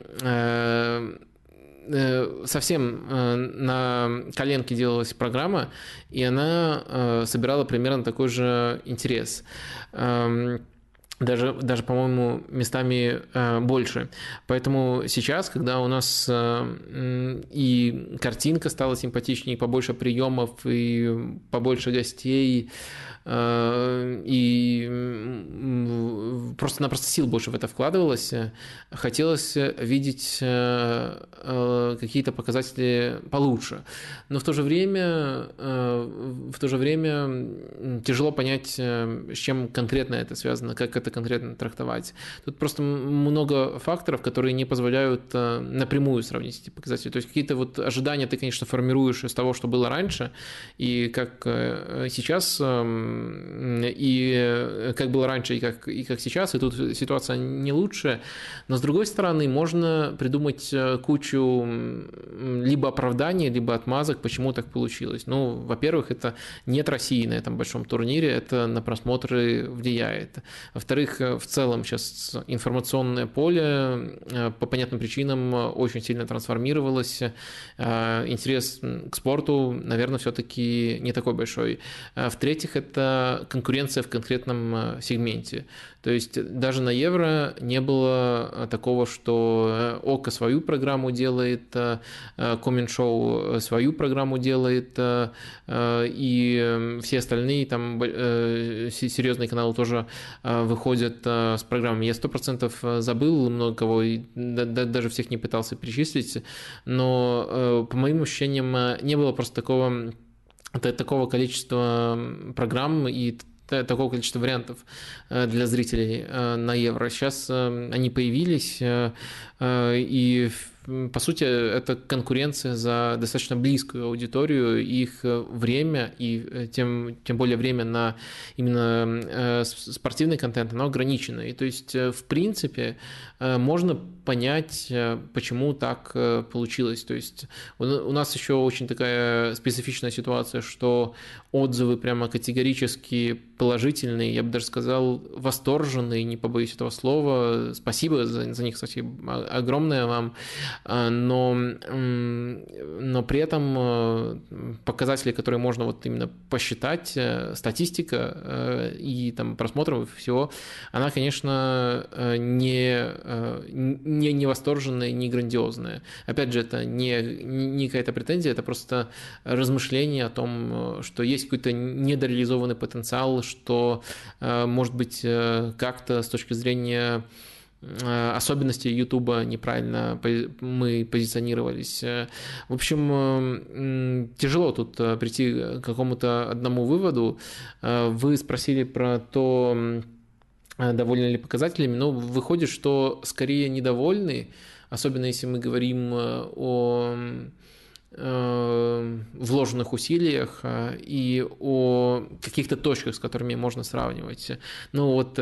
совсем на коленке делалась программа, и она собирала примерно такой же интерес. Даже, даже, по-моему, местами больше. Поэтому сейчас, когда у нас и картинка стала симпатичнее, и побольше приемов, и побольше гостей, и просто-напросто сил больше в это вкладывалось, хотелось видеть какие-то показатели получше. Но в то же время, в то же время тяжело понять, с чем конкретно это связано, как это конкретно трактовать. Тут просто много факторов, которые не позволяют напрямую сравнить эти показатели. То есть какие-то вот ожидания ты, конечно, формируешь из того, что было раньше, и как сейчас, и как было раньше, и как, и как сейчас, и тут ситуация не лучше. Но, с другой стороны, можно придумать кучу либо оправданий, либо отмазок, почему так получилось. Ну, во-первых, это нет России на этом большом турнире, это на просмотры влияет. Во-вторых, в целом сейчас информационное поле по понятным причинам очень сильно трансформировалось. Интерес к спорту, наверное, все-таки не такой большой. В-третьих, это конкуренция в конкретном сегменте. То есть даже на Евро не было такого, что ОКО свою программу делает, Коммент-шоу свою программу делает, и все остальные там серьезные каналы тоже выходят с программами. Я сто процентов забыл много кого, и даже всех не пытался перечислить, но по моим ощущениям не было просто такого, такого количества программ и такого количества вариантов для зрителей на Евро. Сейчас они появились, и по сути, это конкуренция за достаточно близкую аудиторию, их время и тем, тем более время на именно спортивный контент, оно ограничено. И то есть, в принципе, можно понять, почему так получилось. То есть у нас еще очень такая специфичная ситуация, что отзывы прямо категорически положительные, я бы даже сказал, восторженные, не побоюсь этого слова. Спасибо за, за них, кстати, огромное вам. Но, но при этом показатели, которые можно вот именно посчитать, статистика и там просмотров и всего, она, конечно, не, не, не восторженная, не грандиозная. Опять же, это не, не какая-то претензия, это просто размышление о том, что есть какой-то недореализованный потенциал, что, может быть, как-то с точки зрения особенностей Ютуба неправильно мы позиционировались. В общем, тяжело тут прийти к какому-то одному выводу. Вы спросили про то, довольны ли показателями, но выходит, что скорее недовольны, особенно если мы говорим о вложенных усилиях и о каких-то точках, с которыми можно сравнивать. Ну вот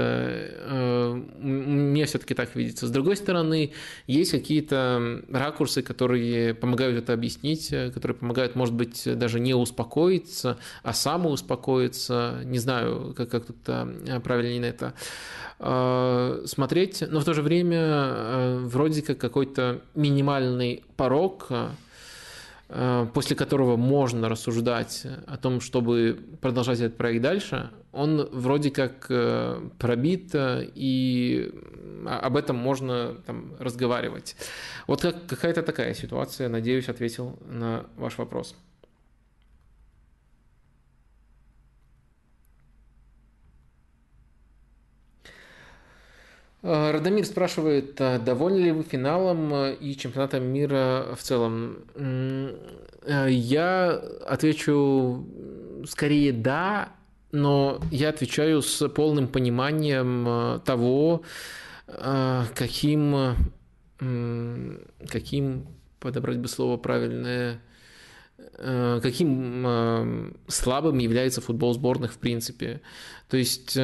мне все-таки так видится. С другой стороны, есть какие-то ракурсы, которые помогают это объяснить, которые помогают, может быть, даже не успокоиться, а самоуспокоиться. Не знаю, как, как тут правильнее на это смотреть, но в то же время вроде как какой-то минимальный порог, после которого можно рассуждать о том, чтобы продолжать этот проект дальше, он вроде как пробит, и об этом можно там разговаривать. Вот как, какая-то такая ситуация, надеюсь, ответил на ваш вопрос. Радомир спрашивает, довольны ли вы финалом и чемпионатом мира в целом? Я отвечу скорее да, но я отвечаю с полным пониманием того, каким, каким подобрать бы слово правильное, каким слабым является футбол сборных в принципе. То есть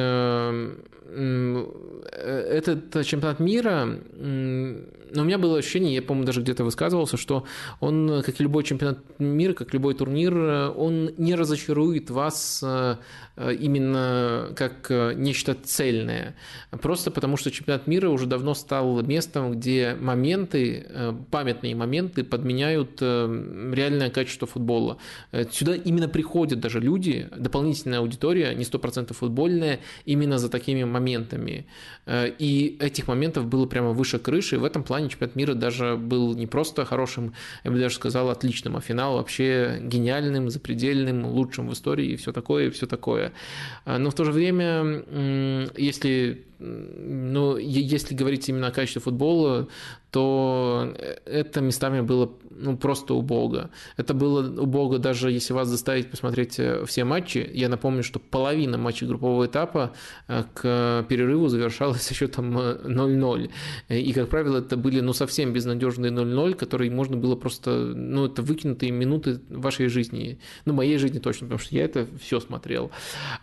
этот чемпионат мира, но у меня было ощущение, я, по-моему, даже где-то высказывался, что он, как и любой чемпионат мира, как любой турнир, он не разочарует вас именно как нечто цельное. Просто потому, что чемпионат мира уже давно стал местом, где моменты, памятные моменты подменяют реальное качество футбола. Сюда именно приходят даже люди, дополнительная аудитория, не сто процентов футбольная, именно за такими моментами. И этих моментов было прямо выше крыши. И в этом плане чемпионат мира даже был не просто хорошим, я бы даже сказал, отличным, а финал вообще гениальным, запредельным, лучшим в истории и все такое, и все такое. Но в то же время, если, ну, если говорить именно о качестве футбола, то это местами было ну, просто убого. Это было убого даже если вас заставить посмотреть все матчи. Я напомню, что половина матчей группового этапа к перерыву завершалась со счетом ноль ноль. И, как правило, это были ну, совсем безнадежные ноль ноль, которые можно было просто, ну, это выкинутые минуты вашей жизни. Ну, моей жизни точно, потому что я это все смотрел.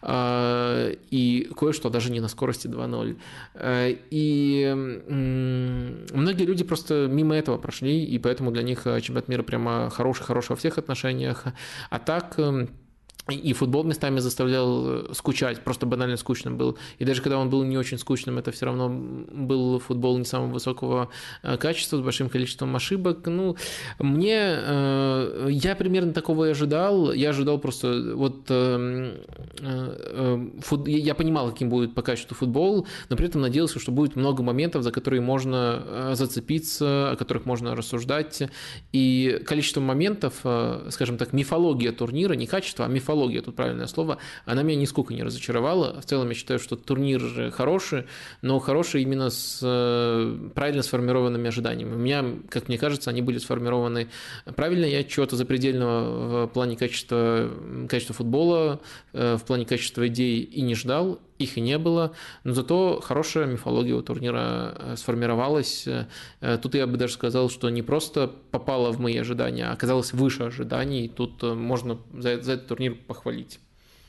И кое-что даже не на скорости два ноль. И многие люди просто мимо этого прошли, и поэтому для них чемпионат мира прямо хороший-хороший во всех отношениях. А так и футбол местами заставлял скучать, просто банально скучным был. И даже когда он был не очень скучным, это все равно был футбол не самого высокого качества, с большим количеством ошибок. Ну, мне, я примерно такого и ожидал. Я ожидал просто, вот, я понимал, каким будет по качеству футбол, но при этом надеялся, что будет много моментов, за которые можно зацепиться, о которых можно рассуждать. И количество моментов, скажем так, мифология турнира, не качество, а мифология, тут правильное слово, она меня нисколько не разочаровала. В целом я считаю, что турнир хороший, но хороший именно с правильно сформированными ожиданиями. У меня, как мне кажется, они были сформированы правильно. Я чего-то запредельного в плане качества, качества футбола, в плане качества идей и не ждал. их и не было, но зато хорошая мифология у турнира сформировалась. Тут я бы даже сказал, что не просто попала в мои ожидания, а оказалась выше ожиданий. Тут можно за, за этот турнир похвалить.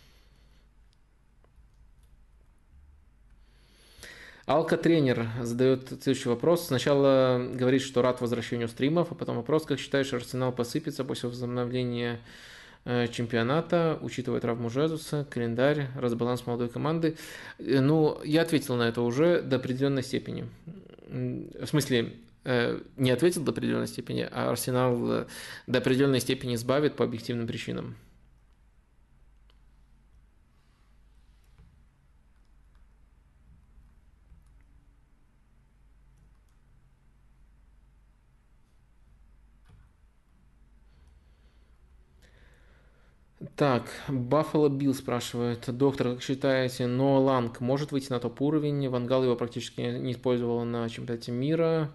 Алка-тренер задает следующий вопрос. Сначала говорит, что рад возвращению стримов, а потом вопрос, как считаешь, Арсенал посыпется после возобновления чемпионата, учитывая травму Жезуса, календарь, разбаланс молодой команды? Ну, я ответил на это уже до определенной степени. В смысле, не ответил до определенной степени, а Арсенал до определенной степени избавит по объективным причинам. Так, Баффало Билл спрашивает: доктор, как считаете, Ноа Ланг может выйти на топ-уровень? Ван Гал его практически не использовал на чемпионате мира.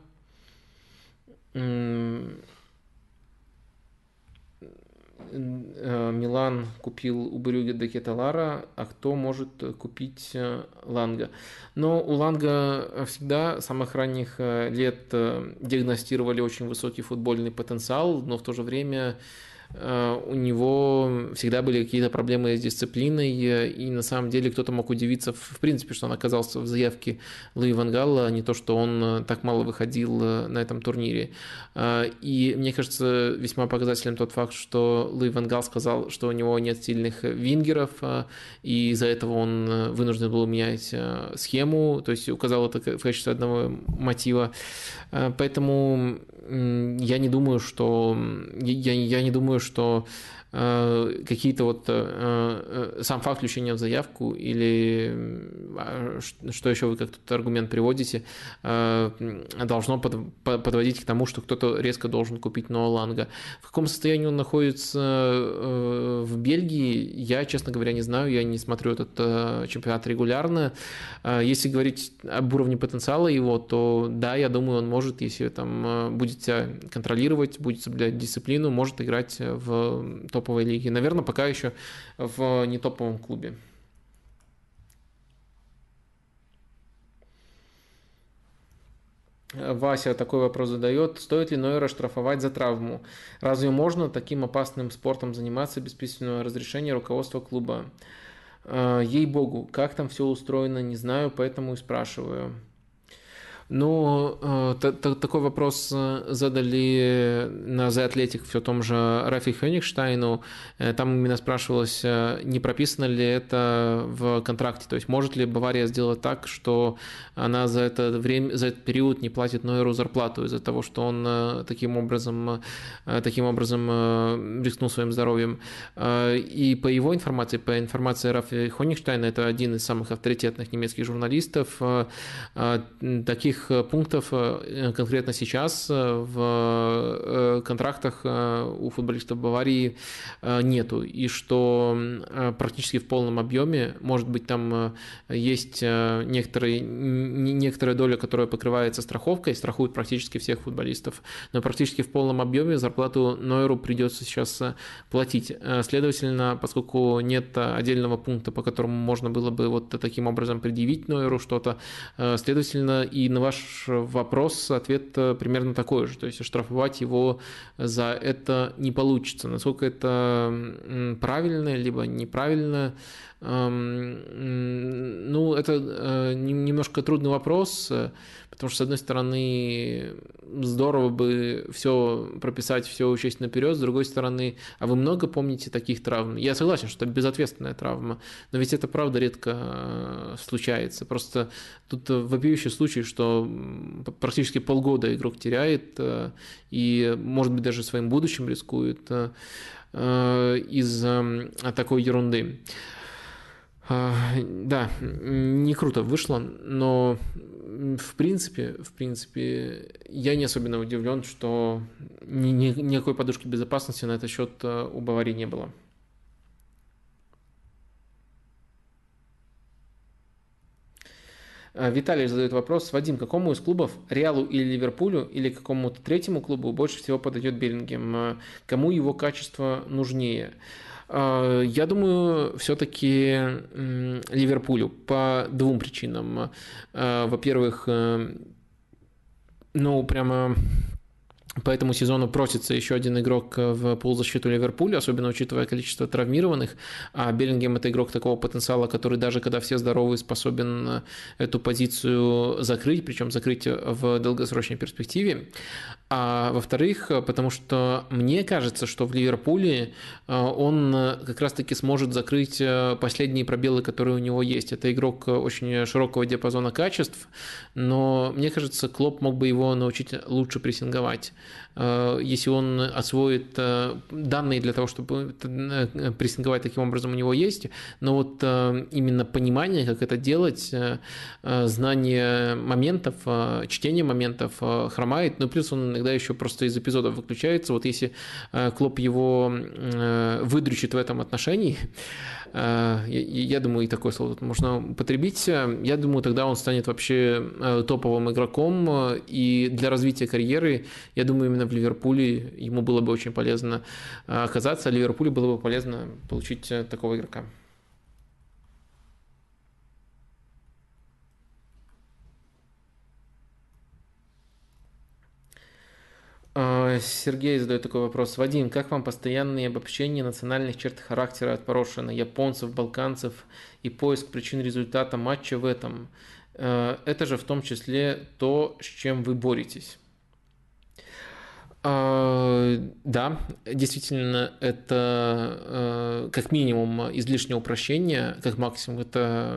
Милан купил у Брюгге де Кетелара, а кто может купить Ланга? Но у Ланга всегда с самых ранних лет диагностировали очень высокий футбольный потенциал, но в то же время у него всегда были какие-то проблемы с дисциплиной, и на самом деле кто-то мог удивиться, в принципе, что он оказался в заявке Луи ван Гала, а не то, что он так мало выходил на этом турнире. И мне кажется весьма показателем тот факт, что Луи ван Гал сказал, что у него нет сильных вингеров, и из-за этого он вынужден был менять схему, то есть указал это в качестве одного мотива. Поэтому я не думаю, что я, я не думаю, что э, какие-то вот э, сам факт включения в заявку или э, что еще вы как тут аргумент приводите, э, должно под, подводить к тому, что кто-то резко должен купить Ноа Ланга. В каком состоянии он находится э, в Бельгии, я, честно говоря, не знаю, я не смотрю этот э, чемпионат регулярно. Э, если говорить об уровне потенциала его, то да, я думаю, он может, если там будет себя контролировать, будет соблюдать дисциплину, может играть в топовой лиге. Наверное, пока еще в нетоповом клубе. Вася такой вопрос задает. Стоит ли Нойера штрафовать за травму? Разве можно таким опасным спортом заниматься без письменного разрешения руководства клуба? Ей-богу, как там все устроено, не знаю, поэтому и спрашиваю. Ну, такой вопрос задали на The Athletic все том же Рафи Хёнигштайну. Там именно спрашивалось, не прописано ли это в контракте. То есть, может ли Бавария сделать так, что она за это время, за этот период не платит Нойеру зарплату из-за того, что он таким образом, таким образом рискнул своим здоровьем. И по его информации, по информации Рафи Хёнигштайна, это один из самых авторитетных немецких журналистов, таких пунктов конкретно сейчас в контрактах у футболистов Баварии нету, и что практически в полном объеме, может быть, там есть некоторые, некоторая доля, которая покрывается страховкой, страхует практически всех футболистов, но практически в полном объеме зарплату Нойеру придется сейчас платить. Следовательно, поскольку нет отдельного пункта, по которому можно было бы вот таким образом предъявить Нойеру что-то, следовательно, и на ваш вопрос ответ примерно такой же. То есть штрафовать его за это не получится. Насколько это правильно, либо неправильно, ну, это немножко трудный вопрос, потому что, с одной стороны, здорово бы все прописать, все учесть наперед, с другой стороны, а вы много помните таких травм? Я согласен, что это безответственная травма, но ведь это, правда, редко случается. Просто тут вопиющий случай, что практически полгода игрок теряет и, может быть, даже своим будущим рискует из-за такой ерунды. Да, не круто вышло, но в принципе, в принципе, я не особенно удивлен, что ни, ни, никакой подушки безопасности на этот счет у Баварии не было. Виталий задает вопрос: Вадим, какому из клубов, Реалу или Ливерпулю, или какому-то третьему клубу больше всего подойдет Беллингем? Кому его качество нужнее? Я думаю, все-таки Ливерпулю по двум причинам. Во-первых, ну, прямо по этому сезону просится еще один игрок в полузащиту Ливерпуля, особенно учитывая количество травмированных. А Беллингем – это игрок такого потенциала, который даже когда все здоровы, способен эту позицию закрыть, причем закрыть в долгосрочной перспективе. А во-вторых, потому что мне кажется, что в Ливерпуле он как раз-таки сможет закрыть последние пробелы, которые у него есть. Это игрок очень широкого диапазона качеств, но мне кажется, Клопп мог бы его научить лучше прессинговать. Если он освоит данные для того, чтобы прессинговать таким образом, у него есть, но вот именно понимание, как это делать, знание моментов, чтение моментов хромает, ну плюс он иногда еще просто из эпизодов выключается. Вот если Клопп его выдрючит в этом отношении, я думаю, и такое слово тут можно употребить, я думаю, тогда он станет вообще топовым игроком, и для развития карьеры, я думаю, именно в Ливерпуле ему было бы очень полезно оказаться, а Ливерпулю было бы полезно получить такого игрока. Сергей задает такой вопрос. Вадим, как вам постоянные обобщения национальных черт характера от Порошина, японцев, балканцев и поиск причин результата матча в этом? Это же в том числе то, с чем вы боретесь. Да, действительно, это как минимум излишнее упрощение, как максимум это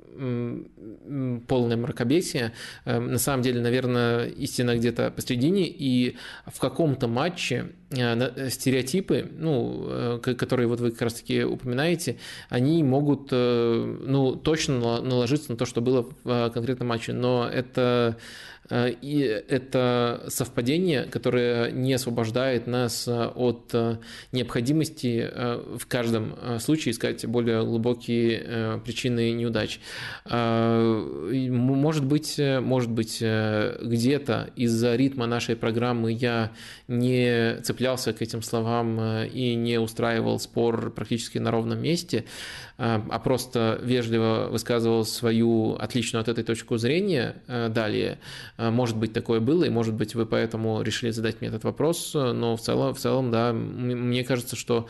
полное мракобесие. На самом деле, наверное, истина где-то посередине, и в каком-то матче стереотипы, ну, которые вот вы как раз-таки упоминаете, они могут, ну, точно наложиться на то, что было в конкретном матче, но это... И это совпадение, которое не освобождает нас от необходимости в каждом случае искать более глубокие причины неудач. Может быть, может быть, где-то из-за ритма нашей программы я не цеплялся к этим словам и не устраивал спор практически на ровном месте, а просто вежливо высказывал свою отличную от этой точку зрения далее. Может быть, такое было, и может быть, вы поэтому решили задать мне этот вопрос, но в целом, в целом, да, мне кажется, что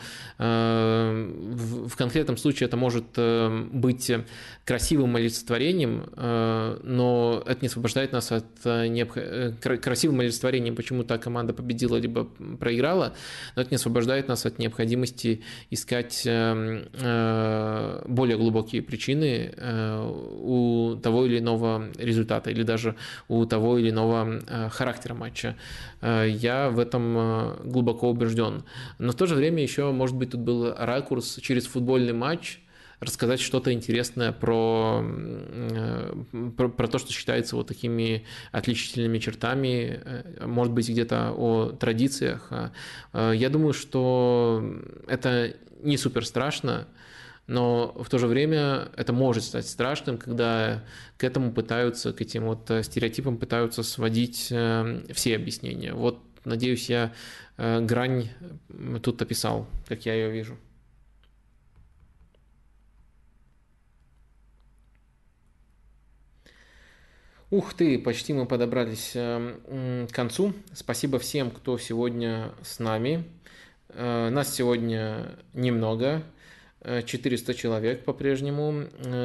в конкретном случае это может быть красивым олицетворением, но это не освобождает нас от необходимости... Красивым олицетворением, почему та команда победила либо проиграла, но это не освобождает нас от необходимости искать более глубокие причины у того или иного результата или даже у того или иного характера матча. Я в этом глубоко убежден. Но в то же время еще, может быть, тут был ракурс через футбольный матч рассказать что-то интересное про, про, про то, что считается вот такими отличительными чертами, может быть, где-то о традициях. Я думаю, что это не супер страшно, но в то же время это может стать страшным, когда к этому пытаются, к этим вот стереотипам пытаются сводить все объяснения. Вот, надеюсь, я грань тут описал, как я ее вижу. Ух ты, почти мы подобрались к концу. Спасибо всем, кто сегодня с нами. Нас сегодня немного. четыреста человек по-прежнему,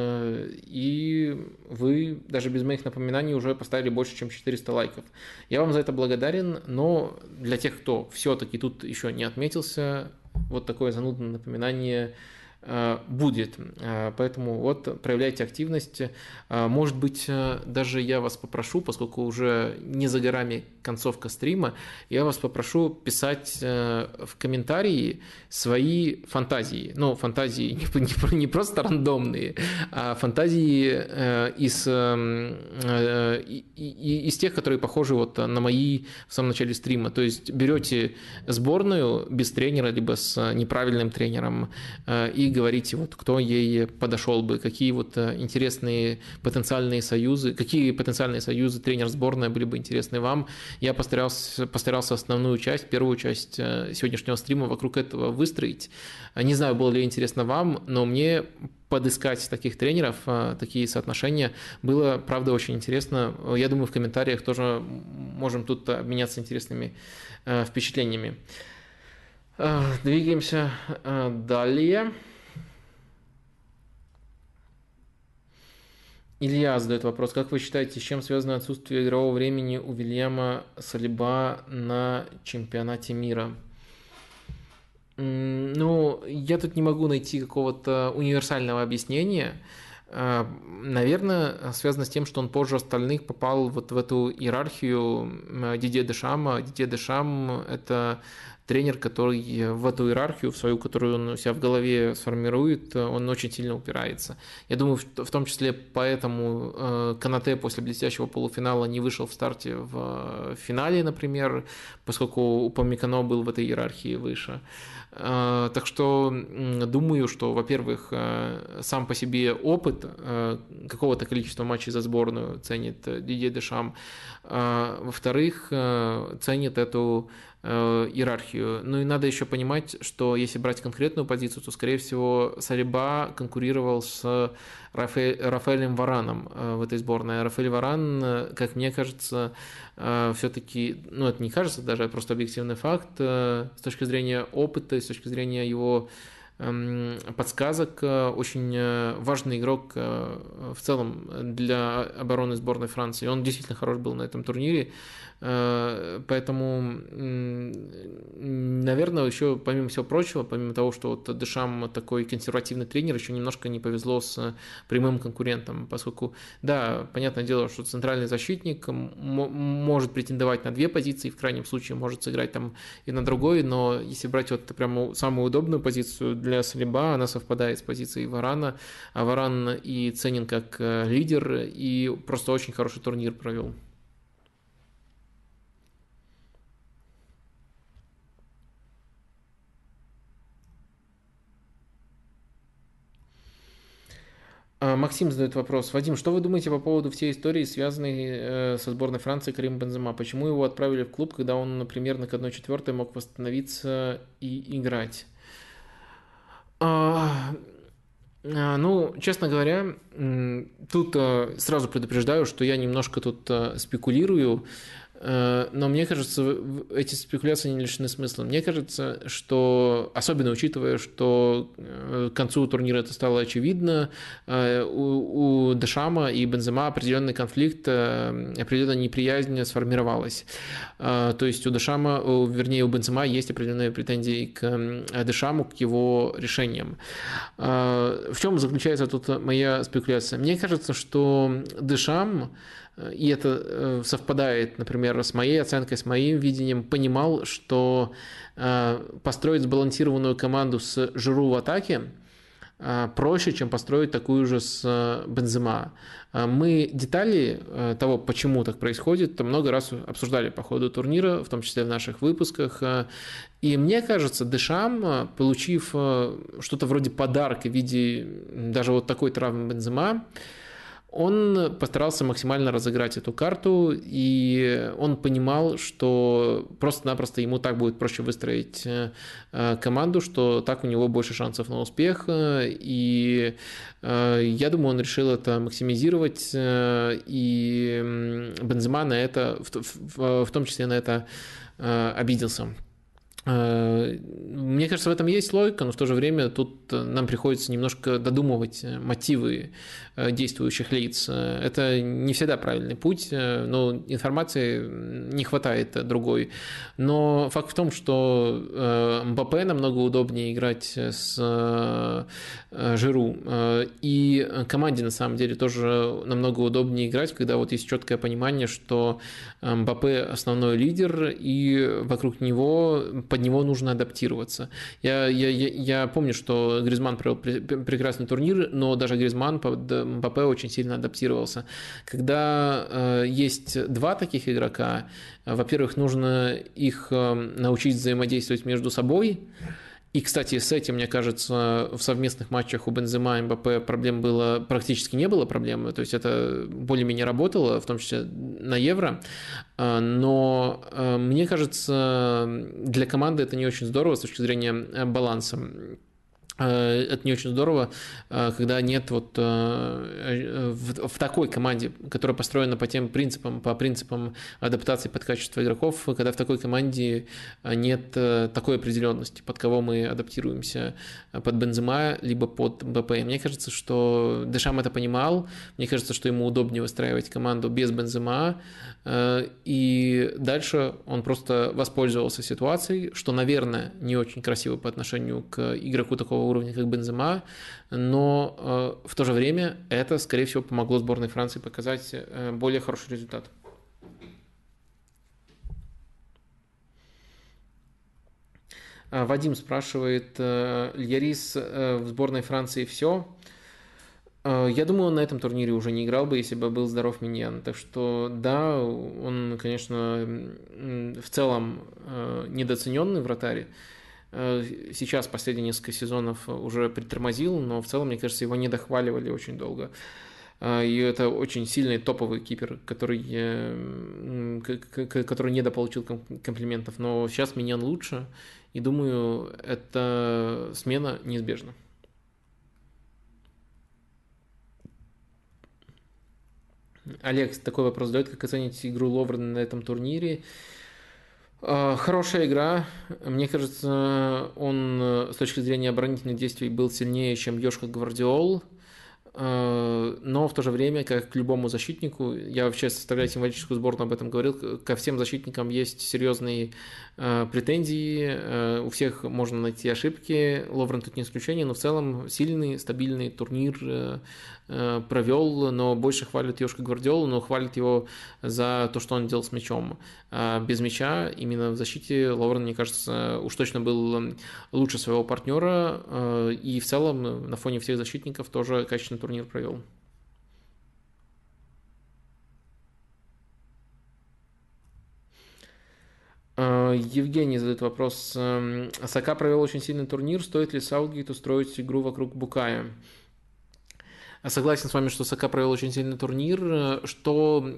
и вы даже без моих напоминаний уже поставили больше, чем четыреста лайков. Я вам за это благодарен, но для тех, кто все-таки тут еще не отметился, вот такое занудное напоминание будет. Поэтому вот проявляйте активность. Может быть, даже я вас попрошу, поскольку уже не за горами концовка стрима, я вас попрошу писать в комментарии свои фантазии. Ну, фантазии не, не просто рандомные, а фантазии из, из тех, которые похожи вот на мои в самом начале стрима. То есть берете сборную без тренера, либо с неправильным тренером и говорите, вот кто ей подошел бы, какие вот интересные потенциальные союзы, какие потенциальные союзы тренер сборной были бы интересны вам. Я постарался, постарался основную часть, первую часть сегодняшнего стрима вокруг этого выстроить. Не знаю, было ли интересно вам, но мне подыскать таких тренеров, такие соотношения было, правда, очень интересно. Я думаю, в комментариях тоже можем тут обменяться интересными впечатлениями. Двигаемся далее. Илья задает вопрос. Как вы считаете, с чем связано отсутствие игрового времени у Вильяма Салиба на чемпионате мира? Ну, я тут не могу найти какого-то универсального объяснения. Наверное, связано с тем, что он позже остальных попал вот в эту иерархию Дидье Дешама. Дидье Дешам – это тренер, который в эту иерархию, в свою, которую он у себя в голове сформирует, он очень сильно упирается. Я думаю, в том числе поэтому Канате после блестящего полуфинала не вышел в старте в финале, например, поскольку Упамекано был в этой иерархии выше. Так что думаю, что, во-первых, сам по себе опыт какого-то количества матчей за сборную ценит Дидье Дешам, во-вторых, ценит эту иерархию. Ну и надо еще понимать, что если брать конкретную позицию, то, скорее всего, Салиба конкурировал с Рафаэль, Рафаэлем Вараном в этой сборной. Рафаэль Варан, как мне кажется, все-таки, ну это не кажется даже, это просто объективный факт, с точки зрения опыта, с точки зрения его подсказок, очень важный игрок в целом для обороны сборной Франции. Он действительно хорош был на этом турнире. Поэтому, наверное, еще помимо всего прочего, помимо того, что вот Дешам такой консервативный тренер, еще немножко не повезло с прямым конкурентом, поскольку, да, понятное дело, что центральный защитник может претендовать на две позиции, в крайнем случае может сыграть там и на другой, но если брать вот прямо самую удобную позицию для Салиба, она совпадает с позицией Варана, а Варан и ценен как лидер, и просто очень хороший турнир провел. Максим задает вопрос. Вадим, что вы думаете по поводу всей истории, связанной со сборной Франции Карима Бензема? Почему его отправили в клуб, когда он примерно к одной четвертой мог восстановиться и играть? А, ну, честно говоря, тут сразу предупреждаю, что я немножко тут спекулирую, но мне кажется, эти спекуляции не лишены смысла. Мне кажется, что, особенно учитывая, что к концу турнира это стало очевидно, у, у Дешама и Бензема определенный конфликт, определенная неприязнь сформировалась. То есть у Дешама, вернее, у Бензема есть определенные претензии к Дешаму, к его решениям. В чем заключается тут моя спекуляция? Мне кажется, что Дешам, и это совпадает, например, с моей оценкой, с моим видением, понимал, что построить сбалансированную команду с Жиру в атаке проще, чем построить такую же с Бензема. Мы детали того, почему так происходит, много раз обсуждали по ходу турнира, в том числе в наших выпусках. И мне кажется, Дешам, получив что-то вроде подарка в виде даже вот такой травмы Бензема, он постарался максимально разыграть эту карту, и он понимал, что просто-напросто ему так будет проще выстроить команду, что так у него больше шансов на успех, и я думаю, он решил это максимизировать, и Бензема на это, в том числе на это, обиделся. Мне кажется, в этом есть логика, но в то же время тут нам приходится немножко додумывать мотивы действующих лиц. Это не всегда правильный путь, но информации не хватает другой. Но факт в том, что Мбаппе намного удобнее играть с Жиру, и команде на самом деле тоже намного удобнее играть, когда вот есть четкое понимание, что Мбаппе основной лидер, и вокруг него, под него нужно адаптироваться. Я, я, я помню, что Гризманн провел прекрасный турнир, но даже Гризманн под Мбаппе очень сильно адаптировался. Когда э, есть два таких игрока, во-первых, нужно их э, научить взаимодействовать между собой, И, кстати, с этим, мне кажется, в совместных матчах у Бензема и Мбаппе проблем было, практически не было проблем, то есть это более-менее работало, в том числе на Евро, но мне кажется, для команды это не очень здорово с точки зрения баланса. Это не очень здорово, когда нет вот в, в такой команде, которая построена по тем принципам, по принципам адаптации под качество игроков, когда в такой команде нет такой определенности, под кого мы адаптируемся, под Бензема, либо под Мбаппе. Мне кажется, что Дешам это понимал, мне кажется, что ему удобнее выстраивать команду без Бензема, и дальше он просто воспользовался ситуацией, что, наверное, не очень красиво по отношению к игроку такого уровня, как Бензема, но в то же время это, скорее всего, помогло сборной Франции показать более хороший результат. Вадим спрашивает, Льярис в сборной Франции все? Я думаю, он на этом турнире уже не играл бы, если бы был здоров Миньян. Так что да, он, конечно, в целом недооцененный вратарь. Сейчас последние несколько сезонов уже притормозил, но в целом, мне кажется, его не дохваливали очень долго. И это очень сильный топовый кипер, который, который недополучил комплиментов. Но сейчас Миньян лучше, и думаю, эта смена неизбежна. Олег такой вопрос задает: как оценить игру Ловрена на этом турнире? Хорошая игра. Мне кажется, он с точки зрения оборонительных действий был сильнее, чем Йошка Гвардиол. Но в то же время, как к любому защитнику, я вообще составляю символическую сборную, об этом говорил, ко всем защитникам есть серьезные претензии, у всех можно найти ошибки, Ловрен тут не исключение, но в целом сильный, стабильный турнир провел, но больше хвалят Йошка Гвардиолу, но хвалят его за то, что он делал с мячом. Без мяча именно в защите Ловрен, мне кажется, уж точно был лучше своего партнера, и в целом на фоне всех защитников тоже качественный турнир провел. Евгений задает вопрос. Сака провел очень сильный турнир. Стоит ли Саутгейту строить игру вокруг Букая? Согласен с вами, что Сака провел очень сильный турнир, что...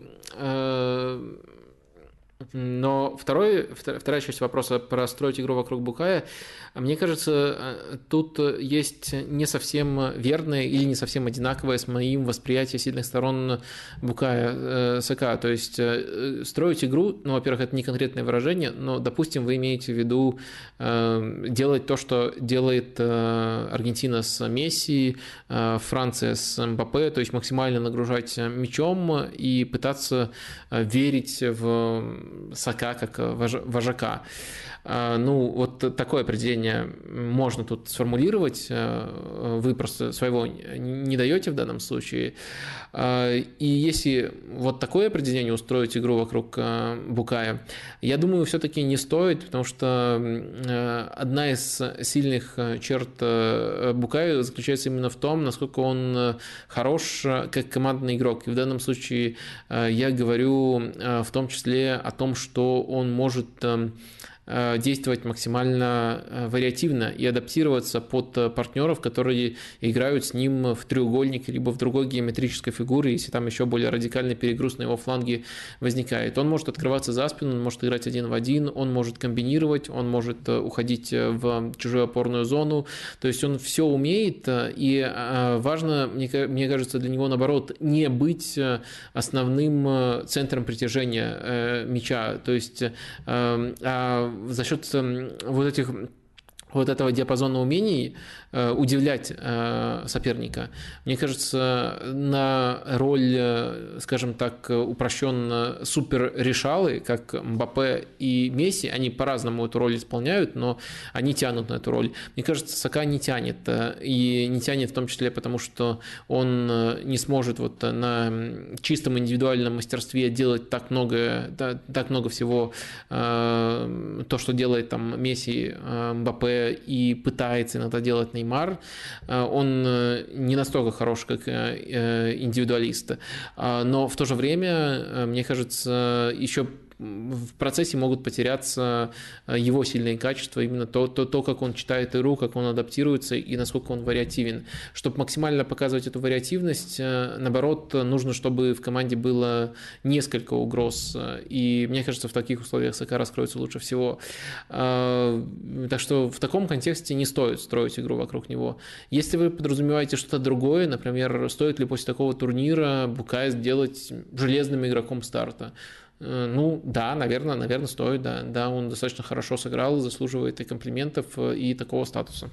Но второй, вторая часть вопроса про строить игру вокруг Букая, мне кажется, тут есть не совсем верное или не совсем одинаковое с моим восприятием сильных сторон Букая Сака. То есть строить игру, ну, во-первых, это не конкретное выражение, но, допустим, вы имеете в виду делать то, что делает Аргентина с Месси, Франция с Мбаппе, то есть максимально нагружать мячом и пытаться верить в Сака как вожака. Ну, вот такое определение можно тут сформулировать, вы просто своего не даете в данном случае. И если вот такое определение устроить игру вокруг Букая, я думаю, все-таки не стоит, потому что одна из сильных черт Букая заключается именно в том, насколько он хорош как командный игрок. И в данном случае я говорю в том числе о том, что он может действовать максимально вариативно и адаптироваться под партнеров, которые играют с ним в треугольнике либо в другой геометрической фигуре, если там еще более радикальный перегруз на его фланге возникает. Он может открываться за спину, он может играть один в один, он может комбинировать, он может уходить в чужую опорную зону, то есть он все умеет, и важно, мне кажется, для него наоборот не быть основным центром притяжения мяча, то есть за счет вот этих вот этого диапазона умений удивлять соперника. Мне кажется, на роль, скажем так, упрощенно суперрешалы, как Мбаппе и Месси, они по-разному эту роль исполняют, но они тянут на эту роль. Мне кажется, Сака не тянет. И не тянет в том числе потому, что он не сможет вот на чистом индивидуальном мастерстве делать так много, так много всего, то, что делает там Месси, Мбаппе и пытается иногда делать Неймар. Он не настолько хорош, как индивидуалист. Но в то же время, мне кажется, еще в процессе могут потеряться его сильные качества, именно то, то, то, как он читает игру, как он адаптируется и насколько он вариативен. Чтобы максимально показывать эту вариативность, наоборот, нужно, чтобы в команде было несколько угроз, и мне кажется, в таких условиях СК раскроется лучше всего. Так что в таком контексте не стоит строить игру вокруг него. Если вы подразумеваете что-то другое, например, стоит ли после такого турнира Букая сделать железным игроком старта, ну, да, наверное, наверное, стоит, да. Да, он достаточно хорошо сыграл, заслуживает и комплиментов, и такого статуса.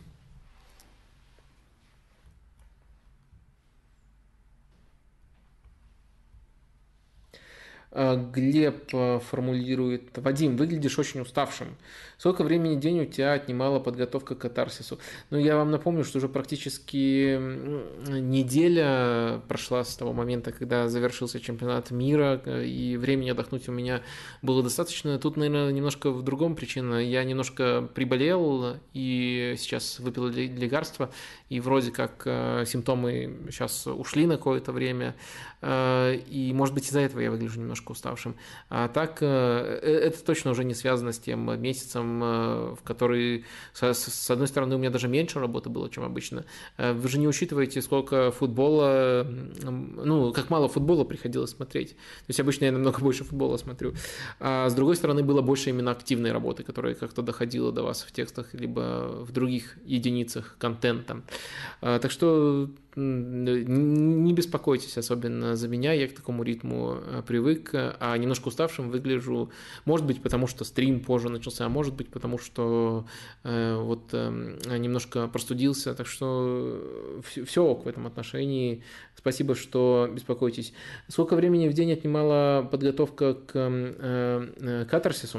Глеб формулирует: Вадим, выглядишь очень уставшим. Сколько времени в день у тебя отнимала подготовка к катарсису? Ну, я вам напомню, что уже практически неделя прошла с того момента, когда завершился чемпионат мира, и времени отдохнуть у меня было достаточно. Тут, наверное, немножко в другом причина. Я немножко приболел и сейчас выпил лекарства, и вроде как симптомы сейчас ушли на какое-то время, и, может быть, из-за этого я выгляжу немножко уставшим. А так, это точно уже не связано с тем месяцем, в который, с одной стороны, у меня даже меньше работы было, чем обычно. Вы же не учитываете, сколько футбола, ну, как мало футбола приходилось смотреть. То есть обычно я намного больше футбола смотрю. А с другой стороны, было больше именно активной работы, которая как-то доходила до вас в текстах, либо в других единицах контента. Так что не беспокойтесь особенно за меня, я к такому ритму привык, а немножко уставшим выгляжу, может быть, потому что стрим позже начался, а может быть, потому что э, вот э, немножко простудился, так что все, все ок в этом отношении. Спасибо, что беспокоитесь. Сколько времени в день отнимала подготовка к э, катарсису?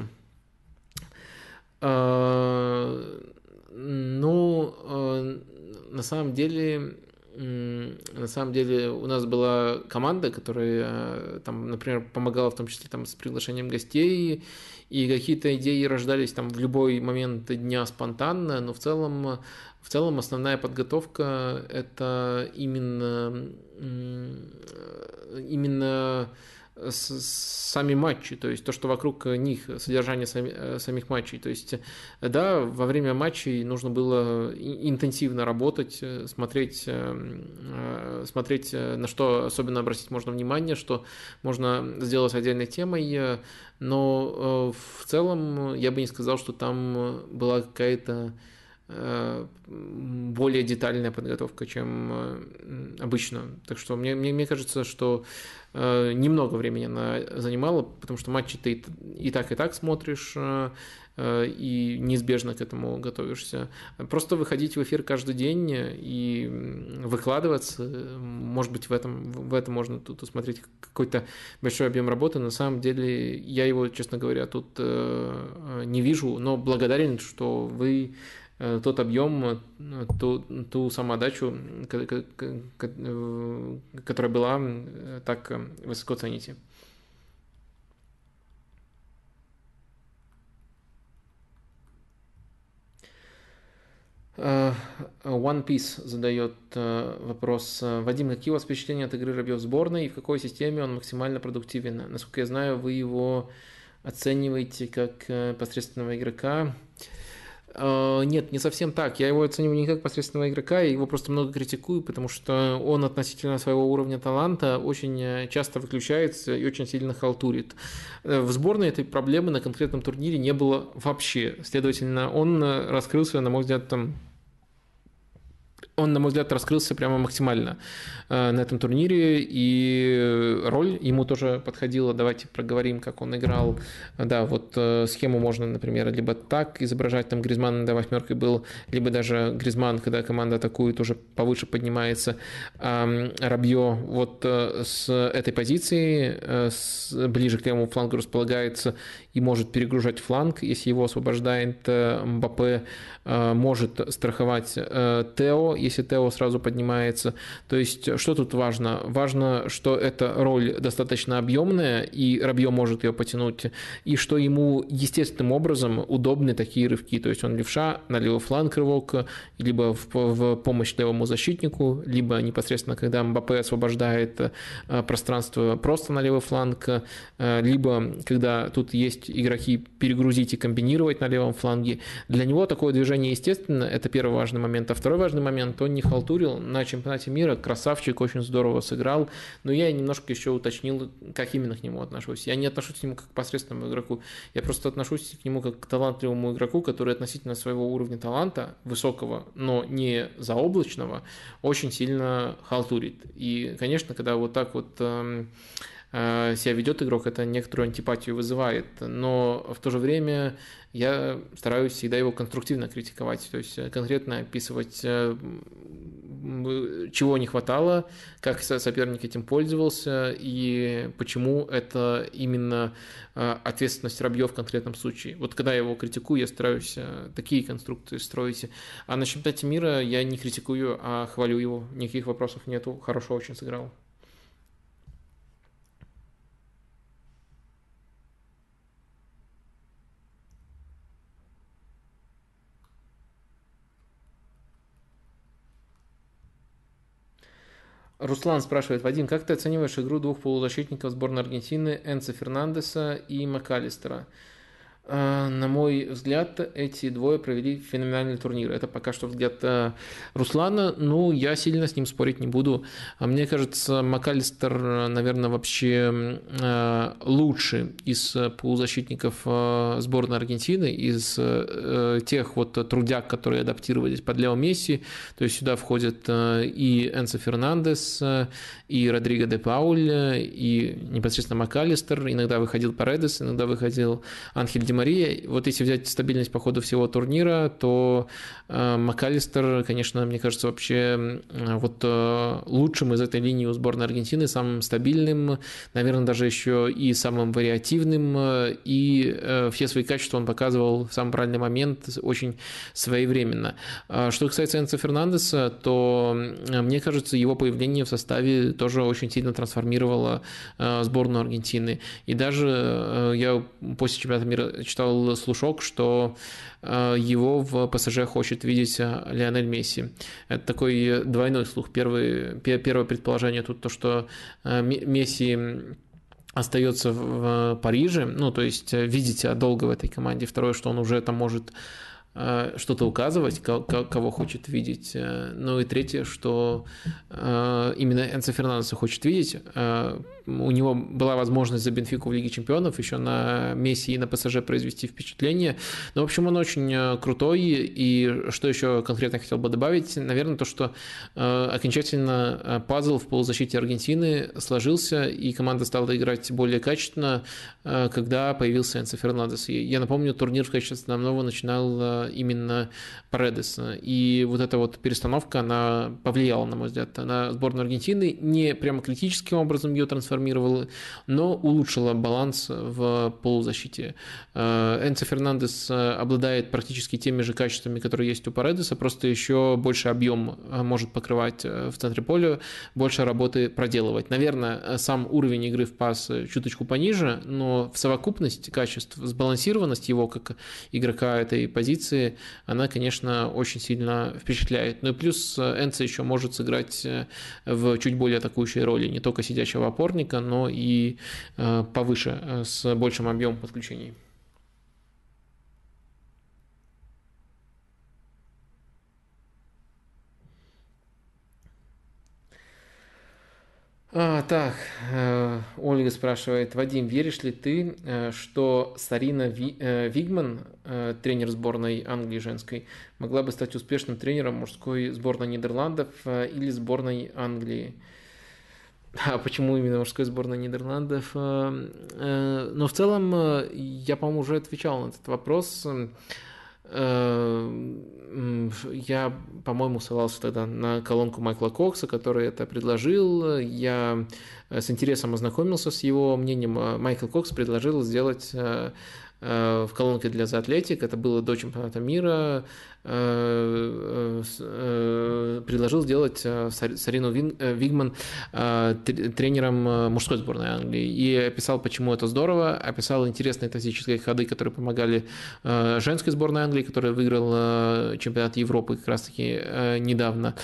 Э, ну, э, на самом деле... На самом деле у нас была команда, которая, там, например, помогала в том числе там, с приглашением гостей, и какие-то идеи рождались там в любой момент дня спонтанно, но в целом, в целом основная подготовка – это именно, именно сами матчи, то есть то, что вокруг них, содержание сами, самих матчей. То есть, да, во время матчей нужно было интенсивно работать, смотреть, смотреть, на что особенно обратить можно внимание, что можно сделать отдельной темой, но в целом я бы не сказал, что там была какая-то более детальная подготовка, чем обычно. Так что мне, мне, мне кажется, что немного времени она занимала, потому что матчи ты и так, и так смотришь, и неизбежно к этому готовишься. Просто выходить в эфир каждый день и выкладываться, может быть, в этом, в этом можно тут усмотреть какой-то большой объем работы. На самом деле я его, честно говоря, тут не вижу, но благодарен, что вы тот объем, ту, ту самоотдачу, которая была, так высоко цените. One Piece задает вопрос. Вадим, какие у вас впечатления от игры Рабьё в сборной и в какой системе он максимально продуктивен? Насколько я знаю, вы его оцениваете как посредственного игрока. Нет, не совсем так. Я его оцениваю не как посредственного игрока, я его просто много критикую, потому что он относительно своего уровня таланта очень часто выключается и очень сильно халтурит. В сборной этой проблемы на конкретном турнире не было вообще. Следовательно, он раскрылся, на мой взгляд, там... Он, на мой взгляд, раскрылся прямо максимально на этом турнире, и роль ему тоже подходила. Давайте проговорим, как он играл. Да, вот схему можно, например, либо так изображать, там Гризман до восьмеркой был, либо даже Гризман, когда команда атакует, уже повыше поднимается. А Рабьё вот с этой позиции, ближе к левому флангу располагается и может перегружать фланг, если его освобождает Мбаппе, может страховать Тео, если Тео сразу поднимается. То есть, что тут важно? Важно, что эта роль достаточно объемная, и Рабье может ее потянуть, и что ему естественным образом удобны такие рывки. То есть, он левша, на левый фланг рывок, либо в, в помощь левому защитнику, либо непосредственно, когда Мбаппе освобождает пространство просто на левый фланг, либо когда тут есть игроки перегрузить и комбинировать на левом фланге. Для него такое движение естественно, это первый важный момент. А второй важный момент, он не халтурил на чемпионате мира, красавчик, очень здорово сыграл, но я немножко еще уточнил, как именно к нему отношусь. Я не отношусь к нему как к посредственному игроку, я просто отношусь к нему как к талантливому игроку, который относительно своего уровня таланта, высокого, но не заоблачного, очень сильно халтурит. И, конечно, когда вот так вот эм, себя ведет игрок, это некоторую антипатию вызывает, но в то же время я стараюсь всегда его конструктивно критиковать, то есть конкретно описывать, чего не хватало, как соперник этим пользовался и почему это именно ответственность Рабье в конкретном случае. Вот когда я его критикую, я стараюсь такие конструкции строить. А на чемпионате мира я не критикую, а хвалю его, никаких вопросов нету, хорошо очень сыграл. Руслан спрашивает: Вадим, как ты оцениваешь игру двух полузащитников сборной Аргентины, Энцо Фернандеса и МакАлистера? На мой взгляд, эти двое провели феноменальный турнир. Это пока что взгляд Руслана. Ну, я сильно с ним спорить не буду. Мне кажется, МакАлистер, наверное, вообще лучший из полузащитников сборной Аргентины, из тех вот трудяг, которые адаптировались под Лео Месси. То есть сюда входят и Энцо Фернандес, и Родриго де Пауль, и непосредственно МакАлистер. Иногда выходил Паредес, иногда выходил Анхель Ди Мария. Вот если взять стабильность по ходу всего турнира, то э, МакАлистер, конечно, мне кажется, вообще э, вот э, лучшим из этой линии у сборной Аргентины, самым стабильным, наверное, даже еще и самым вариативным, э, и э, все свои качества он показывал в самый правильный момент, очень своевременно. А что касается Энцо Фернандеса, то э, мне кажется, его появление в составе тоже очень сильно трансформировало э, сборную Аргентины. И даже э, я после чемпионата мира читал слушок, что его в ПСЖ хочет видеть Лионель Месси. Это такой двойной слух. Первый, первое предположение тут то, что Месси остается в Париже, ну, то есть видеть себя долго в этой команде. Второе, что он уже там может что-то указывать, кого хочет видеть. Ну и третье, что именно Энцо Фернандеса хочет видеть. У него была возможность за Бенфику в Лиге Чемпионов еще на Месси и на ПСЖ произвести впечатление. Но, в общем, он очень крутой. И что еще конкретно хотел бы добавить? Наверное, то, что окончательно пазл в полузащите Аргентины сложился, и команда стала играть более качественно, когда появился Энцо Фернандес. Я напомню, турнир в качестве основного начинал именно Паредес. И вот эта вот перестановка, она повлияла, на мой взгляд, на сборную Аргентины. Не прямо критическим образом ее трансформировала, но улучшила баланс в полузащите. Энцо Фернандес обладает практически теми же качествами, которые есть у Паредеса, просто еще больше объем может покрывать в центре поля, больше работы проделывать. Наверное, сам уровень игры в пас чуточку пониже, но в совокупность качеств, сбалансированность его как игрока этой позиции, она, конечно, очень сильно впечатляет. Ну и плюс Энцо еще может сыграть в чуть более атакующей роли, не только сидящего опорника, но и повыше, с большим объемом подключений. А, так, э, Ольга спрашивает: Вадим, веришь ли ты, э, что Сарина Ви, э, Вигман, э, тренер сборной Англии женской, могла бы стать успешным тренером мужской сборной Нидерландов э, или сборной Англии? А почему именно мужской сборной Нидерландов? Э, э, но в целом э, я, по-моему, уже отвечал на этот вопрос. Я, по-моему, ссылался тогда на колонку Майкла Кокса, который это предложил. Я с интересом ознакомился с его мнением. Майкл Кокс предложил сделать в колонке для The Athletic, это было до чемпионата мира, предложил сделать Сарину Вигман тренером мужской сборной Англии и описал, почему это здорово, описал интересные тактические ходы, которые помогали женской сборной Англии, которая выиграла чемпионат Европы как раз-таки недавно.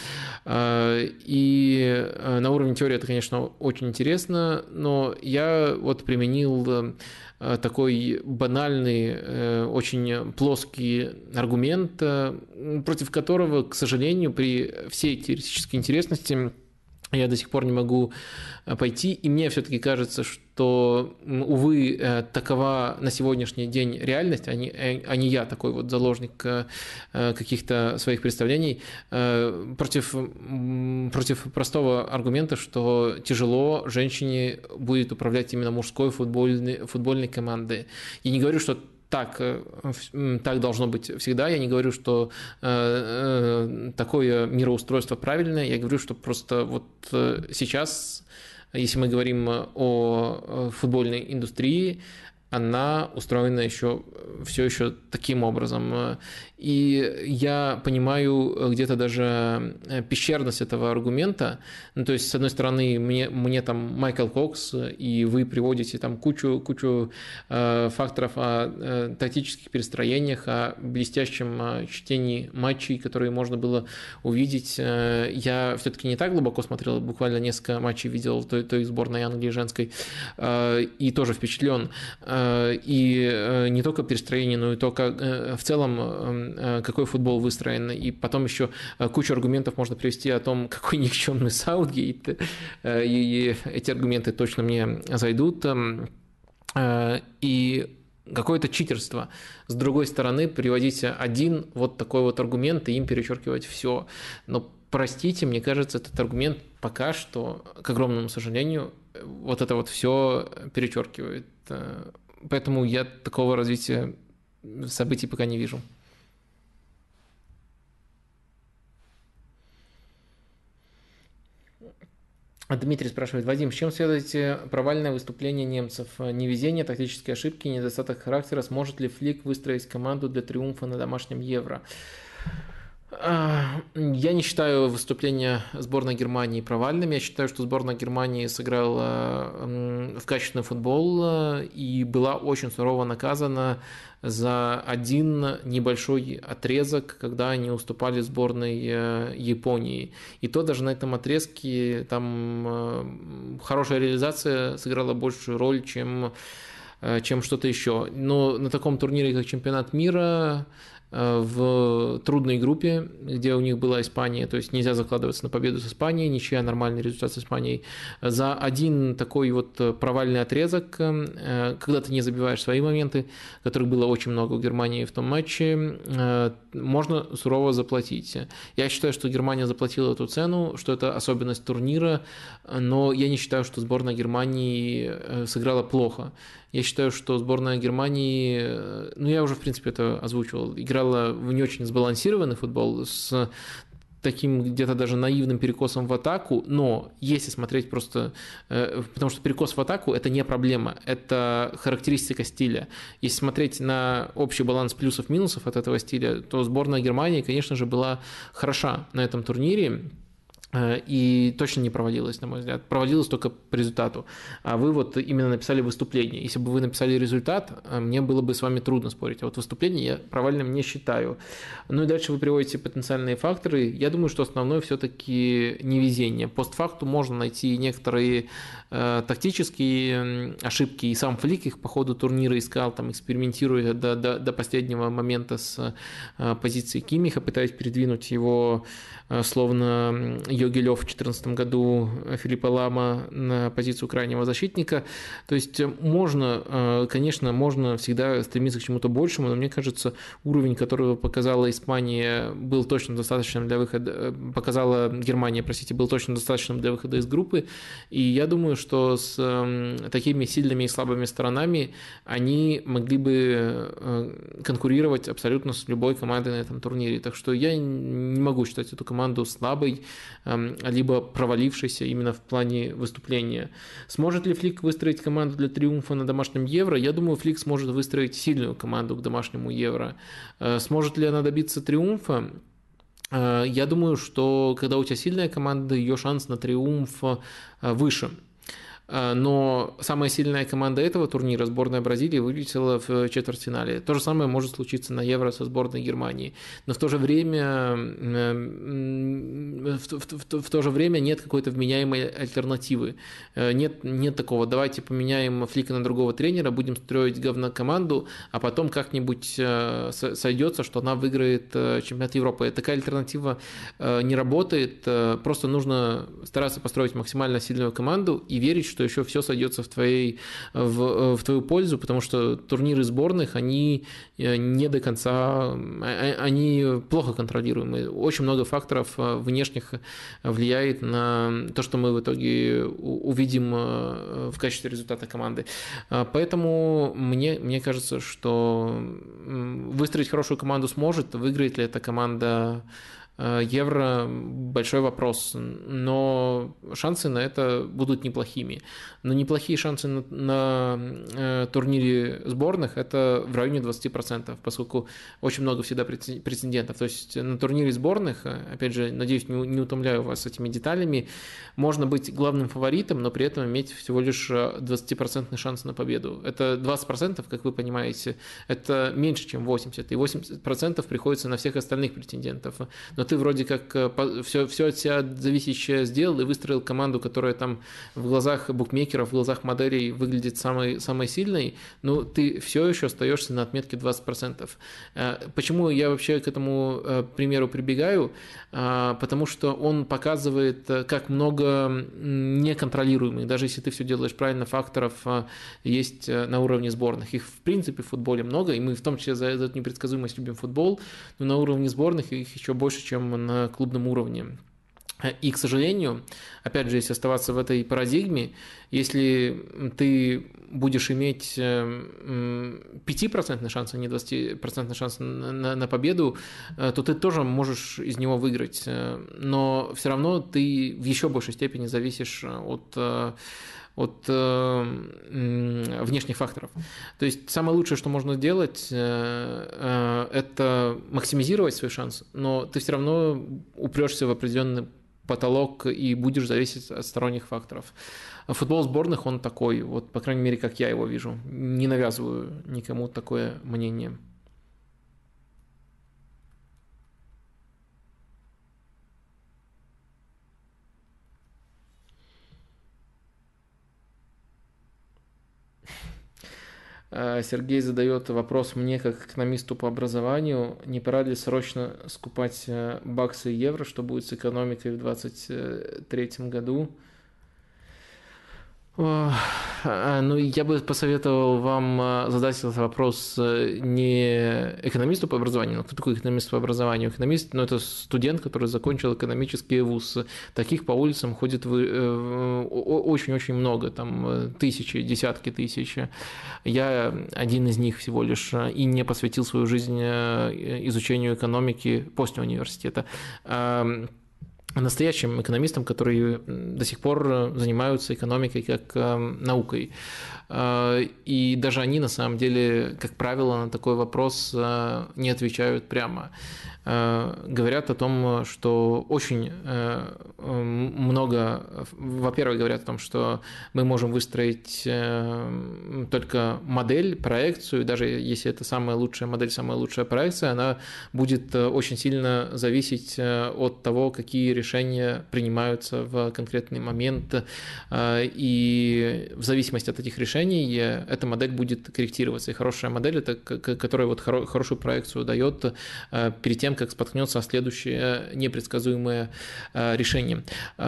И на уровне теории это, конечно, очень интересно, но я вот применил такой банальный, очень плоский аргумент, против которого, к сожалению, при всей теоретической интересности я до сих пор не могу пойти, и мне все-таки кажется, что, увы, такова на сегодняшний день реальность, а не, а не я такой вот заложник каких-то своих представлений, против, против простого аргумента, что тяжело женщине будет управлять именно мужской футбольной, футбольной командой. Я не говорю, что Так, так должно быть всегда. Я не говорю, что э, такое мироустройство правильное. Я говорю, что просто вот сейчас, если мы говорим о футбольной индустрии, она устроена еще, все еще таким образом. И я понимаю где-то даже пещерность этого аргумента. Ну, то есть, с одной стороны, мне, мне там Майкл Кокс, и вы приводите там кучу, кучу э, факторов о э, тактических перестроениях, о блестящем э, чтении матчей, которые можно было увидеть. Э, я все-таки не так глубоко смотрел, буквально несколько матчей видел той, той сборной Англии женской, э, и тоже впечатлен. И не только перестроение, но и то, как в целом какой футбол выстроен. И потом еще кучу аргументов можно привести о том, какой никчемный Саутгейт. И эти аргументы точно мне зайдут. И какое-то читерство. С другой стороны, приводить один вот такой вот аргумент и им перечеркивать все. Но простите, мне кажется, этот аргумент пока что, к огромному сожалению, вот это вот все перечеркивает. Поэтому я такого развития событий пока не вижу. Дмитрий спрашивает: Вадим, с чем связываете провальное выступление немцев? Невезение, тактические ошибки, недостаток характера. Сможет ли Флик выстроить команду для триумфа на домашнем Евро? Я не считаю выступления сборной Германии провальным. Я считаю, что сборная Германии сыграла в качественный футбол и была очень сурово наказана за один небольшой отрезок, когда они уступали сборной Японии. И то даже на этом отрезке там хорошая реализация сыграла большую роль, чем, чем что-то еще. Но на таком турнире, как чемпионат мира, в трудной группе, где у них была Испания, то есть нельзя закладываться на победу с Испанией, ничья, нормальный результат с Испанией. За один такой вот провальный отрезок, когда ты не забиваешь свои моменты, которых было очень много у Германии в том матче, можно сурово заплатить. Я считаю, что Германия заплатила эту цену, что это особенность турнира, но я не считаю, что сборная Германии сыграла плохо. Я считаю, что сборная Германии, ну я уже в принципе это озвучивал, играла в не очень сбалансированный футбол с таким где-то даже наивным перекосом в атаку, но если смотреть просто, потому что перекос в атаку – это не проблема, это характеристика стиля. Если смотреть на общий баланс плюсов-минусов от этого стиля, то сборная Германии, конечно же, была хороша на этом турнире. И точно не проводилась, на мой взгляд. Проводилась только по результату. А вы вот именно написали выступление. Если бы вы написали результат, мне было бы с вами трудно спорить. А вот выступление я провальным не считаю. Ну и дальше вы приводите потенциальные факторы. Я думаю, что основное все-таки невезение. Постфактум можно найти некоторые э, тактические ошибки. И сам Флик их по ходу турнира искал, там, экспериментируя до, до, до последнего момента с э, позиции Киммиха, пытаясь передвинуть его э, словно Йоги Лев в две тысячи четырнадцатом году, Филиппа Лама на позицию крайнего защитника. То есть можно, конечно, можно всегда стремиться к чему-то большему, но мне кажется, уровень, который показала Испания, был точно достаточным для выхода, показала Германия, простите, был точно достаточным для выхода из группы. И я думаю, что с такими сильными и слабыми сторонами они могли бы конкурировать абсолютно с любой командой на этом турнире. Так что я не могу считать эту команду слабой. либо провалившийся именно в плане выступления. Сможет ли Флик выстроить команду для триумфа на домашнем Евро? Я думаю, Флик сможет выстроить сильную команду к домашнему Евро. Сможет ли она добиться триумфа? Я думаю, что когда у тебя сильная команда, ее шанс на триумф выше. Но самая сильная команда этого турнира, сборная Бразилии, вылетела в четвертьфинале. То же самое может случиться на Евро со сборной Германии. Но в то же время, в, в, в то же время нет какой-то вменяемой альтернативы. Нет, нет такого, давайте поменяем Флика на другого тренера, будем строить говнокоманду, а потом как-нибудь сойдется, что она выиграет чемпионат Европы. Такая альтернатива не работает. Просто нужно стараться построить максимально сильную команду и верить, что что еще все сойдется в, твоей, в, в твою пользу, потому что турниры сборных, они не до конца, они плохо контролируемы. Очень много факторов внешних влияет на то, что мы в итоге увидим в качестве результата команды. Поэтому мне, мне кажется, что выстроить хорошую команду сможет, выиграет ли эта команда Евро – большой вопрос, но шансы на это будут неплохими. Но неплохие шансы на, на турнире сборных – это в районе двадцать процентов, поскольку очень много всегда претендентов. То есть на турнире сборных, опять же, надеюсь, не, не утомляю вас этими деталями, можно быть главным фаворитом, но при этом иметь всего лишь двадцать процентов шанс на победу. Это двадцать процентов, как вы понимаете, это меньше, чем восемьдесят процентов, и восемьдесят процентов приходится на всех остальных претендентов. Но ты вроде как все, все от себя зависящее сделал и выстроил команду, которая там в глазах букмекеров, в глазах моделей выглядит самой, самой сильной, но ты все еще остаешься на отметке двадцать процентов. Почему я вообще к этому примеру прибегаю? Потому что он показывает, как много неконтролируемых, даже если ты все делаешь правильно, факторов есть на уровне сборных. Их в принципе в футболе много, и мы в том числе за эту непредсказуемость любим футбол, но на уровне сборных их еще больше, чем на клубном уровне. И, к сожалению, опять же, если оставаться в этой парадигме, если ты будешь иметь пять процентов шанс, а не двадцать процентов шанс на, на победу, то ты тоже можешь из него выиграть. Но все равно ты в еще большей степени зависишь от от э, внешних факторов. То есть самое лучшее, что можно сделать, э, это максимизировать свой шанс, но ты все равно упрешься в определенный потолок и будешь зависеть от сторонних факторов. Футбол сборных, он такой, вот по крайней мере, как я его вижу. Не навязываю никому такое мнение. Сергей задает вопрос мне, как экономисту по образованию, не пора ли срочно скупать баксы и евро, что будет с экономикой в двадцать третьем году? Ну, я бы посоветовал вам задать этот вопрос не экономисту по образованию, но кто такой экономист по образованию? Экономист, ну, это студент, который закончил экономический вуз. Таких по улицам ходит очень-очень много, там тысячи, десятки тысяч. Я один из них всего лишь и не посвятил свою жизнь изучению экономики после университета. Настоящим экономистам, которые до сих пор занимаются экономикой как наукой. И даже они, на самом деле, как правило, на такой вопрос не отвечают прямо. Говорят о том, что очень много, во-первых, говорят о том, что мы можем выстроить только модель, проекцию, даже если это самая лучшая модель, самая лучшая проекция, она будет очень сильно зависеть от того, какие решения принимаются в конкретный момент, и в зависимости от этих решений эта модель будет корректироваться. И хорошая модель, это которая вот хорошую проекцию дает перед тем, как споткнется следующее непредсказуемое решение.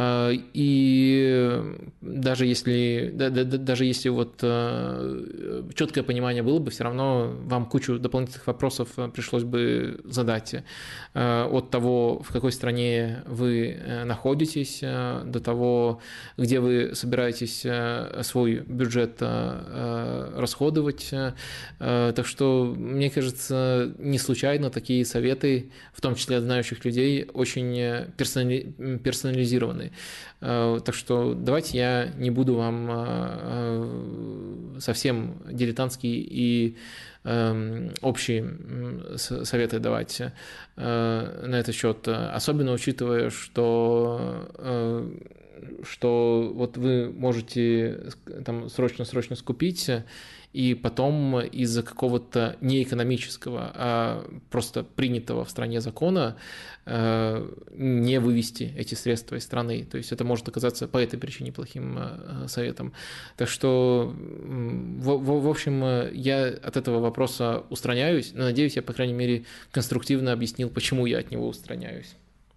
И даже если, даже если вот четкое понимание было бы, все равно вам кучу дополнительных вопросов пришлось бы задать от того, в какой стране вы находитесь, до того, где вы собираетесь свой бюджет расходовать. Так что, мне кажется, не случайно такие советы, в том числе от знающих людей, очень персонализированы. Так что давайте я не буду вам совсем дилетантский и общие советы давать на этот счет, особенно учитывая, что, что вот вы можете там срочно-срочно скупить, и потом из-за какого-то неэкономического, а просто принятого в стране закона не вывести эти средства из страны. То есть это может оказаться по этой причине плохим советом. Так что, в, в, в общем, я от этого вопроса устраняюсь, но надеюсь, я, по крайней мере, конструктивно объяснил, почему я от него устраняюсь.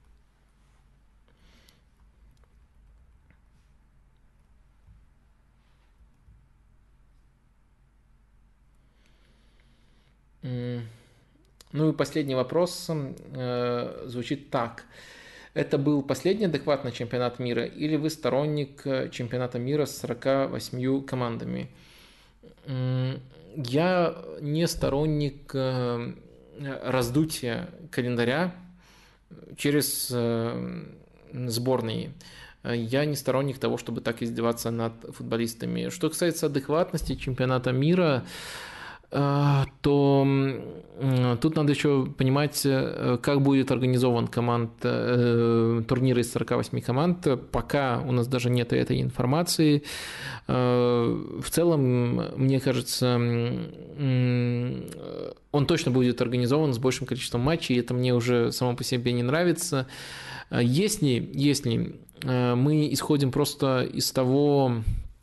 Ну и последний вопрос э, звучит так. Это был последний адекватный чемпионат мира или вы сторонник чемпионата мира с сорока восьмью командами? Я не сторонник э, раздутия календаря через э, сборные. Я не сторонник того, чтобы так издеваться над футболистами. Что касается адекватности чемпионата мира, то тут надо еще понимать, как будет организован команд, турнир из сорока восьми команд. Пока у нас даже нет этой информации. В целом, мне кажется, он точно будет организован с большим количеством матчей, и это мне уже само по себе не нравится. Если, если мы исходим просто из того,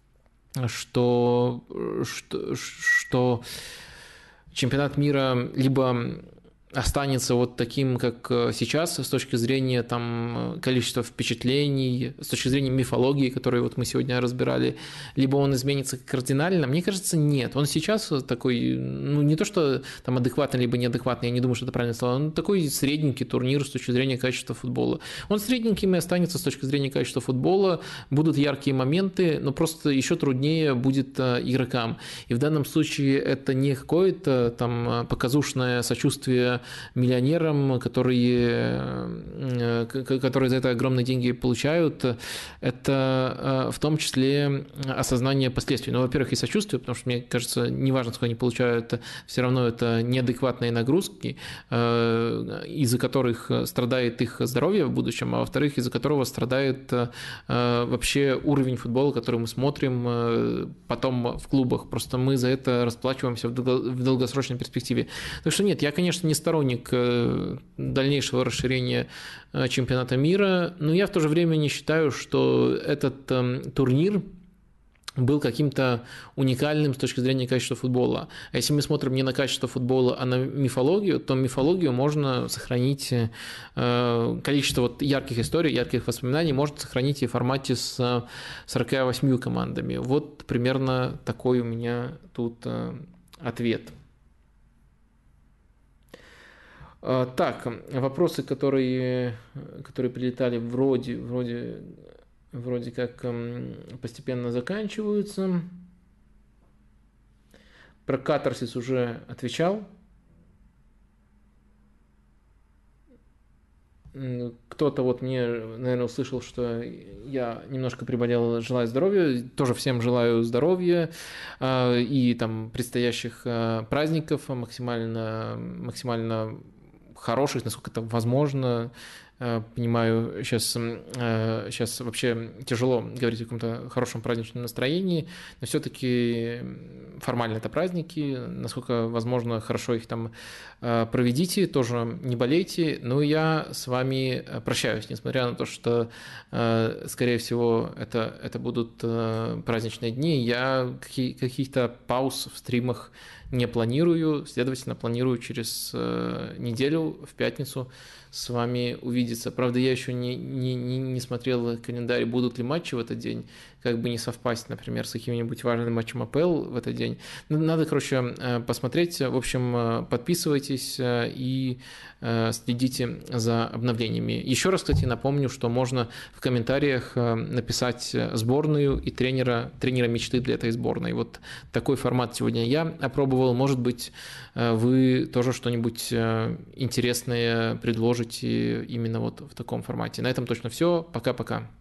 что, что, что чемпионат мира либо останется вот таким, как сейчас, с точки зрения там, количества впечатлений, с точки зрения мифологии, которую вот мы сегодня разбирали, либо он изменится кардинально? Мне кажется, нет. Он сейчас такой, ну не то, что там адекватный, либо неадекватный, я не думаю, что это правильное слово, он такой средненький турнир с точки зрения качества футбола. Он средненьким и останется с точки зрения качества футбола, будут яркие моменты, но просто еще труднее будет игрокам. И в данном случае это не какое-то там показушное сочувствие миллионерам, которые, которые за это огромные деньги получают, это в том числе осознание последствий. Ну, во-первых, и сочувствие, потому что, мне кажется, неважно, сколько они получают, все равно это неадекватные нагрузки, из-за которых страдает их здоровье в будущем, а во-вторых, из-за которого страдает вообще уровень футбола, который мы смотрим потом в клубах. Просто мы за это расплачиваемся в долгосрочной перспективе. Так что нет, я, конечно, не сторонник дальнейшего расширения чемпионата мира, но я в то же время не считаю, что этот турнир был каким-то уникальным с точки зрения качества футбола. А если мы смотрим не на качество футбола, а на мифологию, то мифологию можно сохранить, количество вот ярких историй, ярких воспоминаний можно сохранить и в формате с сорока восьмью командами. Вот примерно такой у меня тут ответ. Так, вопросы, которые, которые прилетали, вроде, вроде, вроде как постепенно заканчиваются. Про катарсис уже отвечал. Кто-то вот мне, наверное, услышал, что я немножко приболел, желаю здоровья. Тоже всем желаю здоровья и там предстоящих праздников максимально, максимально хороших, насколько это возможно. Понимаю, сейчас, сейчас вообще тяжело говорить о каком-то хорошем праздничном настроении, но все-таки формально это праздники, насколько возможно, хорошо их там проведите, тоже не болейте. Но я с вами прощаюсь, несмотря на то, что, скорее всего, это, это будут праздничные дни. Я каких-то пауз в стримах не планирую, следовательно, планирую через неделю в пятницу с вами увидеться. Правда, я еще не, не, не смотрел календарь, будут ли матчи в этот день. как бы не совпасть, например, с каким-нибудь важным матчем АПЛ в этот день. Надо, короче, посмотреть. В общем, подписывайтесь и следите за обновлениями. Еще раз, кстати, напомню, что можно в комментариях написать сборную и тренера, тренера мечты для этой сборной. Вот такой формат сегодня я опробовал. Может быть, вы тоже что-нибудь интересное предложите именно вот в таком формате. На этом точно все. Пока-пока.